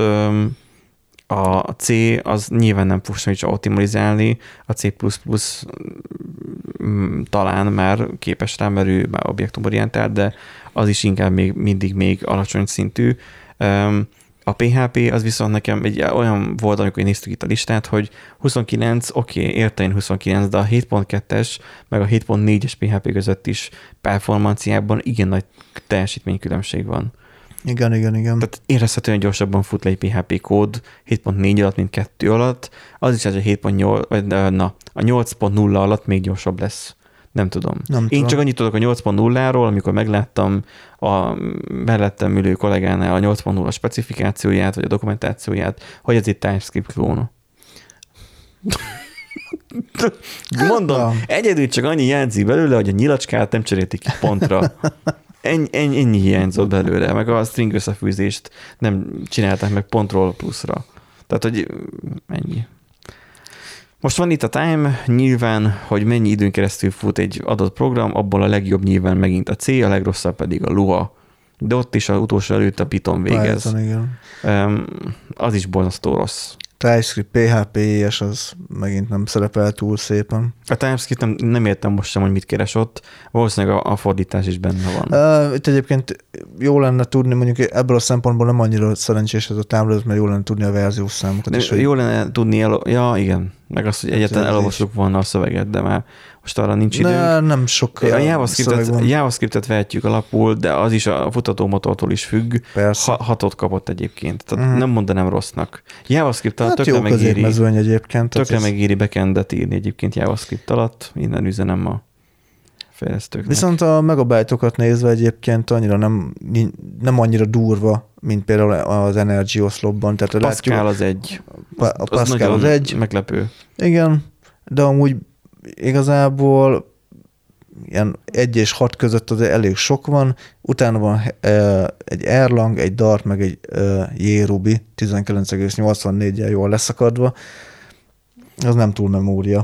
a C az nyilván nem fog semmit optimalizálni, a C plusz plusz talán már képes rá, mert ő már objektumorientált, de az is inkább még mindig még alacsony szintű. A pé há pé az viszont nekem egy olyan volt, amikor én néztük itt a listát, hogy huszonkilenc, oké, okay, érte én huszonkilenc, de a hét pont kettes meg a hét pont négyes pé há pé között is performanciában igen nagy teljesítménykülönbség van. Igen, igen, igen. Tehát érezhetően gyorsabban fut le egy pé há pé kód hét pont négy alatt, mint kettő alatt. Az is ez, hogy hét pont nyolc, vagy na, a nyolc pont nulla alatt még gyorsabb lesz. Nem tudom. Nem Én tudom. csak annyit tudok a nyolc pont nulláról, amikor megláttam a mellettem ülő kollégánál a nyolc pont nulla specifikációját, vagy a dokumentációját, hogy ez egy TypeScript klón. Mondom, Hát, egyedül csak annyi hiányzik belőle, hogy a nyilacskát nem cserélték ki pontra. Ennyi, ennyi, ennyi hiányzott belőle, meg a string összefűzést nem csinálták meg pontról pluszra. Tehát, hogy ennyi. Most van itt a time, nyilván, hogy mennyi időn keresztül fut egy adott program, abból a legjobb nyilván megint a C, a legrosszabb pedig a Lua. De ott is az utolsó előtt a Python végez. Python, igen. Um, az is borzasztó rossz. TypeScript, pé há pé, és az megint nem szerepel túl szépen. A TypeScript nem, nem értem most sem, hogy mit keres ott. Valószínűleg a, a fordítás is benne van. Uh, itt egyébként jó lenne tudni, mondjuk ebből a szempontból nem annyira szerencsés ez a táblázat, mert jó lenne tudni a verziós számokat. És jó lenne tudni, el, ja igen, meg azt, hogy egyáltalán elolvassuk volna a szöveget, de már most arra nincs időnk. Ne, nem sok a JavaScriptet, JavaScriptet vehetjük alapul, de az is a futtatómotortól is függ. Persze. Ha, hatot kapott egyébként. Tehát uh-huh. nem mondanám rossznak. JavaScript alatt hát tökre jó megéri, egyébként. tökre ez... megéri backendet írni egyébként JavaScript alatt. Innen üzenem a fejlesztőknek. Viszont a megabyte-okat nézve egyébként annyira nem, nem annyira durva, mint például az Energy oszlopban. Tehát Pascal látjuk, az egy. A, a Pascal az, az egy. Meglepő. Igen, de amúgy igazából ilyen egy és hat között azért elég sok van, utána van egy Erlang, egy Dart, meg egy JRuby tizenkilenc egész nyolcvannégyel jól leszakadva. Az nem túl memória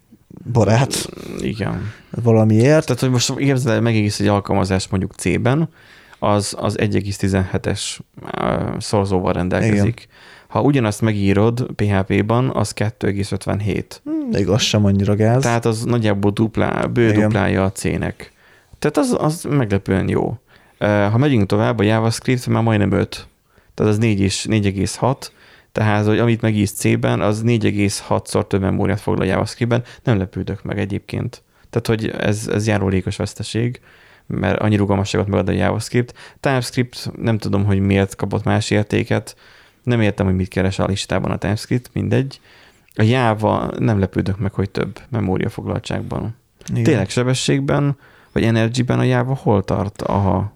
barát. Igen. Valamiért. Tehát, hogy most képzeld, megegész egy alkalmazás mondjuk C-ben, az, az egy egész tizenhetes szorzóval rendelkezik. Igen. Ha ugyanazt megírod pé há pé-ban, az kettő egész ötvenhét. Még az sem annyira gáz. Tehát az nagyjából duplá, bő Igen. duplája a C-nek. Tehát az, az meglepően jó. Ha megyünk tovább, a JavaScript már majdnem öt. Tehát az négy egész hat. Tehát, hogy amit megírsz C-ben, az négy egész hatszor több memóriát foglal a JavaScript-ben. Nem lepődök meg egyébként. Tehát, hogy ez, ez járulékos veszteség, mert annyi rugalmasságot megad a JavaScript. TypeScript nem tudom, hogy miért kapott más értéket. Nem értem, hogy mit keres a listában a TypeScript, mindegy. A Java nem lepődök meg, hogy több memóriafoglaltságban. Igen. Tényleg sebességben, vagy energy-ben a Java hol tart? Aha.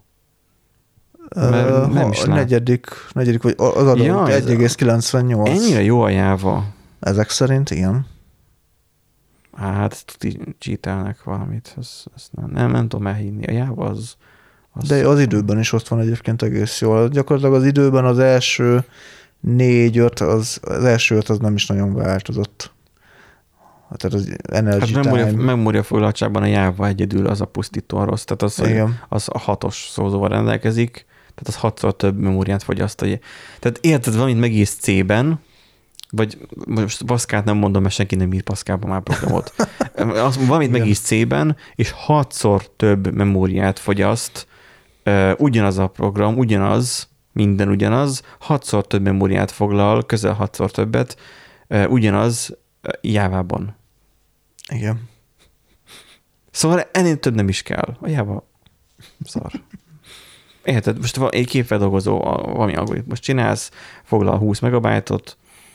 Mert uh, nem is lát. Negyedik, negyedik, vagy az adott ja, egy egész kilencvennyolc. Ennyire jó a Java? Ezek szerint, igen. Hát, tuti cheatelnek valamit. Ezt, ezt nem, nem, nem tudom elhinni. A Java az, Az... De az időben is ott van egyébként egész jól. Gyakorlatilag az időben az első négy-öt, az, az első öt az nem is nagyon változott. Tehát az energy hát memória, time. memóriafoglaltságban a Java egyedül az a pusztítóan rossz. Tehát az, hogy az a hatos szózóval rendelkezik, tehát az hatszor több memóriát fogyaszt. Tehát érted, valamit megírsz C-ben, vagy most Pascalt nem mondom, mert senki nem ír Pascalban már programot. Az, valamit igen. megírsz C-ben, és hatszor több memóriát fogyaszt, uh, ugyanaz a program, ugyanaz, minden ugyanaz, hatszor több memóriát foglal, közel hatszor többet, uh, ugyanaz uh, Java-ban. Igen. Szóval ennél több nem is kell. A Java szar. Érted, most egy képfeldolgozó valami algoritmus csinálsz, foglal húsz megabájtot,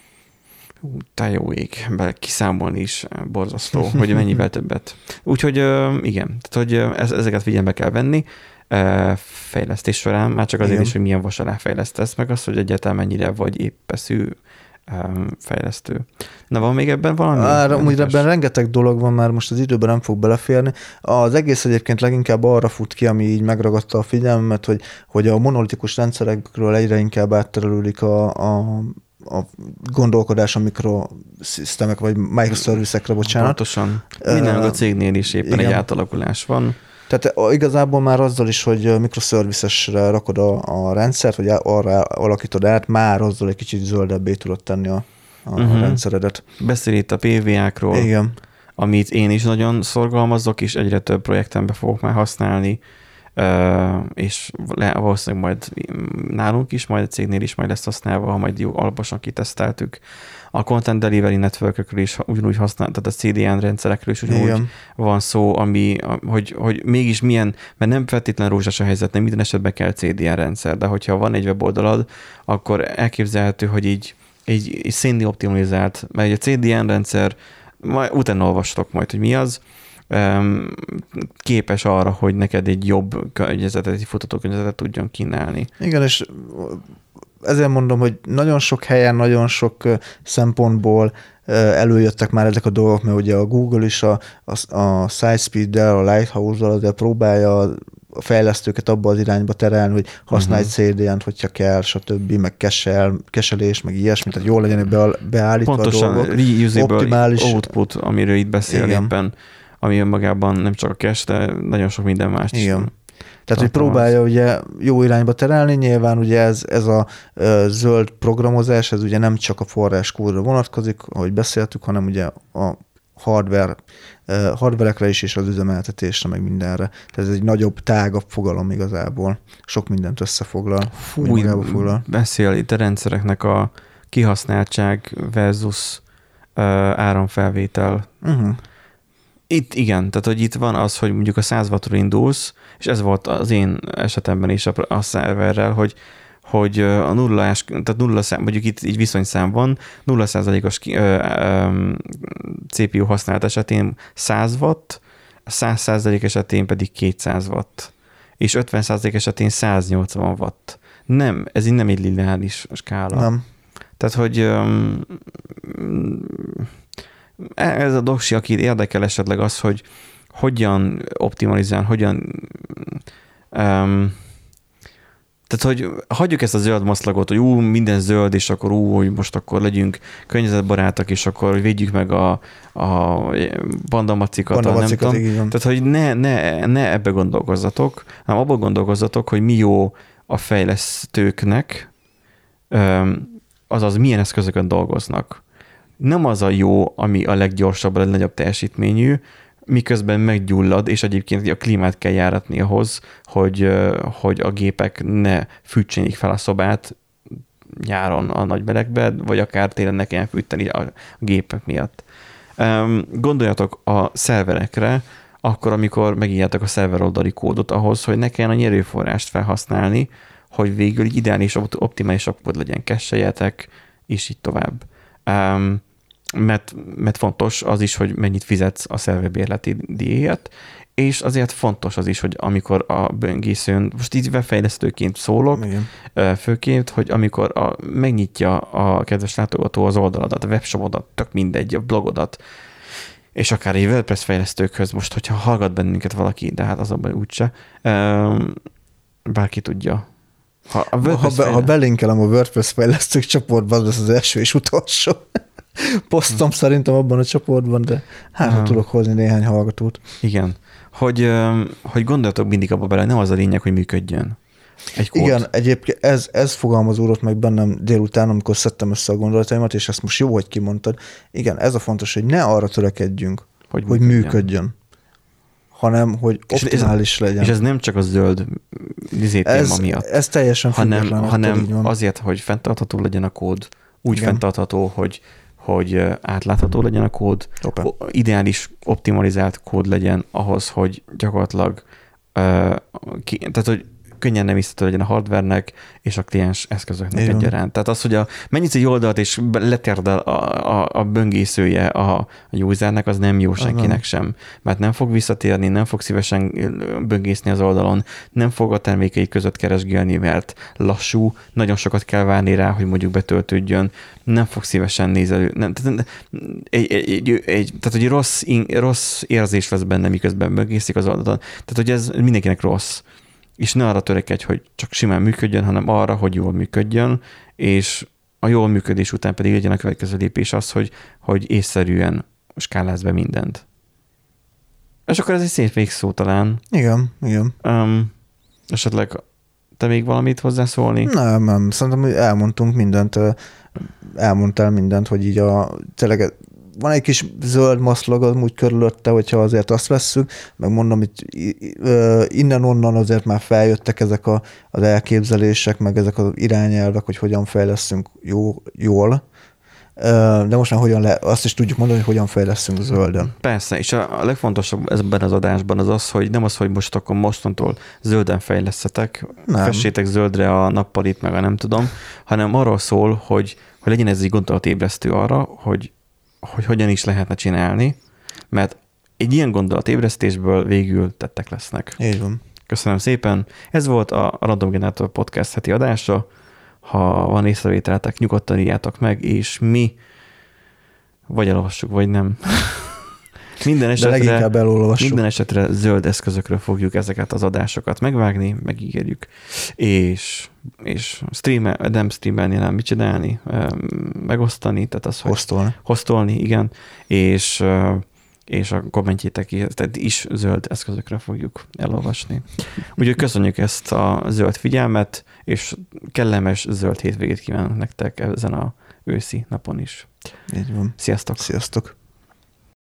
te jó ég, be kiszámolni is borzasztó, hogy mennyivel többet. Úgyhogy igen, tehát hogy ezeket figyelembe kell venni fejlesztés során, már csak azért igen. is, hogy milyen vas alá fejlesztesz, meg az, hogy egyáltalán mennyire vagy éppeszű fejlesztő. Na, van még ebben valami? Á, amúgy ebben rengeteg dolog van, már most az időben nem fog beleférni. Az egész egyébként leginkább arra fut ki, ami így megragadta a figyelmet, hogy, hogy a monolitikus rendszerekről egyre inkább átterülődik a, a a gondolkodás a mikroszisztemek, vagy microservice-ekre, bocsánat. Pontosan. Minden uh, a cégnél is éppen igen. egy átalakulás van. Tehát igazából már azzal is, hogy microservices-re rakod a, a rendszert, vagy arra alakítod át, már azzal egy kicsit zöldebbé tudod tenni a, a uh-huh. rendszeredet. Beszél itt a pé vé á-król, igen. amit én is nagyon szorgalmazok, és egyre több projektembe fogok már használni, Uh, és valószínűleg majd nálunk is, majd a cégnél is majd lesz használva, ha majd jó alaposan kiteszteltük. A Content Delivery Network-ökről is ugyanúgy használ, tehát a cé dé en rendszerekről is ugyanúgy igen. van szó, ami, hogy, hogy mégis milyen, mert nem feltétlenül rózsás a helyzet, nem minden esetben kell cé dé en rendszer, de hogyha van egy weboldalad, akkor elképzelhető, hogy így, így, így szénni optimalizált, mert egy cé dé en rendszer, majd utána olvastok majd, hogy mi az, képes arra, hogy neked egy jobb környezetet, egy futatókörnyezetet tudjon kínálni. Igen, és ezért mondom, hogy nagyon sok helyen, nagyon sok szempontból előjöttek már ezek a dolgok, mert ugye a Google is a, a, a SiteSpeed-del, a Lighthouse-dal azért próbálja a fejlesztőket abba az irányba terelni, hogy használj uh-huh. cé dé en-t, hogyha kell, stb., meg kesel, keselés, meg ilyesmi, tehát jól legyen be, beállítva pontosan, a dolgok. Pontosan, reusable optimális output, amiről itt beszél éppen, ami önmagában nem csak a cache, de nagyon sok minden más is. Igen. Tehát, hogy próbálja ugye jó irányba terelni, nyilván ugye ez, ez a ö, zöld programozás, ez ugye nem csak a forráskódra vonatkozik, ahogy beszéltük, hanem ugye a hardware, ö, hardverekre is, és az üzemeltetésre, meg mindenre. Tehát ez egy nagyobb, tágabb fogalom igazából. Sok mindent összefoglal. Fúj, beszél itt a rendszereknek a kihasználtság versus ö, áramfelvétel. Uh-huh. Itt igen, tehát hogy itt van az, hogy mondjuk a száz wattról indulsz, és ez volt az én esetemben is a, a szerverrel, hogy, hogy a nullás, tehát nulla szám, mondjuk itt így viszonyszám van, nulla százalékos cé pé u használat esetén száz watt, száz százalék esetén pedig kétszáz watt, és ötven százalék esetén száznyolcvan watt. Nem, ez így nem egy lineáris skála. Nem. Tehát, hogy um, ez a doksi, aki érdekel esetleg az, hogy hogyan optimalizál, hogyan um, tehát, hogy hagyjuk ezt a zöld maszlagot, hogy ú, minden zöld, és akkor ú, hogy most akkor legyünk környezetbarátak, és akkor védjük meg a, a pandamacikat, nem tudom. Tehát, hogy ne, ne, ne ebbe gondolkozzatok, hanem abban gondolkozzatok, hogy mi jó a fejlesztőknek, azaz milyen eszközökön dolgoznak. Nem az a jó, ami a leggyorsabb, a legnagyobb teljesítményű, miközben meggyullad, és egyébként a klímát kell járatni ahhoz, hogy, hogy a gépek ne fűtsénik fel a szobát nyáron a nagy melegbe, vagy akár télen ne kelljen fűteni a gépek miatt. Gondoljatok a szerverekre, akkor, amikor megírjátok a szerver oldali kódot ahhoz, hogy ne kelljen a nyerőforrást felhasználni, hogy végül így ideális, optimálisabb kód legyen, kesseljetek, és így tovább. Um, mert, mert fontos az is, hogy mennyit fizetsz a szerverbérleti díjért, és azért fontos az is, hogy amikor a böngészőn, most így webfejlesztőként szólok, igen, főként, hogy amikor a, megnyitja a kedves látogató az oldaladat, a webshopodat, tök mindegy, a blogodat, és akár egy WordPress fejlesztőkhöz, most, hogyha hallgat bennünket valaki, de hát az abban úgyse, bárki tudja. Ha, a ha, be, ha belinkelem a WordPress fejlesztők csoportban, az lesz az első és utolsó posztom hmm. szerintem abban a csoportban, de hát hmm. tudok hozni néhány hallgatót. Igen. Hogy, hogy gondoljatok mindig abba bele, nem az a lényeg, hogy működjön. Egy kód. Igen, egyébként ez, ez fogalmazódott meg bennem délután, amikor szedtem össze a gondolataimat, és ezt most jó, hogy kimondtad. Igen, ez a fontos, hogy ne arra törekedjünk, hogy, hogy működjön. működjön, hanem hogy optimális és legyen. És ez nem csak a zöld téma miatt. Ez teljesen hanem, hanem azért, hogy fenntartható legyen a kód, úgy Igen. fenntartható, hogy, hogy átlátható legyen a kód, Open. ideális, optimalizált kód legyen ahhoz, hogy gyakorlatilag uh, ki, tehát, hogy könnyen nem visszatő legyen a hardvernek és a kliens eszközöknek egyaránt. Tehát az, hogy a, mennyit egy oldalt és letérdel a, a, a böngészője a, a usernek, az nem jó senkinek Aha. sem. Mert nem fog visszatérni, nem fog szívesen böngészni az oldalon, nem fog a termékei között keresgélni, mert lassú, nagyon sokat kell várni rá, hogy mondjuk betöltődjön, nem fog szívesen nézelő. Nem, tehát, egy, egy, egy, egy, tehát, hogy rossz, rossz érzés lesz benne, miközben böngészik az oldalon. Tehát, hogy ez mindenkinek rossz. És ne arra törekedj, hogy csak simán működjön, hanem arra, hogy jól működjön, és a jól működés után pedig legyen a következő lépés az, hogy, hogy észszerűen skálázz be mindent. És akkor ez egy szép végszó talán. Igen, igen. Um, esetleg te még valamit hozzászólni? Nem, nem. Szerintem elmondtunk mindent, elmondtál mindent, hogy így a tényleg van egy kis zöld maszlag amúgy körülötte, hogyha azért azt vesszük, meg mondom, itt innen-onnan azért már feljöttek ezek a, az elképzelések, meg ezek az irányelvek, hogy hogyan fejlesztünk jó, jól, de most már hogyan le, azt is tudjuk mondani, hogy hogyan fejlesztünk zölden. Persze, és a legfontosabb ebben az adásban az az, hogy nem az, hogy most akkor mostantól zölden fejlesztetek, nem. Fessétek zöldre a nappalit, meg a nem tudom, hanem arról szól, hogy, hogy legyen ez egy gondolatébresztő arra, hogy hogy hogyan is lehetne csinálni, mert egy ilyen gondolatébresztésből végül tettek lesznek. Így van. Köszönöm szépen. Ez volt a Random Generator Podcast heti adása. Ha van észrevételetek, nyugodtan írjátok meg, és mi vagy elolvassuk, vagy nem. Minden esetre, minden esetre zöld eszközökről fogjuk ezeket az adásokat megvágni, megígérjük, és, és streamel, nem streamelni, nem mit csinálni, megosztani, tehát az, Hostolni. Hostolni, igen, és, és a kommentjétek tehát is zöld eszközökről fogjuk elolvasni. Úgyhogy köszönjük ezt a zöld figyelmet, és kellemes zöld hétvégét kívánok nektek ezen a őszi napon is. Így van. Sziasztok! Sziasztok!